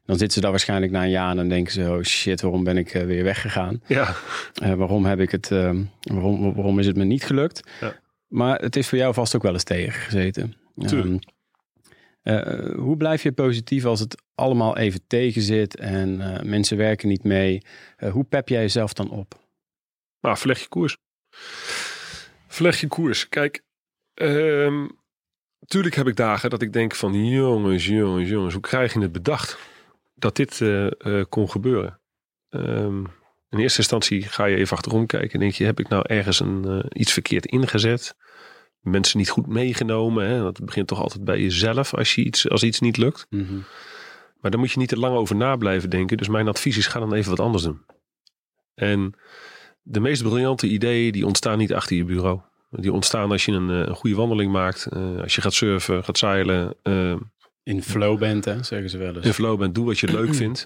Dan zitten ze daar waarschijnlijk na een jaar en dan denken ze, oh shit, waarom ben ik weer weggegaan? Ja. Waarom heb ik het, waarom is het me niet gelukt? Ja. Maar het is voor jou vast ook wel eens tegengezeten. Tuurlijk. Hoe blijf je positief als het allemaal even tegen zit en mensen werken niet mee? Hoe pep jij jezelf dan op? Nou, verleg je koers. Verleg je koers. Kijk, tuurlijk heb ik dagen dat ik denk van jongens, hoe krijg je het bedacht dat dit kon gebeuren? In eerste instantie ga je even achterom kijken en denk je, heb ik nou ergens iets verkeerd ingezet? Mensen niet goed meegenomen. Hè? Dat begint toch altijd bij jezelf als iets niet lukt. Mm-hmm. Maar daar moet je niet te lang over na blijven denken. Dus mijn advies is, ga dan even wat anders doen. En de meest briljante ideeën die ontstaan niet achter je bureau. Die ontstaan als je een goede wandeling maakt. Als je gaat surfen, gaat zeilen. In flow bent, hè, zeggen ze wel eens. In flow bent, doe wat je leuk vindt.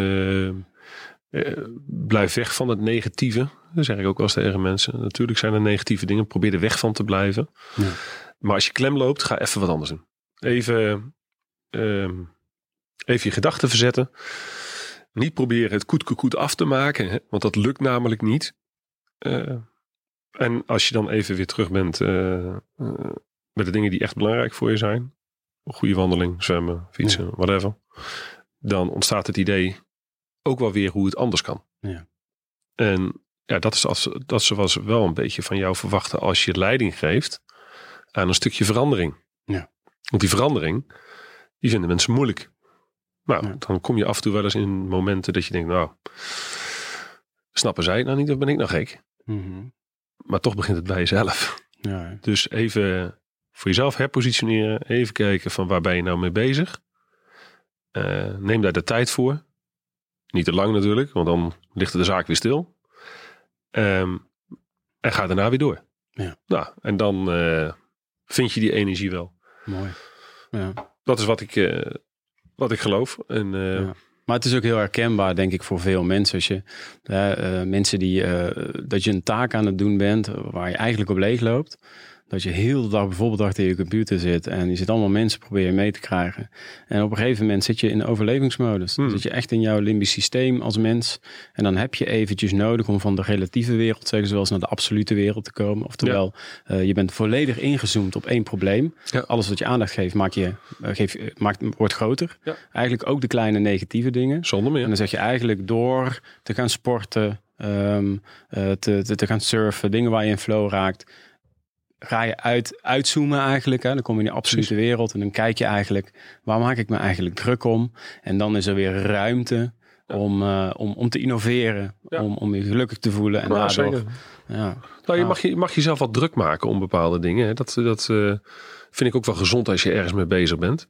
Blijf weg van het negatieve. Dat zeg ik ook wel eens tegen mensen. Natuurlijk zijn er negatieve dingen. Probeer er weg van te blijven. Ja. Maar als je klem loopt, ga even wat anders doen. Even je gedachten verzetten. Niet proberen het koet af te maken. Hè? Want dat lukt namelijk niet. En als je dan even weer terug bent met de dingen die echt belangrijk voor je zijn. Een goede wandeling, zwemmen, fietsen, whatever. Dan ontstaat het idee ook wel weer hoe het anders kan. Ja. En ja, dat was wel een beetje van jou verwachten als je leiding geeft aan een stukje verandering. Ja. Want die verandering, die vinden mensen moeilijk. Nou, dan kom je af en toe wel eens in momenten dat je denkt, nou, snappen zij het nou niet of ben ik nou gek? Mm-hmm. Maar toch begint het bij jezelf. Ja. Dus even voor jezelf herpositioneren. Even kijken van waar ben je nou mee bezig. Neem daar de tijd voor. Niet te lang natuurlijk, want dan ligt de zaak weer stil. En ga daarna weer door. Ja. Nou, en dan vind je die energie wel. Mooi. Ja. Dat is wat ik geloof. En, Ja. Maar het is ook heel herkenbaar, denk ik, voor veel mensen. Als je mensen dat je een taak aan het doen bent waar je eigenlijk op leeg loopt. Dat je heel de dag bijvoorbeeld achter je computer zit en je zit allemaal mensen proberen mee te krijgen. En op een gegeven moment zit je in overlevingsmodus. Dan zit je echt in jouw limbisch systeem als mens. En dan heb je eventjes nodig om van de relatieve wereld, zeggen ze wel eens, naar de absolute wereld te komen. Oftewel, je bent volledig ingezoomd op één probleem. Ja. Alles wat je aandacht geeft, wordt groter. Ja. Eigenlijk ook de kleine negatieve dingen. Zonder meer. En dan zeg je eigenlijk door te gaan sporten, te gaan surfen, dingen waar je in flow raakt, ga je uitzoomen eigenlijk. Hè? Dan kom je in de absolute wereld en dan kijk je eigenlijk, waar maak ik me eigenlijk druk om? En dan is er weer ruimte om te innoveren, om je gelukkig te voelen. En daardoor, nou, je mag jezelf wat druk maken om bepaalde dingen. Hè? Dat vind ik ook wel gezond als je ergens mee bezig bent.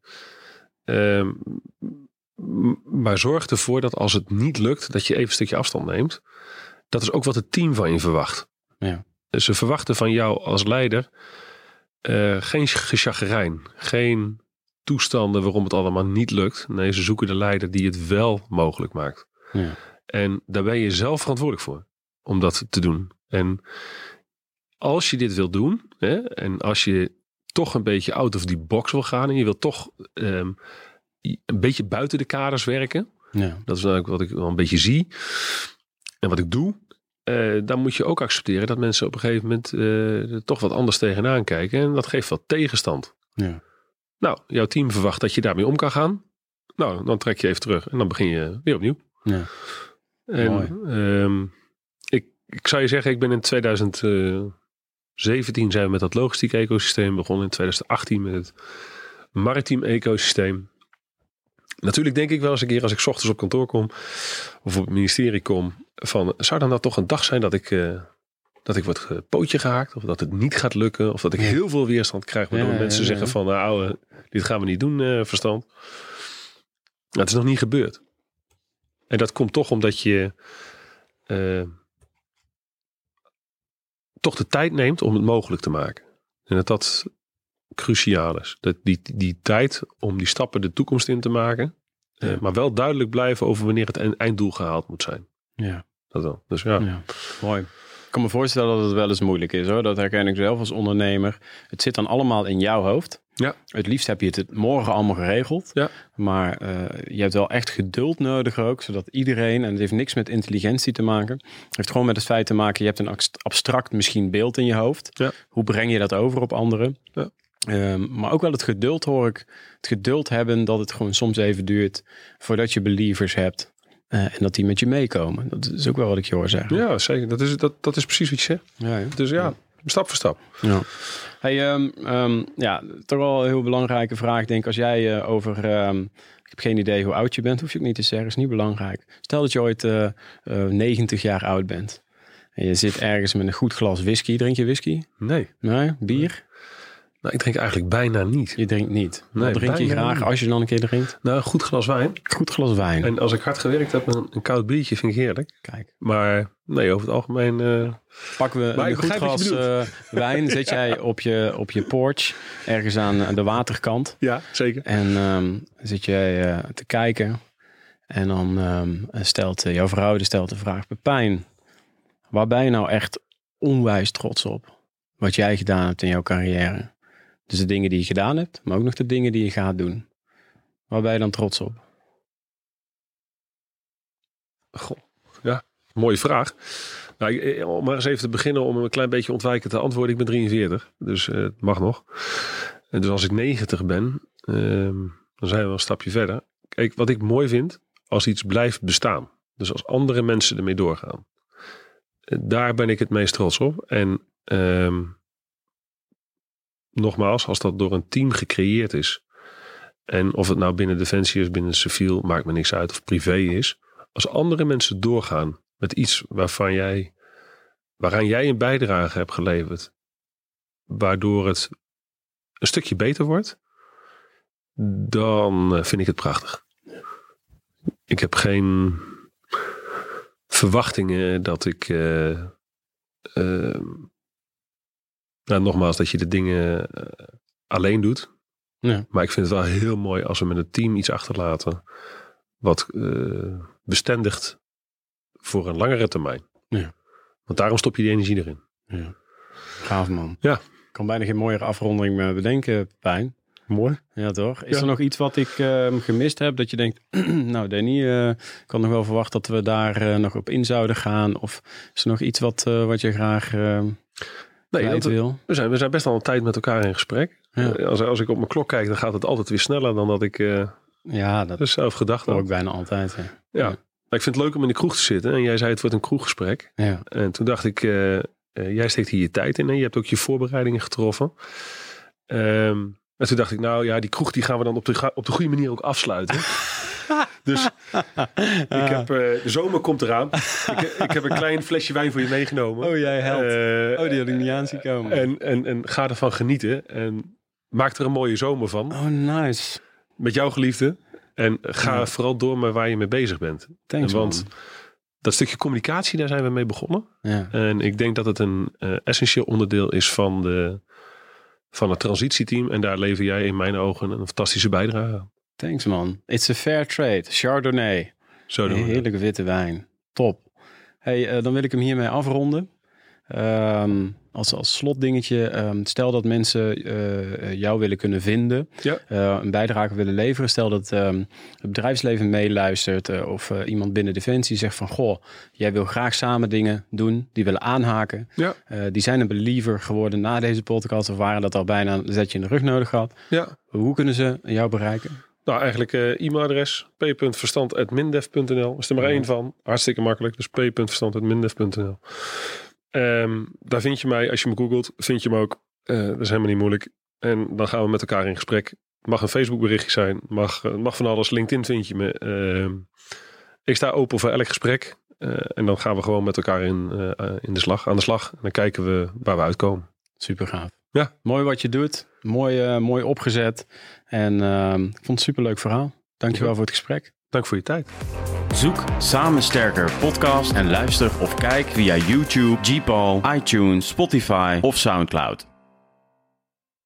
Maar zorg ervoor dat als het niet lukt, dat je even een stukje afstand neemt. Dat is ook wat het team van je verwacht. Ja. Ze verwachten van jou als leider geen gechagrijn, geen toestanden waarom het allemaal niet lukt. Nee, ze zoeken de leider die het wel mogelijk maakt. Ja. En daar ben je zelf verantwoordelijk voor om dat te doen. En als je dit wil doen, hè, en als je toch een beetje out of the box wil gaan en je wil toch een beetje buiten de kaders werken. Ja. Dat is eigenlijk wat ik wel een beetje zie en wat ik doe. Dan moet je ook accepteren dat mensen op een gegeven moment er toch wat anders tegenaan kijken. En dat geeft wat tegenstand. Ja. Nou, jouw team verwacht dat je daarmee om kan gaan. Nou, dan trek je even terug en dan begin je weer opnieuw. Ja. En, mooi. Ik zou je zeggen, ik ben in 2017 zijn we met dat logistiek ecosysteem begonnen. In 2018 met het maritiem ecosysteem. Natuurlijk denk ik wel eens een keer als ik 's ochtends op kantoor kom of op het ministerie kom van, zou dan dat toch een dag zijn dat ik word pootje gehaakt of dat het niet gaat lukken of dat ik heel veel weerstand krijg waardoor mensen zeggen van, nou, dit gaan we niet doen, verstand. Het is nog niet gebeurd. En dat komt toch omdat je toch de tijd neemt om het mogelijk te maken. En dat cruciaal is. Dat die tijd om die stappen de toekomst in te maken. Maar wel duidelijk blijven over wanneer het einddoel gehaald moet zijn. Ja. Dat wel. Dus ja. Mooi. kan me voorstellen dat het wel eens moeilijk is, hoor. Dat herken ik zelf als ondernemer. Het zit dan allemaal in jouw hoofd. Ja. Het liefst heb je het morgen allemaal geregeld. Ja. Maar je hebt wel echt geduld nodig ook. Zodat iedereen, en het heeft niks met intelligentie te maken. Het heeft gewoon met het feit te maken. Je hebt een abstract misschien beeld in je hoofd. Ja. Hoe breng je dat over op anderen? Ja. Maar ook wel het geduld hoor ik. Het geduld hebben dat het gewoon soms even duurt. Voordat je believers hebt. En dat die met je meekomen. Dat is ook wel wat ik je hoor zeggen. Ja, zeker. Dat is precies wat je zegt. Ja, ja. Dus ja, stap voor stap. Ja. Hey, toch wel een heel belangrijke vraag. Denk als jij over... ik heb geen idee hoe oud je bent. Hoef je ook niet te zeggen. Is niet belangrijk. Stel dat je ooit 90 jaar oud bent. En je zit ergens met een goed glas whisky. Drink je whisky? Nee. Nee? Bier? Nou, ik drink eigenlijk bijna niet. Je drinkt niet. Nee, Wat drink je bijna graag niet. als je dan een keer drinkt? Nou, een goed glas wijn. Goed glas wijn. En als ik hard gewerkt heb, een koud biertje vind ik heerlijk. Kijk. Maar nee, over het algemeen... Pakken we Maar een ik goed begrijp wat je glas wijn. Zet jij op je porch. Ergens aan de waterkant. ja, zeker. En zit jij te kijken. En dan stelt jouw vrouw de vraag. Pepijn, waar ben je nou echt onwijs trots op? Wat jij gedaan hebt in jouw carrière. Dus de dingen die je gedaan hebt. Maar ook nog de dingen die je gaat doen. Waar ben je dan trots op? Goh, ja, mooie vraag. Nou, om maar eens even te beginnen om een klein beetje ontwijken te antwoorden. Ik ben 43, dus het mag nog. En dus als ik 90 ben, dan zijn we een stapje verder. Kijk, wat ik mooi vind, als iets blijft bestaan. Dus als andere mensen ermee doorgaan. Daar ben ik het meest trots op. En nogmaals, als dat door een team gecreëerd is. En of het nou binnen Defensie is, binnen civiel, maakt me niks uit. Of privé is. Als andere mensen doorgaan met iets waaraan jij een bijdrage hebt geleverd. Waardoor het een stukje beter wordt. Dan vind ik het prachtig. Ik heb geen verwachtingen dat ik... nogmaals, dat je de dingen alleen doet. Ja. Maar ik vind het wel heel mooi als we met een team iets achterlaten. Wat bestendigt voor een langere termijn. Ja. Want daarom stop je die energie erin. Ja. Gaaf man. Ja. Ik kan bijna geen mooiere afronding meer bedenken, Pepijn. Mooi. Ja toch? Is er nog iets wat ik gemist heb? Dat je denkt, nou Danny, ik had nog wel verwacht dat we daar nog op in zouden gaan. Of is er nog iets wat je graag wil? We zijn best al een tijd met elkaar in gesprek. Ja. Als ik op mijn klok kijk, dan gaat het altijd weer sneller dan dat ik Dat dus zelf gedacht hoor had. ik bijna altijd. Ja. Maar ik vind het leuk om in de kroeg te zitten. En jij zei het wordt een kroeggesprek. Ja. En toen dacht ik, jij steekt hier je tijd in. En je hebt ook je voorbereidingen getroffen. En toen dacht ik, nou ja, die kroeg die gaan we dan op de goede manier ook afsluiten. Dus ik heb, de zomer komt eraan. Ik heb een klein flesje wijn voor je meegenomen. Oh, jij held. Die had ik niet aan zien komen. En ga ervan genieten. En maak er een mooie zomer van. Oh, nice. Met jouw geliefde. En ga vooral door met waar je mee bezig bent. Thanks, want dat stukje communicatie, daar zijn we mee begonnen. Ja. En ik denk dat het een essentieel onderdeel is van het transitieteam. En daar lever jij in mijn ogen een fantastische bijdrage aan. Thanks man. It's a fair trade. Chardonnay. Zo doen we. Heerlijke witte wijn. Top. Hey, dan wil ik hem hiermee afronden. Als slotdingetje. Stel dat mensen jou willen kunnen vinden. Ja. Een bijdrage willen leveren. Stel dat het bedrijfsleven meeluistert. Of iemand binnen Defensie zegt van... Goh, jij wil graag samen dingen doen. Die willen aanhaken. Ja. Die zijn een believer geworden na deze podcast. Of waren dat al bijna een zetje in de rug nodig had. Ja. Hoe kunnen ze jou bereiken? Nou, eigenlijk e-mailadres p.verstand@mindef.nl. Is er maar één van. Hartstikke makkelijk. Dus p.verstand@mindef.nl. Daar vind je mij. Als je me googelt, vind je me ook. Dat is helemaal niet moeilijk. En dan gaan we met elkaar in gesprek. Het mag een Facebook berichtje zijn. Mag van alles. LinkedIn vind je me. Ik sta open voor elk gesprek. En dan gaan we gewoon met elkaar aan de slag. En dan kijken we waar we uitkomen. Super gaaf. Ja. Mooi wat je doet. Mooi opgezet. En ik vond het een superleuk verhaal. Dankjewel voor het gesprek. Dank voor je tijd. Zoek Samen Sterker podcast en luister of kijk via YouTube, Gpal, iTunes, Spotify of Soundcloud.